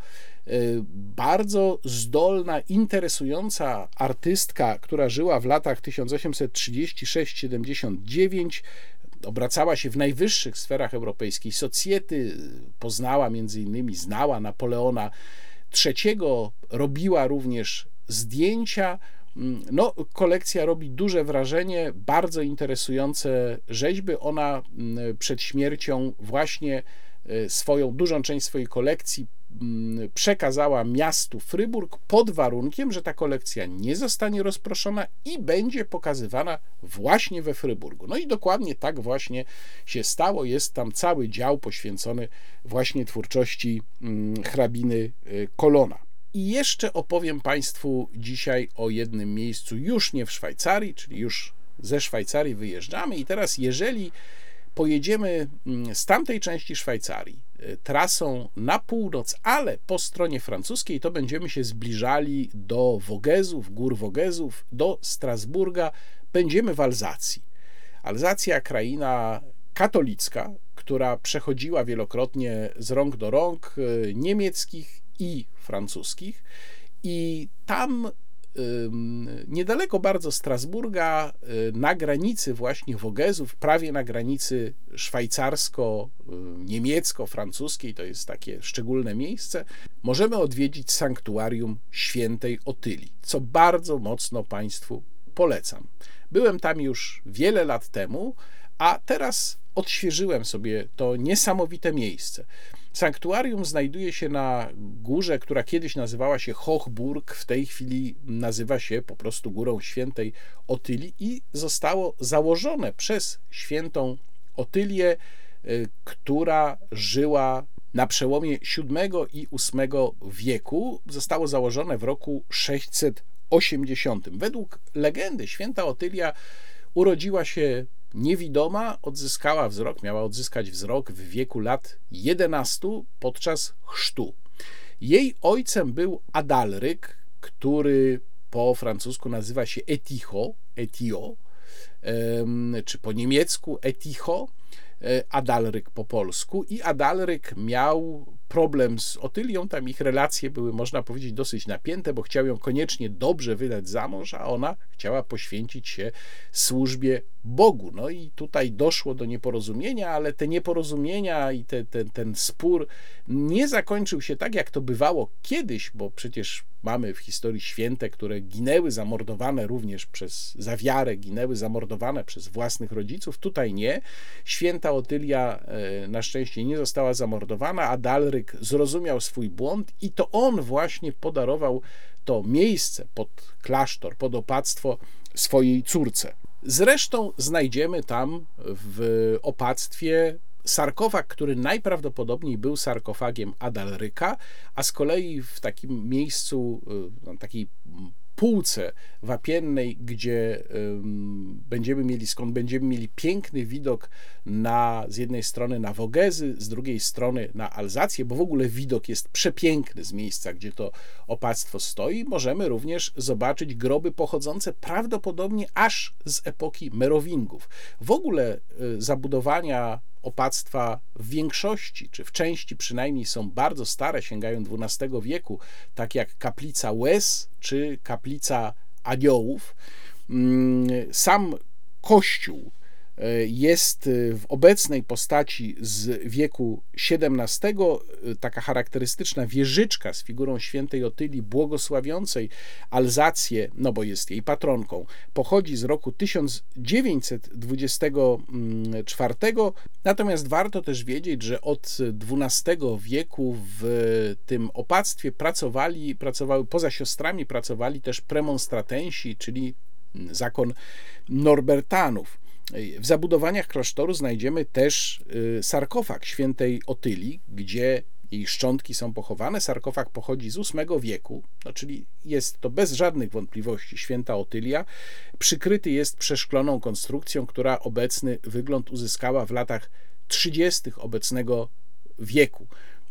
Bardzo zdolna, interesująca artystka, która żyła w latach tysiąc osiemset trzydziesty szósty do siedemdziesiątego dziewiątego, obracała się w najwyższych sferach europejskiej socjety, poznała między innymi, znała Napoleona trzeciego, robiła również zdjęcia. No, kolekcja robi duże wrażenie, bardzo interesujące rzeźby. Ona przed śmiercią właśnie swoją, dużą część swojej kolekcji przekazała miastu Fryburg pod warunkiem, że ta kolekcja nie zostanie rozproszona i będzie pokazywana właśnie we Fryburgu. No i dokładnie tak właśnie się stało. Jest tam cały dział poświęcony właśnie twórczości hrabiny Colonna. I jeszcze opowiem Państwu dzisiaj o jednym miejscu, już nie w Szwajcarii, czyli już ze Szwajcarii wyjeżdżamy i teraz jeżeli pojedziemy z tamtej części Szwajcarii trasą na północ, ale po stronie francuskiej, to będziemy się zbliżali do Wogezów, gór Wogezów, do Strasburga, będziemy w Alzacji. Alzacja, kraina katolicka, która przechodziła wielokrotnie z rąk do rąk niemieckich i francuskich i tam niedaleko bardzo Strasburga, na granicy właśnie Wogezów, prawie na granicy szwajcarsko-niemiecko-francuskiej, to jest takie szczególne miejsce, możemy odwiedzić sanktuarium świętej Otylii, co bardzo mocno Państwu polecam. Byłem tam już wiele lat temu, a teraz odświeżyłem sobie to niesamowite miejsce. Sanktuarium znajduje się na górze, która kiedyś nazywała się Hochburg, w tej chwili nazywa się po prostu Górą Świętej Otylii i zostało założone przez świętą Otylię, która żyła na przełomie siódmego i ósmego wieku. Zostało założone w roku sześćset osiemdziesiątym. Według legendy święta Otylia urodziła się niewidoma, odzyskała wzrok, miała odzyskać wzrok w wieku lat jedenastu podczas chrztu. Jej ojcem był Adalryk, który po francusku nazywa się Eticho, Etio, czy po niemiecku Eticho, Adalryk po polsku, i Adalryk miał problem z Otylią, tam ich relacje były, można powiedzieć, dosyć napięte, bo chciał ją koniecznie dobrze wydać za mąż, a ona chciała poświęcić się służbie Bogu. No i tutaj doszło do nieporozumienia, ale te nieporozumienia i te, ten, ten spór nie zakończył się tak, jak to bywało kiedyś, bo przecież mamy w historii święte, które ginęły zamordowane również przez, za wiarę, ginęły zamordowane przez własnych rodziców. Tutaj nie. Święta Otylia na szczęście nie została zamordowana, a Adalryk zrozumiał swój błąd i to on właśnie podarował to miejsce pod klasztor, pod opactwo swojej córce. Zresztą znajdziemy tam w opactwie sarkofag, który najprawdopodobniej był sarkofagiem Adalryka, a z kolei w takim miejscu, na takiej półce wapiennej, gdzie będziemy mieli, skąd będziemy mieli piękny widok na, z jednej strony na Wogezy, z drugiej strony na Alzację, bo w ogóle widok jest przepiękny z miejsca, gdzie to opactwo stoi. Możemy również zobaczyć groby pochodzące prawdopodobnie aż z epoki Merowingów. W ogóle zabudowania opactwa w większości, czy w części przynajmniej, są bardzo stare, sięgają dwunastego wieku, tak jak kaplica Łez czy kaplica Aniołów. Sam kościół jest w obecnej postaci z wieku siedemnastego. Taka charakterystyczna wieżyczka z figurą świętej Otylii błogosławiącej Alzację, no bo jest jej patronką, pochodzi z roku tysiąc dziewięćset dwudziestego czwartego. Natomiast warto też wiedzieć, że od dwunastego wieku w tym opactwie pracowali, pracowały poza siostrami, pracowali też premonstratensi, czyli zakon Norbertanów. W zabudowaniach klasztoru znajdziemy też sarkofag świętej Otylii, gdzie jej szczątki są pochowane. Sarkofag pochodzi z ósmego wieku, no czyli jest to bez żadnych wątpliwości święta Otylia. Przykryty jest przeszkloną konstrukcją, która obecny wygląd uzyskała w latach trzydziestych obecnego wieku.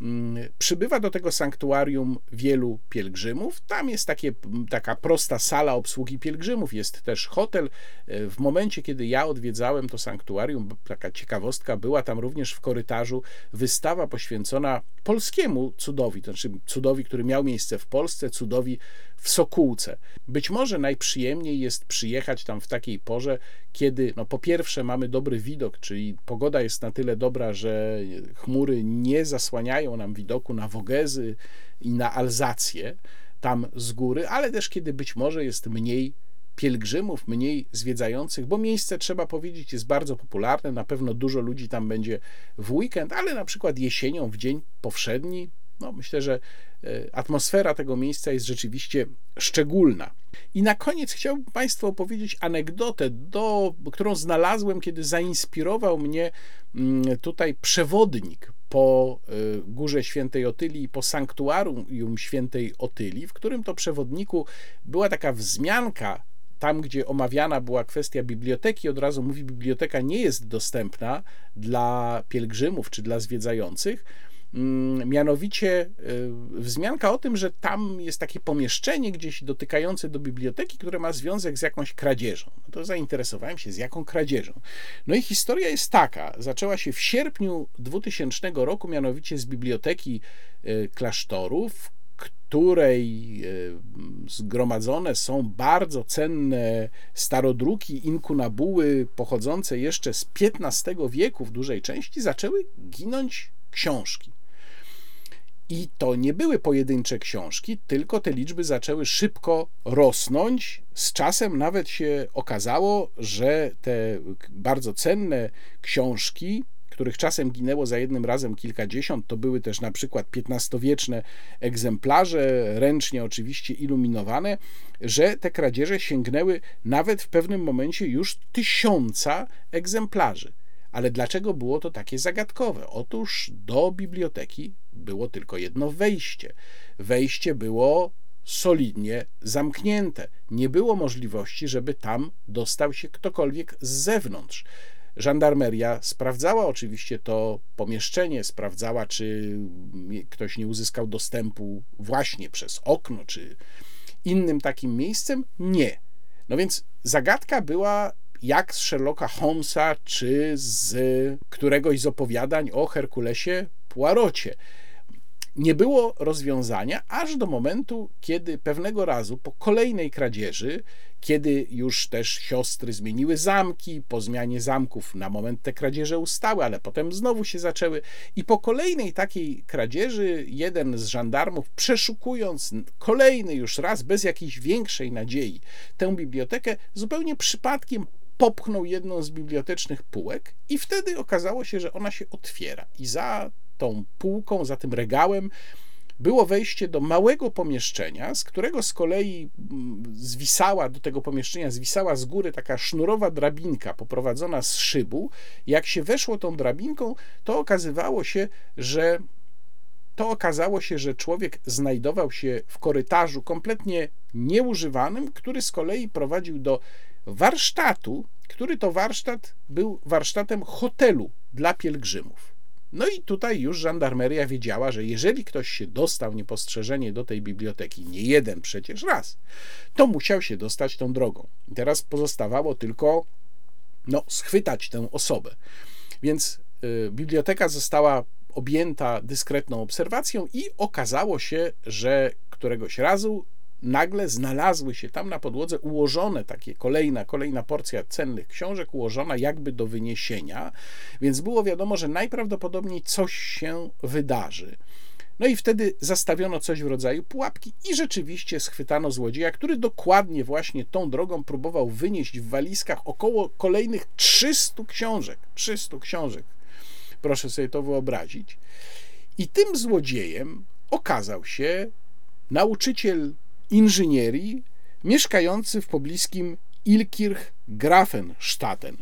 Przybywa do tego sanktuarium wielu pielgrzymów. Tam jest takie, taka prosta sala obsługi pielgrzymów, jest też hotel. W momencie, kiedy ja odwiedzałem to sanktuarium, taka ciekawostka, była tam również w korytarzu wystawa poświęcona polskiemu cudowi, to znaczy cudowi, który miał miejsce w Polsce, cudowi w Sokółce. Być może najprzyjemniej jest przyjechać tam w takiej porze, kiedy no po pierwsze mamy dobry widok, czyli pogoda jest na tyle dobra, że chmury nie zasłaniają nam widoku na Wogezy i na Alzację tam z góry, ale też kiedy być może jest mniej pielgrzymów, mniej zwiedzających, bo miejsce, trzeba powiedzieć, jest bardzo popularne, na pewno dużo ludzi tam będzie w weekend, ale na przykład jesienią, w dzień powszedni, no myślę, że atmosfera tego miejsca jest rzeczywiście szczególna. I na koniec chciałbym Państwu opowiedzieć anegdotę, do, którą znalazłem, kiedy zainspirował mnie tutaj przewodnik po Górze Świętej Otylii, po sanktuarium Świętej Otylii, w którym to przewodniku była taka wzmianka, tam gdzie omawiana była kwestia biblioteki. Od razu mówi, biblioteka nie jest dostępna dla pielgrzymów czy dla zwiedzających. Mianowicie wzmianka o tym, że tam jest takie pomieszczenie gdzieś dotykające do biblioteki, które ma związek z jakąś kradzieżą. No to zainteresowałem się, z jaką kradzieżą. No i historia jest taka. Zaczęła się w sierpniu dwutysięcznego roku, mianowicie z biblioteki klasztoru, w której zgromadzone są bardzo cenne starodruki, inkunabuły pochodzące jeszcze z piętnastego wieku w dużej części, zaczęły ginąć książki. I to nie były pojedyncze książki, tylko te liczby zaczęły szybko rosnąć. Z czasem nawet się okazało, że te bardzo cenne książki, których czasem ginęło za jednym razem kilkadziesiąt, to były też na przykład piętnastowieczne egzemplarze, ręcznie oczywiście iluminowane, że te kradzieże sięgnęły nawet w pewnym momencie już tysiąca egzemplarzy. Ale dlaczego było to takie zagadkowe? Otóż do biblioteki było tylko jedno wejście. Wejście było solidnie zamknięte. Nie było możliwości, żeby tam dostał się ktokolwiek z zewnątrz. Żandarmeria sprawdzała oczywiście to pomieszczenie, sprawdzała, czy ktoś nie uzyskał dostępu właśnie przez okno, czy innym takim miejscem. Nie. No więc zagadka była jak z Sherlocka Holmesa, czy z któregoś z opowiadań o Herkulesie Poirocie. Nie było rozwiązania aż do momentu, kiedy pewnego razu po kolejnej kradzieży, kiedy już też siostry zmieniły zamki, po zmianie zamków na moment te kradzieże ustały, ale potem znowu się zaczęły i po kolejnej takiej kradzieży jeden z żandarmów, przeszukując kolejny już raz bez jakiejś większej nadziei tę bibliotekę, zupełnie przypadkiem popchnął jedną z bibliotecznych półek i wtedy okazało się, że ona się otwiera i za tą półką, za tym regałem było wejście do małego pomieszczenia, z którego z kolei zwisała, do tego pomieszczenia zwisała z góry taka sznurowa drabinka poprowadzona z szybu. Jak się weszło tą drabinką, to okazywało się, że to okazało się, że człowiek znajdował się w korytarzu kompletnie nieużywanym, który z kolei prowadził do warsztatu, który to warsztat był warsztatem hotelu dla pielgrzymów. No i tutaj już żandarmeria wiedziała, że jeżeli ktoś się dostał niepostrzeżenie do tej biblioteki, nie jeden przecież raz, to musiał się dostać tą drogą. I teraz pozostawało tylko no, schwytać tę osobę. Więc y, biblioteka została objęta dyskretną obserwacją i okazało się, że któregoś razu nagle znalazły się tam na podłodze ułożone takie kolejna, kolejna porcja cennych książek, ułożona jakby do wyniesienia, więc było wiadomo, że najprawdopodobniej coś się wydarzy. No i wtedy zastawiono coś w rodzaju pułapki i rzeczywiście schwytano złodzieja, który dokładnie właśnie tą drogą próbował wynieść w walizkach około kolejnych trzystu książek. trzystu książek. Proszę sobie to wyobrazić. I tym złodziejem okazał się nauczyciel inżynierii mieszkający w pobliskim Illkirch-Grafenstaden.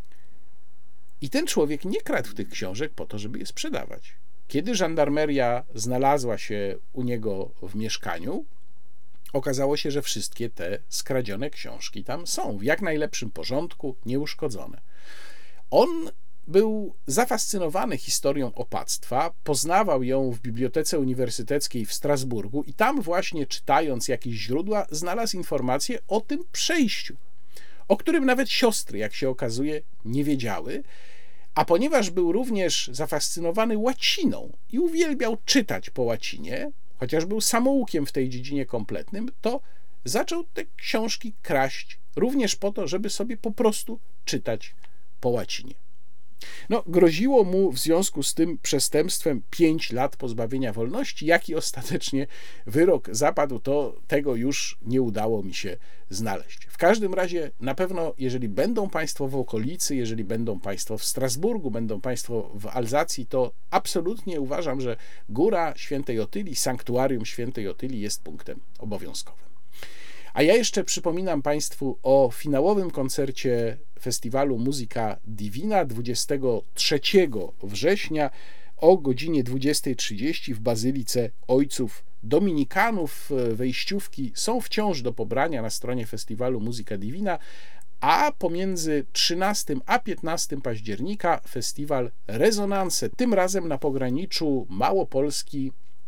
I ten człowiek nie kradł tych książek po to, żeby je sprzedawać. Kiedy żandarmeria znalazła się u niego w mieszkaniu, okazało się, że wszystkie te skradzione książki tam są w jak najlepszym porządku, nieuszkodzone. On był zafascynowany historią opactwa, poznawał ją w Bibliotece Uniwersyteckiej w Strasburgu i tam właśnie czytając jakieś źródła znalazł informację o tym przejściu, o którym nawet siostry, jak się okazuje, nie wiedziały, a ponieważ był również zafascynowany łaciną i uwielbiał czytać po łacinie, chociaż był samoukiem w tej dziedzinie kompletnym, to zaczął te książki kraść również po to, żeby sobie po prostu czytać po łacinie. No, groziło mu w związku z tym przestępstwem pięć lat pozbawienia wolności. Jaki ostatecznie wyrok zapadł, to tego już nie udało mi się znaleźć. W każdym razie na pewno, jeżeli będą Państwo w okolicy, jeżeli będą Państwo w Strasburgu, będą Państwo w Alzacji, to absolutnie uważam, że Góra Świętej Otylii, sanktuarium Świętej Otylii jest punktem obowiązkowym. A ja jeszcze przypominam Państwu o finałowym koncercie festiwalu Musica Divina dwudziestego trzeciego września o godzinie dwudziestej trzydzieści w Bazylice Ojców Dominikanów. Wejściówki są wciąż do pobrania na stronie festiwalu Musica Divina, a pomiędzy trzynastego a piętnastego października festiwal Rezonanse, tym razem na pograniczu Małopolski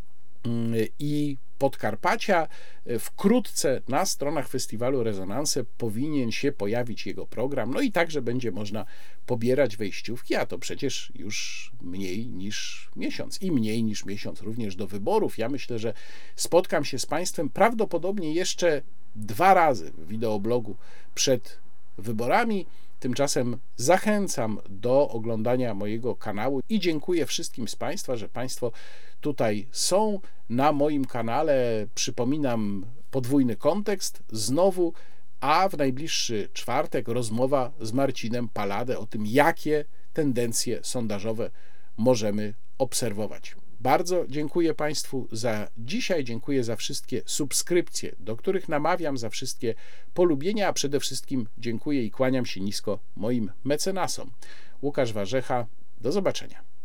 i Podkarpacia. Wkrótce na stronach festiwalu Rezonanse powinien się pojawić jego program, no i także będzie można pobierać wejściówki, a to przecież już mniej niż miesiąc i mniej niż miesiąc również do wyborów. Ja myślę, że spotkam się z Państwem prawdopodobnie jeszcze dwa razy w wideoblogu przed wyborami. Tymczasem zachęcam do oglądania mojego kanału i dziękuję wszystkim z Państwa, że Państwo tutaj są na moim kanale. Przypominam podwójny kontekst znowu, a w najbliższy czwartek rozmowa z Marcinem Paladę o tym, jakie tendencje sondażowe możemy obserwować. Bardzo dziękuję Państwu za dzisiaj, dziękuję za wszystkie subskrypcje, do których namawiam, za wszystkie polubienia, a przede wszystkim dziękuję i kłaniam się nisko moim mecenasom. Łukasz Warzecha, do zobaczenia.